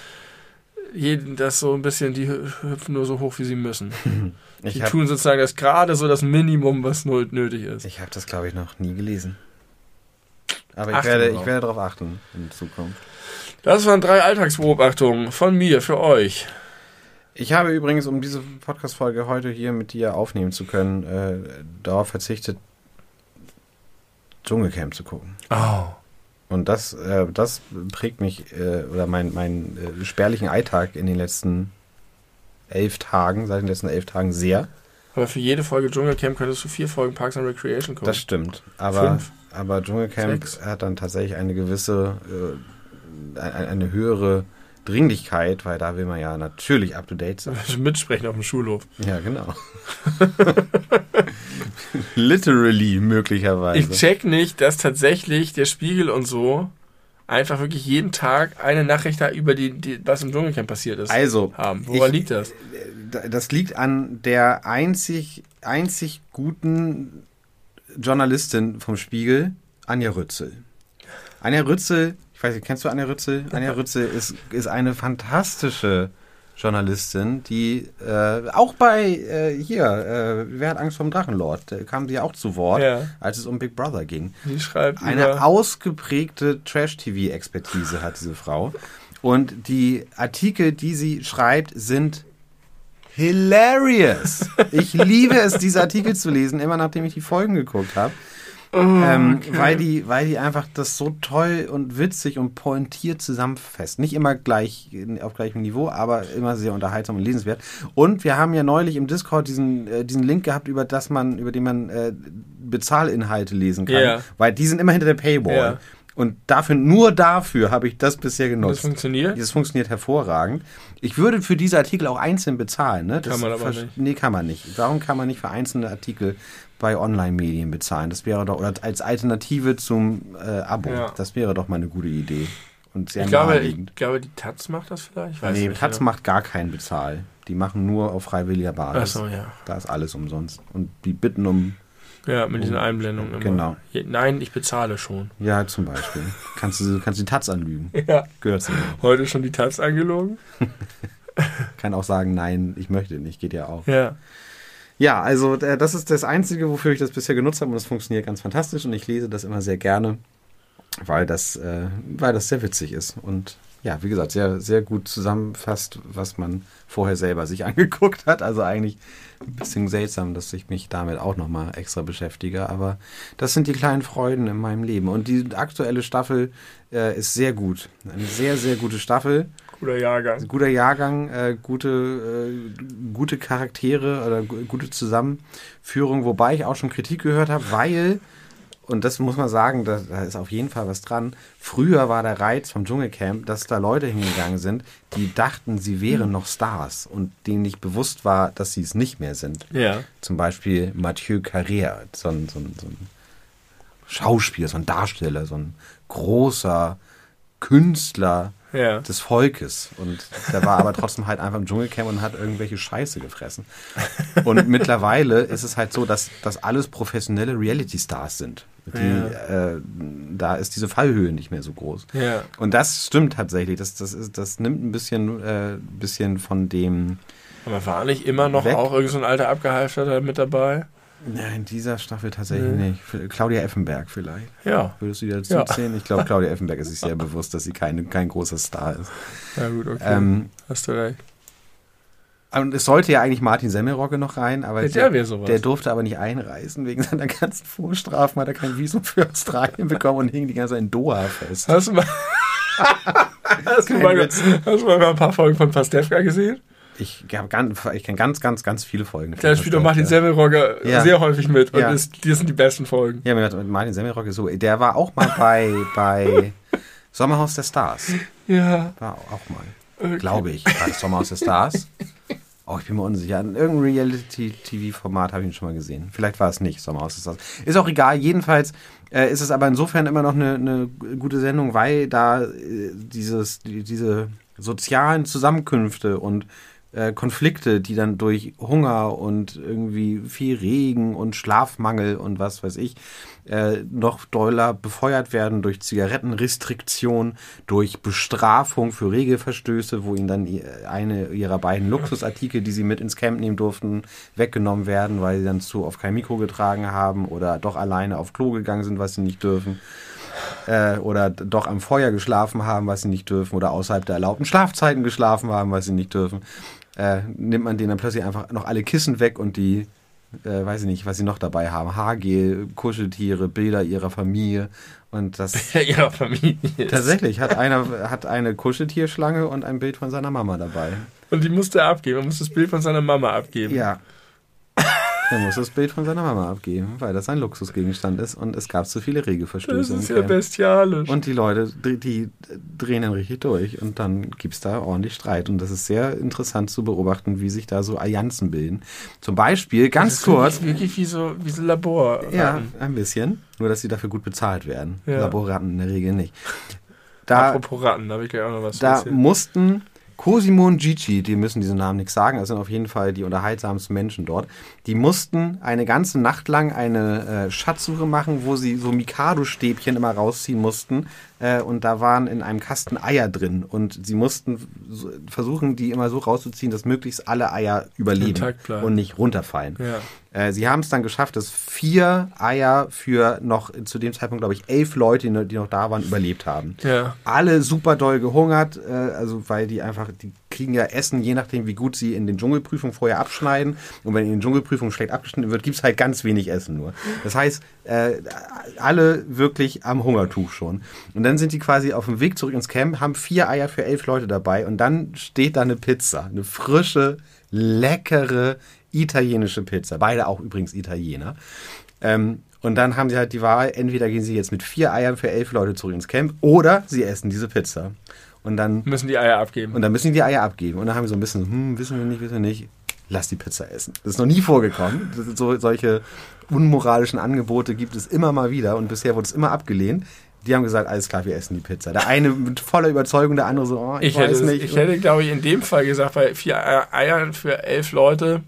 dass so ein bisschen, die hüpfen nur so hoch, wie sie müssen. Die tun sozusagen das gerade so das Minimum, was nötig ist. Ich habe das, glaube ich, noch nie gelesen. Aber ich werde darauf achten in Zukunft. Das waren 3 Alltagsbeobachtungen von mir für euch. Ich habe übrigens, um diese Podcast-Folge heute hier mit dir aufnehmen zu können, darauf verzichtet, Dschungelcamp zu gucken. Oh. Und das prägt mich, oder meinen spärlichen Alltag in den letzten 11 Tagen, seit den letzten 11 Tagen sehr. Aber für jede Folge Dschungelcamp könntest du 4 Folgen Parks and Recreation gucken. Das stimmt. Aber Dschungelcamp hat dann tatsächlich eine gewisse, eine höhere Dringlichkeit, weil da will man ja natürlich up to date sein. Mitsprechen auf dem Schulhof. Ja, genau. Literally möglicherweise. Ich check nicht, dass tatsächlich der Spiegel und so einfach wirklich jeden Tag eine Nachricht da über was im Dschungelcamp passiert ist. Also, haben. Woran liegt das? Das liegt an der einzig guten Journalistin vom Spiegel, Anja Rützel. Anja Rützel, ich weiß nicht, kennst du Anja Rützel? Anja Rützel ist eine fantastische Journalistin, die auch bei Wer hat Angst vor dem Drachenlord? Kam sie ja auch zu Wort, als es um Big Brother ging. Die schreibt eine ausgeprägte Trash-TV-Expertise hat diese Frau. Und die Artikel, die sie schreibt, sind hilarious. Ich liebe es, diese Artikel zu lesen, immer nachdem ich die Folgen geguckt habe. Okay. Weil die einfach das so toll und witzig und pointiert zusammenfasst. Nicht immer auf gleichem Niveau, aber immer sehr unterhaltsam und lesenswert. Und wir haben ja neulich im Discord diesen Link gehabt, über den man Bezahlinhalte lesen kann. Weil die sind immer hinter der Paywall. Und nur dafür habe ich das bisher genutzt. Das funktioniert? Das funktioniert hervorragend. Ich würde für diese Artikel auch einzeln bezahlen. Ne? Kann man aber nicht. Nee, kann man nicht. Warum kann man nicht für einzelne Artikel bei Online-Medien bezahlen? Das wäre doch, oder als Alternative zum Abo. Ja. Das wäre doch mal eine gute Idee. Und sehr naheliegend. Ich glaube, die Taz macht das vielleicht? Taz macht gar keinen Bezahl. Die machen nur auf freiwilliger Basis. Ach so, ja. Da ist alles umsonst. Und die bitten um... Ja, mit diesen Einblendungen immer. Genau. Nein, ich bezahle schon. Ja, zum Beispiel. Kannst die Taz anlügen. Ja. Gehört zu mir. Heute schon die Taz angelogen? Kann auch sagen, nein, ich möchte nicht. Geht ja auch. Ja. Ja, also das ist das Einzige, wofür ich das bisher genutzt habe und das funktioniert ganz fantastisch und ich lese das immer sehr gerne, weil das sehr witzig ist und ja, wie gesagt, sehr, sehr gut zusammenfasst, was man vorher selber sich angeguckt hat. Also eigentlich ein bisschen seltsam, dass ich mich damit auch nochmal extra beschäftige, aber das sind die kleinen Freuden in meinem Leben und die aktuelle Staffel ist sehr gut. Eine sehr, sehr gute Staffel. Guter Jahrgang, gute Charaktere oder gute Zusammenführung, wobei ich auch schon Kritik gehört habe, weil, und das muss man sagen, da ist auf jeden Fall was dran. Früher war der Reiz vom Dschungelcamp, dass da Leute hingegangen sind, die dachten, sie wären noch Stars und denen nicht bewusst war, dass sie es nicht mehr sind. Ja. Zum Beispiel Mathieu Carrère, so ein Schauspieler, so ein Darsteller, so ein großer Künstler des Volkes. Und der war aber trotzdem halt einfach im Dschungelcamp und hat irgendwelche Scheiße gefressen. Und mittlerweile ist es halt so, dass das alles professionelle Reality-Stars sind. Da ist diese Fallhöhe nicht mehr so groß. Ja. Und das stimmt tatsächlich. Das nimmt ein bisschen von dem. Aber war nicht immer noch auch irgend so ein alter Abgehalfterter mit dabei? Ja, in dieser Staffel tatsächlich nicht. Claudia Effenberg vielleicht. Ja. Würdest du die dazu zählen? Ich glaube, Claudia Effenberg ist sich sehr bewusst, dass sie kein großer Star ist. Ja gut, okay. Hast du recht. Und es sollte ja eigentlich Martin Semmelrogge noch rein, aber der durfte aber nicht einreisen. Wegen seiner ganzen Vorstrafen hat er kein Visum für Australien bekommen und hing die ganze Zeit in Doha fest. Hast du mal ein paar Folgen von Pastewka gesehen? Ich kenne ganz viele Folgen. Der spielt doch Martin Semmelrogge sehr häufig mit und die sind die besten Folgen. Ja, mit Martin Semmelrogge so. Der war auch mal bei Sommerhaus der Stars. Ja. War auch mal, glaube ich, bei Sommerhaus der Stars. Oh, ich bin mir unsicher. In irgendeinem Reality-TV-Format habe ich ihn schon mal gesehen. Vielleicht war es nicht Sommerhaus der Stars. Ist auch egal. Jedenfalls ist es aber insofern immer noch eine gute Sendung, weil da diese sozialen Zusammenkünfte und Konflikte, die dann durch Hunger und irgendwie viel Regen und Schlafmangel und was weiß ich, noch doller befeuert werden durch Zigarettenrestriktion, durch Bestrafung für Regelverstöße, wo ihnen dann eine ihrer beiden Luxusartikel, die sie mit ins Camp nehmen durften, weggenommen werden, weil sie dann zu oft kein Mikro getragen haben oder doch alleine auf Klo gegangen sind, was sie nicht dürfen. Oder doch am Feuer geschlafen haben, was sie nicht dürfen, oder außerhalb der erlaubten Schlafzeiten geschlafen haben, was sie nicht dürfen, nimmt man denen dann plötzlich einfach noch alle Kissen weg und die, weiß ich nicht, was sie noch dabei haben, Haargel, Kuscheltiere, Bilder ihrer Familie und das... Bilder ihrer Familie. Tatsächlich, hat eine Kuscheltierschlange und ein Bild von seiner Mama dabei. Und die musste er abgeben, er musste das Bild von seiner Mama abgeben. Ja. Er muss das Bild von seiner Mama abgeben, weil das ein Luxusgegenstand ist und es gab zu viele Regelverstöße. Das ist ja bestialisch. Und die Leute, die drehen dann richtig durch und dann gibt es da ordentlich Streit. Und das ist sehr interessant zu beobachten, wie sich da so Allianzen bilden. Zum Beispiel, ganz kurz... Das ist wirklich wie so Laborratten. Ja, ein bisschen. Nur, dass sie dafür gut bezahlt werden. Ja. Laborratten in der Regel nicht. Apropos Ratten, da habe ich gleich auch noch was zu erzählen. Da mussten... Cosimo und Gigi, die müssen diesen Namen nichts sagen, das sind auf jeden Fall die unterhaltsamsten Menschen dort, die mussten eine ganze Nacht lang eine Schatzsuche machen, wo sie so Mikado-Stäbchen immer rausziehen mussten und da waren in einem Kasten Eier drin und sie mussten versuchen, die immer so rauszuziehen, dass möglichst alle Eier überleben und nicht runterfallen. Ja. Sie haben es dann geschafft, dass 4 Eier für noch zu dem Zeitpunkt, glaube ich, 11 Leute, die noch da waren, überlebt haben. Ja. Alle super doll gehungert, also weil die kriegen ja Essen, je nachdem, wie gut sie in den Dschungelprüfungen vorher abschneiden. Und wenn in den Dschungelprüfungen schlecht abgeschnitten wird, gibt es halt ganz wenig Essen nur. Das heißt, alle wirklich am Hungertuch schon. Und dann sind die quasi auf dem Weg zurück ins Camp, haben 4 Eier für 11 Leute dabei und dann steht da eine Pizza, eine frische, leckere italienische Pizza. Beide auch übrigens Italiener. Und dann haben sie halt die Wahl, entweder gehen sie jetzt mit 4 Eiern für 11 Leute zurück ins Camp oder sie essen diese Pizza. Und dann müssen die Eier abgeben. Und dann müssen die Eier abgeben. Und dann haben wir so ein bisschen, wissen wir nicht, lass die Pizza essen. Das ist noch nie vorgekommen. Solche unmoralischen Angebote gibt es immer mal wieder und bisher wurde es immer abgelehnt. Die haben gesagt, alles klar, wir essen die Pizza. Der eine mit voller Überzeugung, der andere so, ich weiß nicht. Ich hätte, glaube ich, in dem Fall gesagt, bei 4 Eiern für 11 Leute...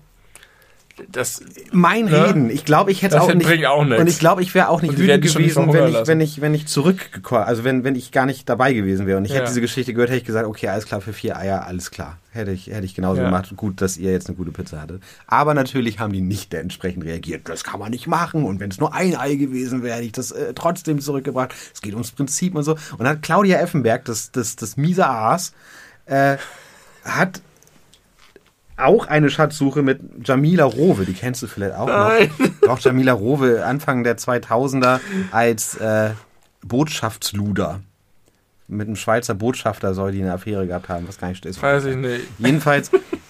Reden. Ich glaube, ich hätte das auch nicht. Bringt auch nichts. Und ich glaube, ich wäre auch nicht wütend gewesen, wenn ich zurückgekommen, also wenn ich gar nicht dabei gewesen wäre und ich hätte diese Geschichte gehört, hätte ich gesagt, okay, alles klar, für 4 Eier, alles klar. Hätte ich genauso gemacht. Gut, dass ihr jetzt eine gute Pizza hattet. Aber natürlich haben die nicht entsprechend reagiert. Das kann man nicht machen. Und wenn es nur ein Ei gewesen wäre, hätte ich das trotzdem zurückgebracht. Es geht ums Prinzip und so. Und dann hat Claudia Effenberg, das miese Aas, hat auch eine Schatzsuche mit Jamila Rowe, die kennst du vielleicht auch noch. Doch, Jamila Rowe, Anfang der 2000er als Botschaftsluder. Mit einem Schweizer Botschafter soll die eine Affäre gehabt haben, was gar nicht ist. Weiß ich nicht. Jedenfalls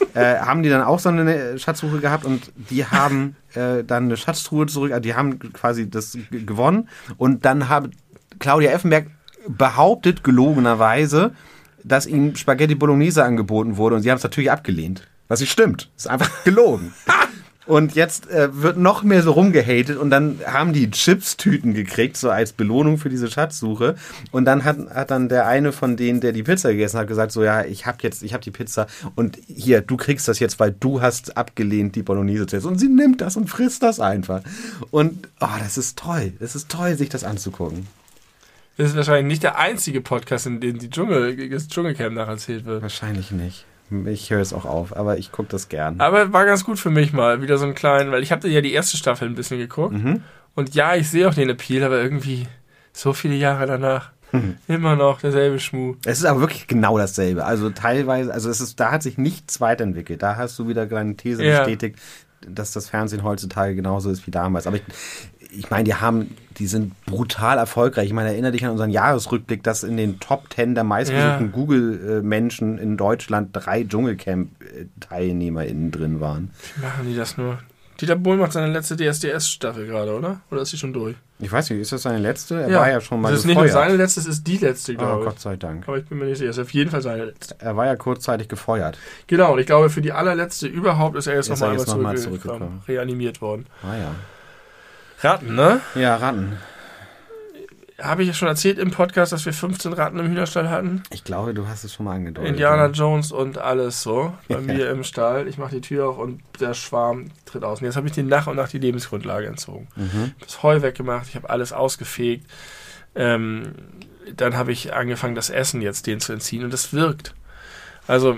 haben die dann auch so eine Schatzsuche gehabt und die haben dann eine Schatztruhe zurück, also die haben quasi das gewonnen und dann hat Claudia Effenberg behauptet, gelogenerweise, dass ihnen Spaghetti Bolognese angeboten wurde und sie haben es natürlich abgelehnt. Was nicht stimmt. Das ist einfach gelogen. Und jetzt wird noch mehr so rumgehatet und dann haben die Chips-Tüten gekriegt, so als Belohnung für diese Schatzsuche. Und dann hat dann der eine von denen, der die Pizza gegessen hat, gesagt, so ja, ich hab die Pizza und hier, du kriegst das jetzt, weil du hast abgelehnt, die Bolognese zu essen. Und sie nimmt das und frisst das einfach. Und das ist toll. Es ist toll, sich das anzugucken. Das ist wahrscheinlich nicht der einzige Podcast, in dem das Dschungelcamp nacherzählt wird. Wahrscheinlich nicht. Ich höre es auch auf, aber ich gucke das gern. Aber war ganz gut für mich mal, wieder so einen kleinen, weil ich habe ja die erste Staffel ein bisschen geguckt. Und ja, ich sehe auch den Appeal, aber irgendwie so viele Jahre danach immer noch derselbe Schmuh. Es ist aber wirklich genau dasselbe. Also teilweise, da hat sich nichts weiterentwickelt. Da hast du wieder deine These bestätigt, dass das Fernsehen heutzutage genauso ist wie damals. Aber ich meine, die sind brutal erfolgreich. Ich meine, erinnere dich an unseren Jahresrückblick, dass in den Top 10 der meistgesuchten Google-Menschen in Deutschland 3 Dschungelcamp-TeilnehmerInnen drin waren. Wie machen die das nur? Dieter Bohlen macht seine letzte DSDS-Staffel gerade, oder? Oder ist sie schon durch? Ich weiß nicht, ist das seine letzte? Er war ja schon mal das ist nicht nur seine letzte, es ist die letzte, glaube ich. Gott sei Dank. Aber ich bin mir nicht sicher, es ist auf jeden Fall seine letzte. Er war ja kurzzeitig gefeuert. Genau, und ich glaube, für die allerletzte überhaupt ist er jetzt nochmal zurückgekommen. Reanimiert worden. Ah ja. Ratten, ne? Ja, Ratten. Habe ich ja schon erzählt im Podcast, dass wir 15 Ratten im Hühnerstall hatten? Ich glaube, du hast es schon mal angedeutet. Indiana Jones und alles so bei mir im Stall. Ich mache die Tür auf und der Schwarm tritt aus. Und jetzt habe ich den nach und nach die Lebensgrundlage entzogen. Das Heu weggemacht, ich habe alles ausgefegt. Dann habe ich angefangen, das Essen jetzt denen zu entziehen und das wirkt. Also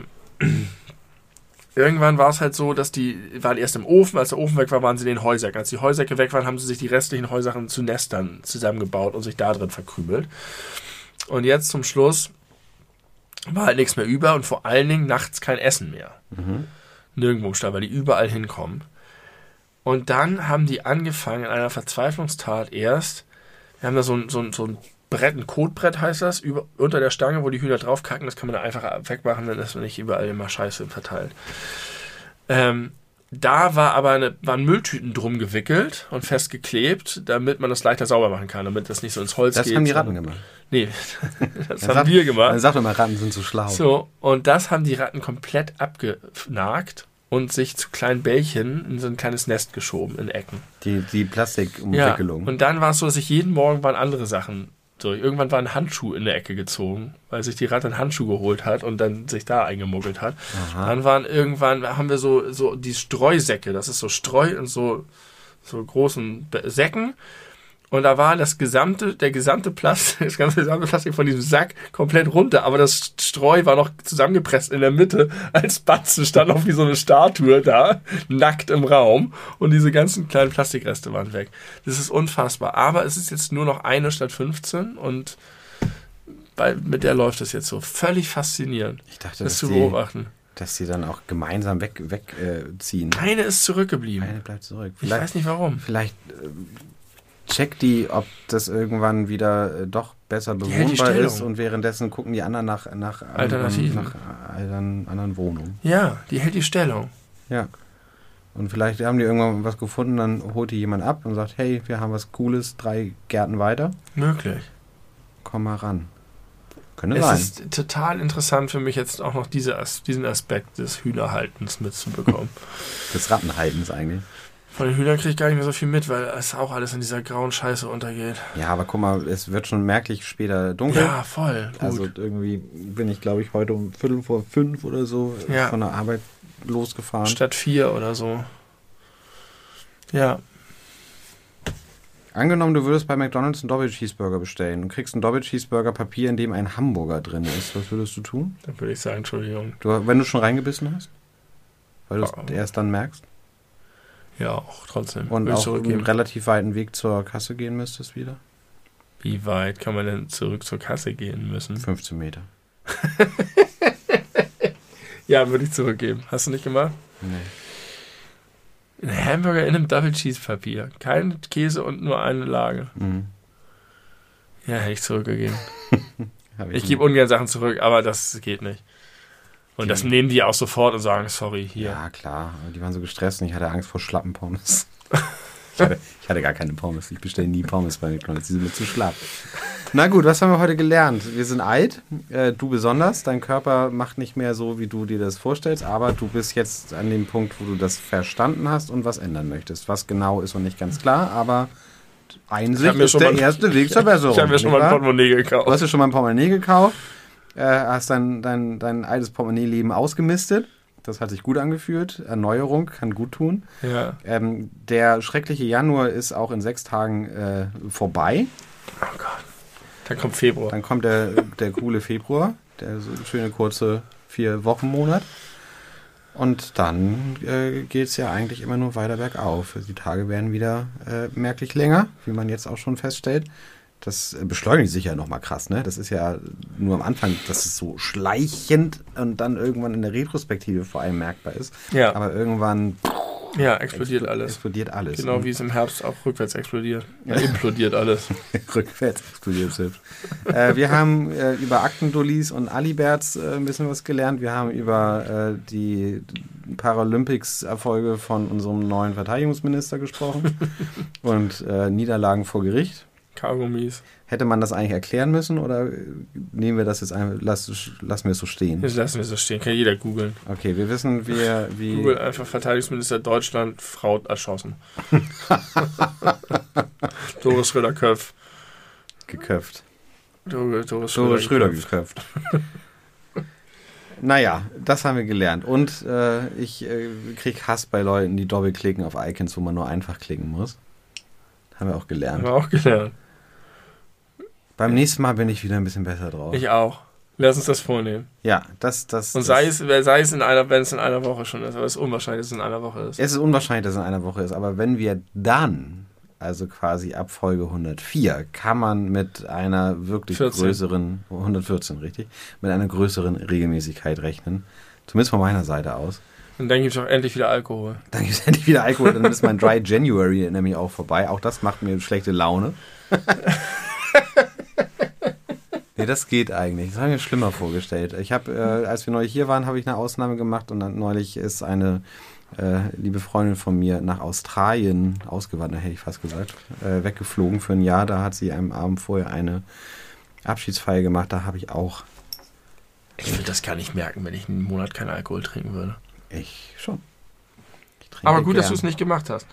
irgendwann war es halt so, dass die waren erst im Ofen, als der Ofen weg war, waren sie in den Heusäcken. Als die Heusäcke weg waren, haben sie sich die restlichen Heusachen zu Nestern zusammengebaut und sich da drin verkrümelt. Und jetzt zum Schluss war halt nichts mehr über und vor allen Dingen nachts kein Essen mehr. Nirgendwo im Stall, weil die überall hinkommen. Und dann haben die angefangen in einer Verzweiflungstat erst, wir haben da so ein Brett, ein Kotbrett heißt das, unter der Stange, wo die Hühner draufkacken, das kann man da einfach wegmachen, dann ist man nicht überall immer Scheiße verteilt. Da waren Mülltüten drum gewickelt und festgeklebt, damit man das leichter sauber machen kann, damit das nicht so ins Holz geht. Das haben die Ratten gemacht? Nee, das haben wir gemacht. Man sagt immer, Ratten sind so schlau. So, und das haben die Ratten komplett abgenagt und sich zu kleinen Bällchen in so ein kleines Nest geschoben in Ecken. Die Plastikumwickelung. Ja, und dann war es so, dass ich jeden Morgen waren andere Sachen durch. Irgendwann war ein Handschuh in der Ecke gezogen, weil sich die Ratte einen Handschuh geholt hat und dann sich da eingemuggelt hat. Aha. Dann haben wir so die Streusäcke, das ist so Streu in so großen Säcken. Und da war das gesamte Plastik von diesem Sack komplett runter, aber das Streu war noch zusammengepresst in der Mitte als Batzen, stand noch wie so eine Statue da, nackt im Raum und diese ganzen kleinen Plastikreste waren weg. Das ist unfassbar, aber es ist jetzt nur noch eine statt 15 und mit der läuft es jetzt so. Völlig faszinierend, ich dachte, das zu beobachten. Dass sie dann auch gemeinsam wegziehen. Eine ist zurückgeblieben. Eine bleibt zurück. Ich weiß nicht warum. Vielleicht checkt die, ob das irgendwann wieder doch besser bewohnbar ist und währenddessen gucken die anderen nach Alternativen. Nach anderen Wohnungen. Ja, die hält die Stellung. Ja. Und vielleicht haben die irgendwann was gefunden, dann holt die jemand ab und sagt, hey, wir haben was Cooles, 3 Gärten weiter. Möglich. Komm mal ran. Könnte sein. Es ist total interessant für mich jetzt auch noch diesen Aspekt des Hühnerhaltens mitzubekommen. Des Rattenhaltens eigentlich. Von den Hühnern kriege ich gar nicht mehr so viel mit, weil es auch alles in dieser grauen Scheiße untergeht. Ja, aber guck mal, es wird schon merklich später dunkel. Ja, voll. Gut. Also irgendwie bin ich, glaube ich, heute um 4:45 oder so von der Arbeit losgefahren. Statt 4 oder so. Ja. Angenommen, du würdest bei McDonald's einen Doppel-Cheeseburger bestellen und kriegst einen Doppel-Cheeseburger-Papier, in dem ein Hamburger drin ist. Was würdest du tun? Dann würde ich sagen, Entschuldigung. Wenn du schon reingebissen hast? Weil du es erst dann merkst? Ja, auch trotzdem. Und auch einen relativ weiten Weg zur Kasse gehen müsstest wieder? Wie weit kann man denn zurück zur Kasse gehen müssen? 15 Meter. Ja, würde ich zurückgeben. Hast du nicht gemacht? Nee. Ein Hamburger in einem Double-Cheese-Papier. Kein Käse und nur eine Lage. Mhm. Ja, hätte ich zurückgegeben. Ich gebe ungern Sachen zurück, aber das geht nicht. Und das nehmen die auch sofort und sagen, sorry, hier. Ja, klar. Die waren so gestresst und ich hatte Angst vor schlappen Pommes. Ich hatte gar keine Pommes. Ich bestelle nie Pommes bei McDonald's. Die sind mir zu schlapp. Na gut, was haben wir heute gelernt? Wir sind alt. Du besonders. Dein Körper macht nicht mehr so, wie du dir das vorstellst. Aber du bist jetzt an dem Punkt, wo du das verstanden hast und was ändern möchtest. Was genau ist noch nicht ganz klar, aber Einsicht ist der erste Weg zur Besserung. Ich habe mir schon mal ein Portemonnaie gekauft. Du hast dir schon mal ein Portemonnaie gekauft. Hast dein altes Portemonnaie-Leben ausgemistet. Das hat sich gut angefühlt. Erneuerung kann gut tun. Ja. Der schreckliche Januar ist auch in 6 Tagen vorbei. Oh Gott. Dann kommt Februar. Dann kommt der coole Februar. Der so schöne kurze 4-Wochen-Monat. Und dann geht es ja eigentlich immer nur weiter bergauf. Die Tage werden wieder merklich länger, wie man jetzt auch schon feststellt. Das beschleunigt sich ja nochmal krass, ne? Das ist ja nur am Anfang, dass es so schleichend und dann irgendwann in der Retrospektive vor allem merkbar ist. Ja. Aber irgendwann explodiert alles. Explodiert alles. Genau wie es im Herbst auch rückwärts explodiert. Ja, implodiert alles. Rückwärts explodiert es. Wir haben über Aktendullis und Aliberts ein bisschen was gelernt. Wir haben über die Paralympics-Erfolge von unserem neuen Verteidigungsminister gesprochen und Niederlagen vor Gericht. Kaugummis. Hätte man das eigentlich erklären müssen oder nehmen wir das jetzt einfach, lassen wir es so stehen? Das lassen wir so stehen, kann jeder googeln. Okay, wir wissen, wie... Google einfach Verteidigungsminister Deutschland, Frau erschossen. Doris Schröder-Köpf. Geköpft. Doris Schröder geköpft. Naja, das haben wir gelernt. Und ich kriege Hass bei Leuten, die doppelklicken auf Icons, wo man nur einfach klicken muss. Haben wir auch gelernt. Beim nächsten Mal bin ich wieder ein bisschen besser drauf. Ich auch. Lass uns das vornehmen. Ja, das. Und sei es wenn es in einer Woche schon ist, aber es ist unwahrscheinlich, dass es in einer Woche ist. Es ist unwahrscheinlich, dass es in einer Woche ist, aber wenn wir dann, also quasi ab Folge 104, kann man mit einer wirklich 14. größeren, 114, richtig, mit einer größeren Regelmäßigkeit rechnen. Zumindest von meiner Seite aus. Und dann gibt es auch endlich wieder Alkohol. Dann ist mein Dry January nämlich auch vorbei. Auch das macht mir schlechte Laune. Nee, das geht eigentlich. Das habe ich mir schlimmer vorgestellt. Ich habe, als wir neulich hier waren, habe ich eine Ausnahme gemacht und dann neulich ist eine liebe Freundin von mir nach Australien ausgewandert, hätte ich fast gesagt, weggeflogen für ein Jahr. Da hat sie am Abend vorher eine Abschiedsfeier gemacht. Da habe ich auch... Ich würde das gar nicht merken, wenn ich einen Monat keinen Alkohol trinken würde. Ich schon. Aber gut, dass du es nicht gemacht hast.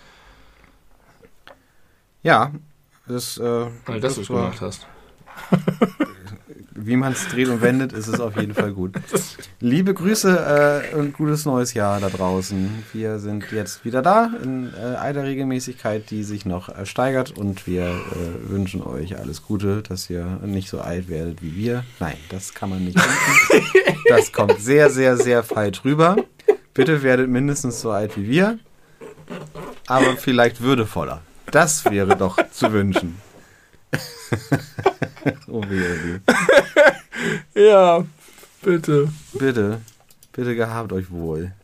Ja. Dass du es gemacht hast. Wie man es dreht und wendet, ist es auf jeden Fall gut. Liebe Grüße und gutes neues Jahr da draußen. Wir sind jetzt wieder da in einer Regelmäßigkeit, die sich noch steigert und wir wünschen euch alles Gute, dass ihr nicht so alt werdet wie wir. Nein, das kann man nicht wünschen. Das kommt sehr, sehr, sehr falsch rüber. Bitte werdet mindestens so alt wie wir, aber vielleicht würdevoller. Das wäre doch zu wünschen. Oh weh. Ja, bitte. Bitte gehabt euch wohl.